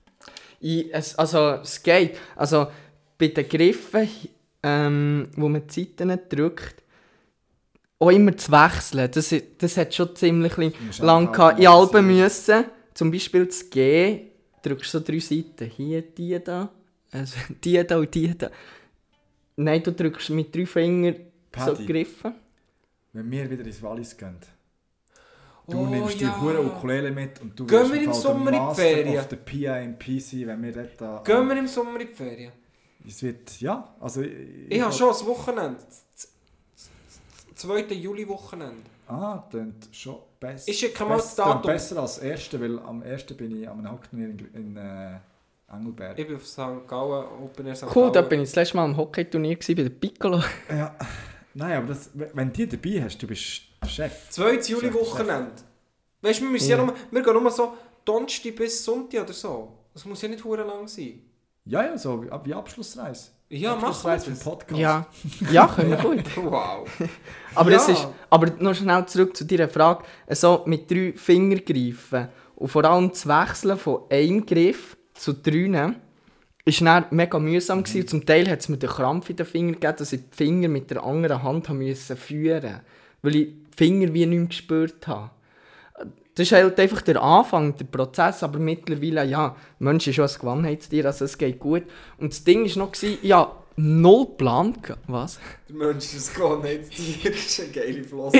Es geht. Also bei den Griffen, wo man die Seiten drückt, auch immer zu wechseln. Das hat schon ziemlich lang gehabt. In Alben müssen, zum Beispiel das G, drückst du so 3 Seiten. Hier, die da, also die da und die da. Nein, du drückst mit 3 Fingern so Paddy. Griffe. Wenn wir wieder ins Wallis gehen, du Oh, nimmst die ja. hure Ukulele mit und du Gehen wirst wir im Fall Sommer der in die Master Ferien? of the PIMP sein, wenn wir dort da... Gehen wir im Sommer in die Ferien? Es wird, ja, also... Ich habe schon das Wochenende. Das 2. Juli-Wochenende. Dann schon besser. Ich schicke mal das Datum. Besser als das erste, weil am ersten bin ich am Hauptturnier in Engelberg. Ich bin auf St. Gallen, Open Air St. Cool, da Gallen. bin ich das letzte Mal am Hockeyturnier gewesen, bei der Piccolo. Ja. Nein, aber das, wenn du die dabei hast, du bist der Chef. 2. Juli-Wochenende. Weißt du, wir müssen ja nur, wir gehen nur so Donnerstag bis Sonntag oder so. Das muss ja nicht hure lang sein. Ja, so wie Abschlussreise. Ja, mach Abschlussreise das. für den Podcast. Ja, können wir gut. Wow. Aber, Ja. es ist, aber noch schnell zurück zu deiner Frage. So mit 3 Fingern greifen und vor allem zu wechseln von einem Griff zu 3 war dann mega mühsam gewesen. Und zum Teil hat es mir den Krampf in den Fingern gegeben, dass ich die Finger mit der anderen Hand haben müssen führen, weil ich die Finger wie nicht mehr gespürt habe. Das ist halt einfach der Anfang, der Prozess, aber mittlerweile, ja, Mensch ist schon ein Gewohnheitstier, also es geht gut. Und das Ding war noch, ja, 0 Plan. Was? Der Mensch ist ein Gewohnheitstier. Das ist eine geile Flosse.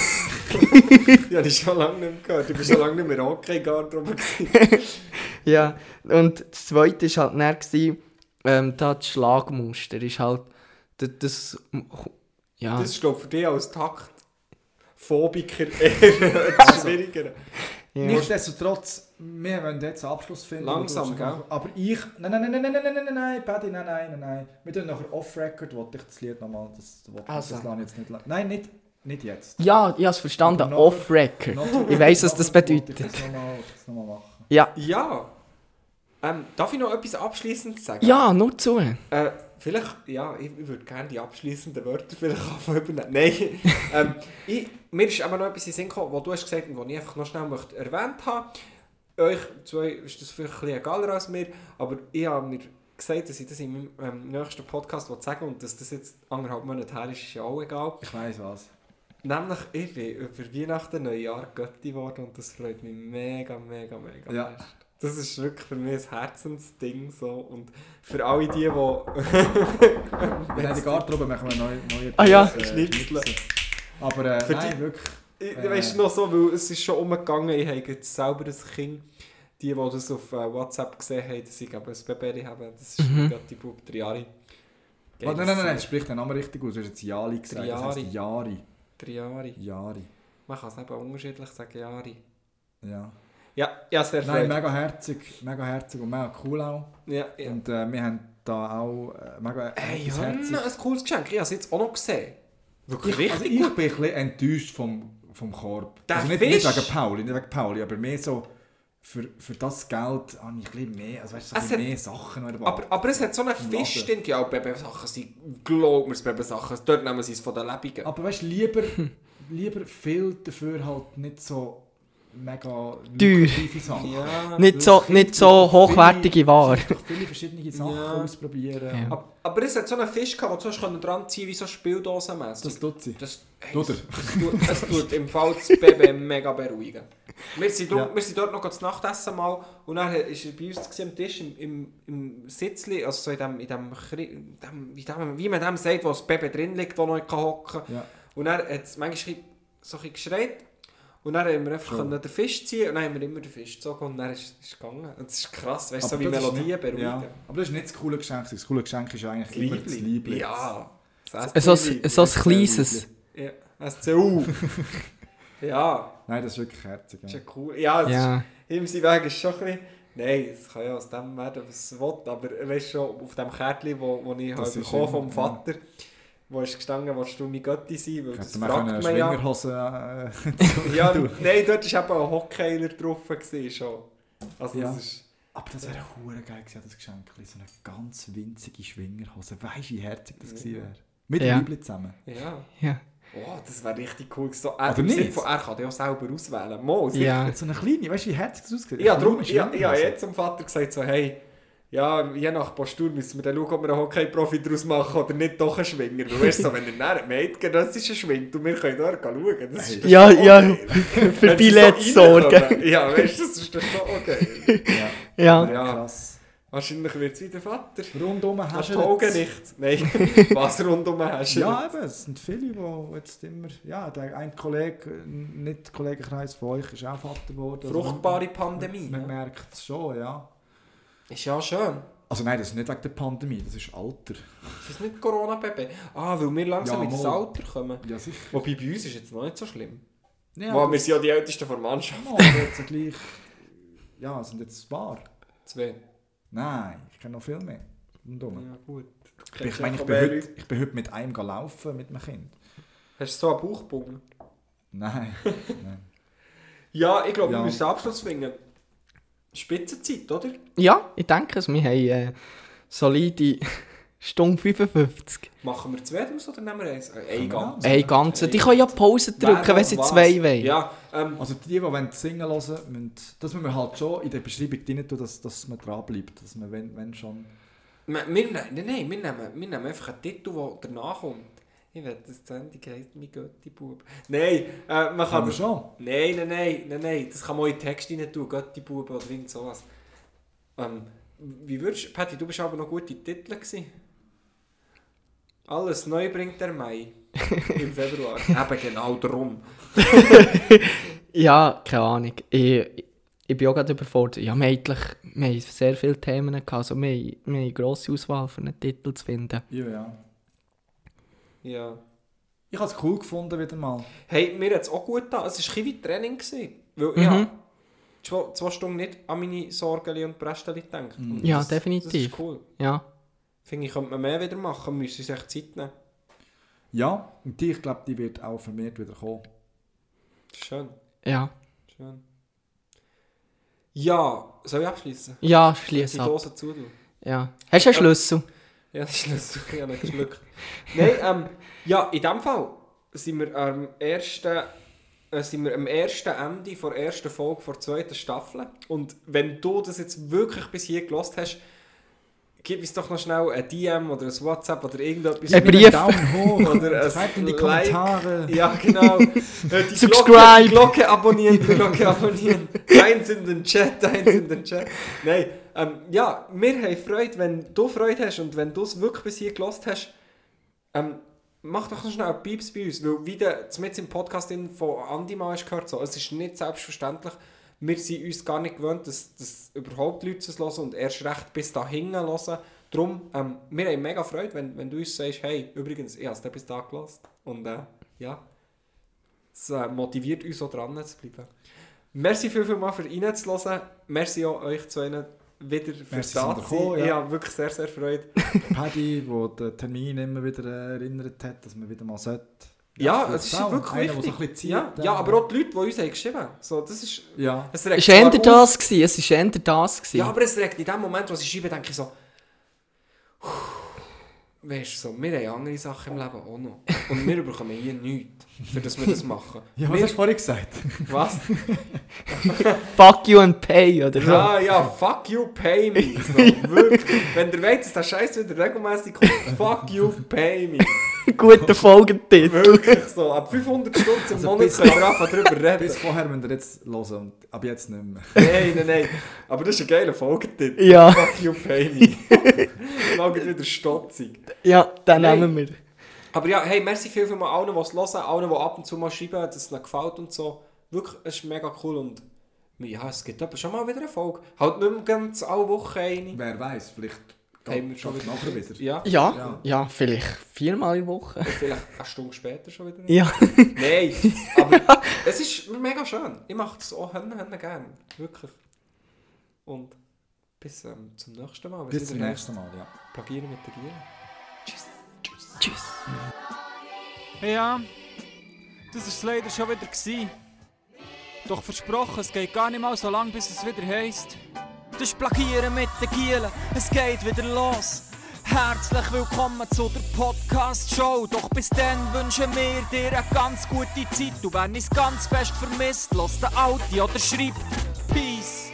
Ja, die schon lange nicht mehr gehört. Ich bin schon lange nicht mehr Hockey-Garderobe gewesen. Ja, und das Zweite war halt dann, da das Schlagmuster ist halt, das ja. Das ist, glaube ich, für dich als Taktphobiker eher etwas schwieriger. Ja. Nichtsdestotrotz, wir wollen jetzt einen Abschluss finden. Langsam, Du- gell? Aber ich... Nein, Paddy, nein. Wir tun nachher off-record, wollte ich das Lied nochmal... Das lasse ich jetzt nicht... Nein, nicht jetzt. Ja, ich habe es verstanden, Aber nachher- off-record. Ich weiss, was das bedeutet. Ich das nochmal machen. Ja, Ja. Darf ich noch etwas Abschließendes sagen? ja, nur zu. Vielleicht, ja, ich würde gerne die abschließenden Wörter vielleicht anfangen übernehmen. Nein, mir ist aber noch etwas in den Sinn gekommen, was du hast gesagt und was ich einfach noch schnell möchte erwähnt habe. Euch zwei ist das vielleicht ein bisschen egaler als mir, aber ich habe mir gesagt, dass ich das in meinem nächsten Podcast sagen will und dass das jetzt 1,5 Monate her ist ja auch egal. Ich weiss was. Nämlich, ich bin über Weihnachten, Neujahr Götti geworden und das freut mich mega. Ja. fest. Das ist wirklich für mich ein Herzensding so und für alle die, die... In der Garderobe machen wir neue Ah ja. Schnipsel. Aber Für nein, die- wirklich. Ich weißt noch so, weil es ist schon umgegangen, ich habe jetzt selber ein Kind, die das auf WhatsApp gesehen haben, dass ich eben ein Baby habe, das ist gerade die Bub, 3 Jahre. Nein, sprich den Namen richtig aus. Du hast jetzt Jali gesagt. Das heisst Jari. 3 Jahre. Jari. Man kann es eben unterschiedlich sagen, Jahre. Ja. Ja, sehr Nein, freut. mega herzig und mega cool auch. Ja. Und wir haben da auch mega Hey, etwas Hanna, ein cooles Geschenk, ich habe es jetzt auch noch gesehen. Wirklich Ich richtig bin gut. ein bisschen enttäuscht vom Korb. Der Also nicht Fisch? nicht wegen Pauli, aber mehr so, für das Geld habe ich ein bisschen mehr, also weißt du, so ein Es bisschen hat- mehr Sachen noch erwartet. Aber es hat so einen Im Fisch Laden. drin, ja, Babysachen sind, glaub mir, Babysachen, dort nehmen sie es von den Lebenden. Aber weißt du, lieber viel dafür halt nicht so mega Teuer. lukrative Sachen. Ja. Nicht so hochwertige Ware. Viele verschiedene Sachen Ja. ausprobieren. Ja. Aber es hat so einen Fisch gehabt, den du sonst dran ziehen wie so Spieldosenmässig. Das tut sie. Das Tut es tut im Fall das Baby mega beruhigen. Wir sind Ja. dort noch zu Nachtessen mal und dann war er bei uns am Tisch im Sitzli, also so in dem wie man dem sagt, wo das Baby drin liegt, wo noch nicht hocken kann. Ja. Und dann hat es manchmal so ein bisschen geschreit. Und dann haben wir einfach Schon. den Fisch ziehen und dann haben wir immer den Fisch gezogen und dann ist es gegangen. Und das ist krass, weißt du, so Aber wie das ist Melodien nicht- beruhigen. Ja. Aber das ist nicht das coole Geschenk. Das coole Geschenk ist eigentlich immer das Liebling. Ja. So ein kleines. Ja, SCU. Ja, Nein, das ist wirklich herzig. das Ja. ist ja cool. Ja, das Ja. ist, im Weg ist schon ein bisschen... Nein, es kann ja aus dem werden, was es will, aber weißt du schon, auf dem Kärtchen, wo ich Das halt ist bekommen vom ja. Vater, wo ist gestanden, willst du mein Götti sein, weil das Hätte man können fragt eine man ja. Schwingerhose Ja, nein, dort war eben ein Hockeyler drauf gewesen, schon. Also Ja. das ist... Aber das wäre hure geil gewesen, das Geschenk. So eine ganz winzige Schwingerhose. Weisst du, wie herzig das gewesen wäre? Mit dem Ja. Liebling zusammen. Ja. Ja. Oh, das wäre richtig cool. So, Oder im Sinne nicht? von, er kann ja auch selber auswählen. Mo, sicher. Ja. So eine kleine, weißt du, wie herzig das aussieht? Ja, darum, Nur eine ich habe Schwingerhose. jetzt zum Vater gesagt, so, hey, ja, je nach Postur müssen wir dann schauen, ob wir einen Hockey-Profi daraus machen oder nicht doch einen Schwinger. Du weißt so, wenn er dann meint, das ist ein Schwing, und wir können dort schauen. Das ist Ja, schon ja, okay. für Wenn sie Billett so sorgen. reinkommen. Ja, weißt du, das ist doch schon okay. Ja. Ja. Krass. Wahrscheinlich wird es wie der Vater. Rundum Hast hast du die Augen nicht? Nein, was rundum hast du? Ja, eben, es sind viele, die jetzt immer... Ja, der ein Kollege, nicht Kollegenkreis von euch, ist auch Vater geworden. Also Fruchtbare Pandemie. Man ja. merkt es schon, ja. Ist ja schön. Also nein, das ist nicht wegen der Pandemie, das ist Alter. Ist das nicht Corona-Baby? Ah, weil wir langsam Ja, in das mal. Alter kommen. Ja, sicher. Wobei bei uns ist jetzt noch nicht so schlimm. Ja, Wow, wir sind ja die Ältesten der Mannschaft. aber jetzt gleich... Ja, es sind jetzt ein paar. 2. Nein, ich kenne noch viel mehr. Rundum. Ja, gut. Ich meine, ich bin heute mit einem laufen, mit meinem Kind. Hast du so einen Bauchbogen? Nein. Nein. Ja, ich glaube, Ja. wir müssen Abschluss finden. Spitzenzeit, oder? Ja, ich denke es. Wir haben solide Stunde 55. Machen wir 2 draus oder nehmen wir eins? Ein wir ganz. Ey, ganze. Die können ja Pause drücken, wenn sie Was? 2 wollen. Ja, Also die wollen singen hören, müssen, das müssen wir halt schon in der Beschreibung drin tun, dass man dran bleibt. Dass man, wenn schon... wir nehmen einfach einen Titel, der danach kommt. Ich werde das Sendung heisst «Mein Götti-Bub». Nein, man kann Kann man das... schon. Nein. Das kann man auch in den Text rein tun, «Götti-Bub» oder irgend sowas. Wie würdest du... Patti, du bist aber noch gut in Titel gewesen. Alles neu bringt der Mai. Im Februar. Eben genau darum. Ja, keine Ahnung. Ich bin auch gerade überfordert. Ja, wir haben sehr viele Themen gehabt. Also wir haben eine grosse Auswahl für einen Titel zu finden. Ja. Ja. Ich habe es cool gefunden wieder mal. Hey, mir hat es auch gut getan. Es war ein bisschen wie Training gewesen. Weil ich habe 2 Stunden nicht an meine Sorgen und Brästchen gedacht. Und Ja, das definitiv. ist cool. Ja. Finde ich, könnte man mehr wieder machen. Man müsste sich echt Zeit nehmen. Ja, und ich glaube, die wird auch vermehrt wieder kommen. Schön. Ja. Schön. Ja, soll ich abschließen? Ja, Die schließ ab. Dose zu. Ja. Hast du einen Schlüssel? Ja, das ist lustig. Ich habe nicht geschluckt. Nein, ja, in diesem Fall sind wir am ersten Ende der ersten Folge der 2. Staffel. Und wenn du das jetzt wirklich bis hier gehört hast, gib uns doch noch schnell ein DM oder ein WhatsApp oder irgendetwas. Ein Brief. Daumen hoch. Oder ein Schreibt in die Like. Kommentare. Ja, genau. Die Subscribe. Glocke abonnieren, die Glocke abonnieren. Eins in den Chat. Nein, ja, wir haben Freude, wenn du Freude hast und wenn du es wirklich bis hier gehört hast, mach doch noch schnell ein Pieps bei uns, weil wie du mit im Podcast von Andi mal hast gehört, so, es ist nicht selbstverständlich, wir sind uns gar nicht gewöhnt, dass überhaupt Leute es hören und erst recht bis dahin hören. Darum, wir haben mega Freude, wenn du uns sagst, hey, übrigens, ich habe es bis da gehört. Und ja, es motiviert uns auch dran zu bleiben. Merci vielmals für reinzuhören. Merci auch euch zwei wieder für Merci, da sind zu ihr gekommen, sein. ja. Ich habe wirklich sehr, sehr Freude. Paddy, der den Termin immer wieder erinnert hat, dass man wieder mal sollte. Ja, gut, es ist auch wirklich einer, der wichtig. so ein bisschen Ja, zieht, ja, aber auch die Leute, die uns haben geschrieben haben. So, das ist... Ja. Es Es regt war eher zwar auf- das gewesen. Es ist eher das gewesen. Ja, aber es regt in dem Moment, wo sie schreiben, denke ich so... Weißt du, so, wir haben andere Sachen im Leben auch noch. Und wir bekommen hier nichts, für das wir das machen. Ja, was wir, hast du vorhin gesagt? was? Fuck you and pay, oder so. Ja, fuck you, pay me. So, wirklich. Wenn ihr wollt, dass der Scheiß wieder regelmäßig kommt, fuck you, pay me. Guter Folgentitel. Wirklich so. Ab 500 Stunden im Also Monat bis- können wir anfangen drüber reden. Bis vorher müsst ihr jetzt hören und ab jetzt nicht mehr. Nein. Aber das ist ein geiler Folgetitel. Ja. Fuck you, pay me. Dann wieder stotzig. Ja, den Nein. nehmen wir. Aber ja, hey, merci viel für allen, die es hören, allen, die ab und zu mal schreiben, dass es ihnen gefällt und so. Wirklich, es ist mega cool und ja, es gibt aber schon mal wieder eine Folge. Halt nicht mehr ganz alle Wochen eine. Wer weiß, vielleicht Haben wir schon geht wieder nachher wieder. Ja, Ja, vielleicht 4-mal in der Woche. vielleicht eine Stunde später schon wieder. Ja. Nein, aber es ist mega schön. Ich mache das auch gerne. Wirklich. Und Bis zum nächsten Mal. Bis zum nächsten Mal, ja. Plagieren mit der Giele. Bis zum nächsten Mal, ja. Plagieren mit der Giele. Tschüss. Ja, das war es leider schon wieder gewesen. Doch versprochen, es geht gar nicht mal so lang, bis es wieder heisst. Das ist Plagieren mit den Gielen, es geht wieder los. Herzlich willkommen zu der Podcast-Show. Doch bis dann wünschen wir dir eine ganz gute Zeit. Du, wenn es ganz fest vermisst, lass den Audi oder schreibt Peace.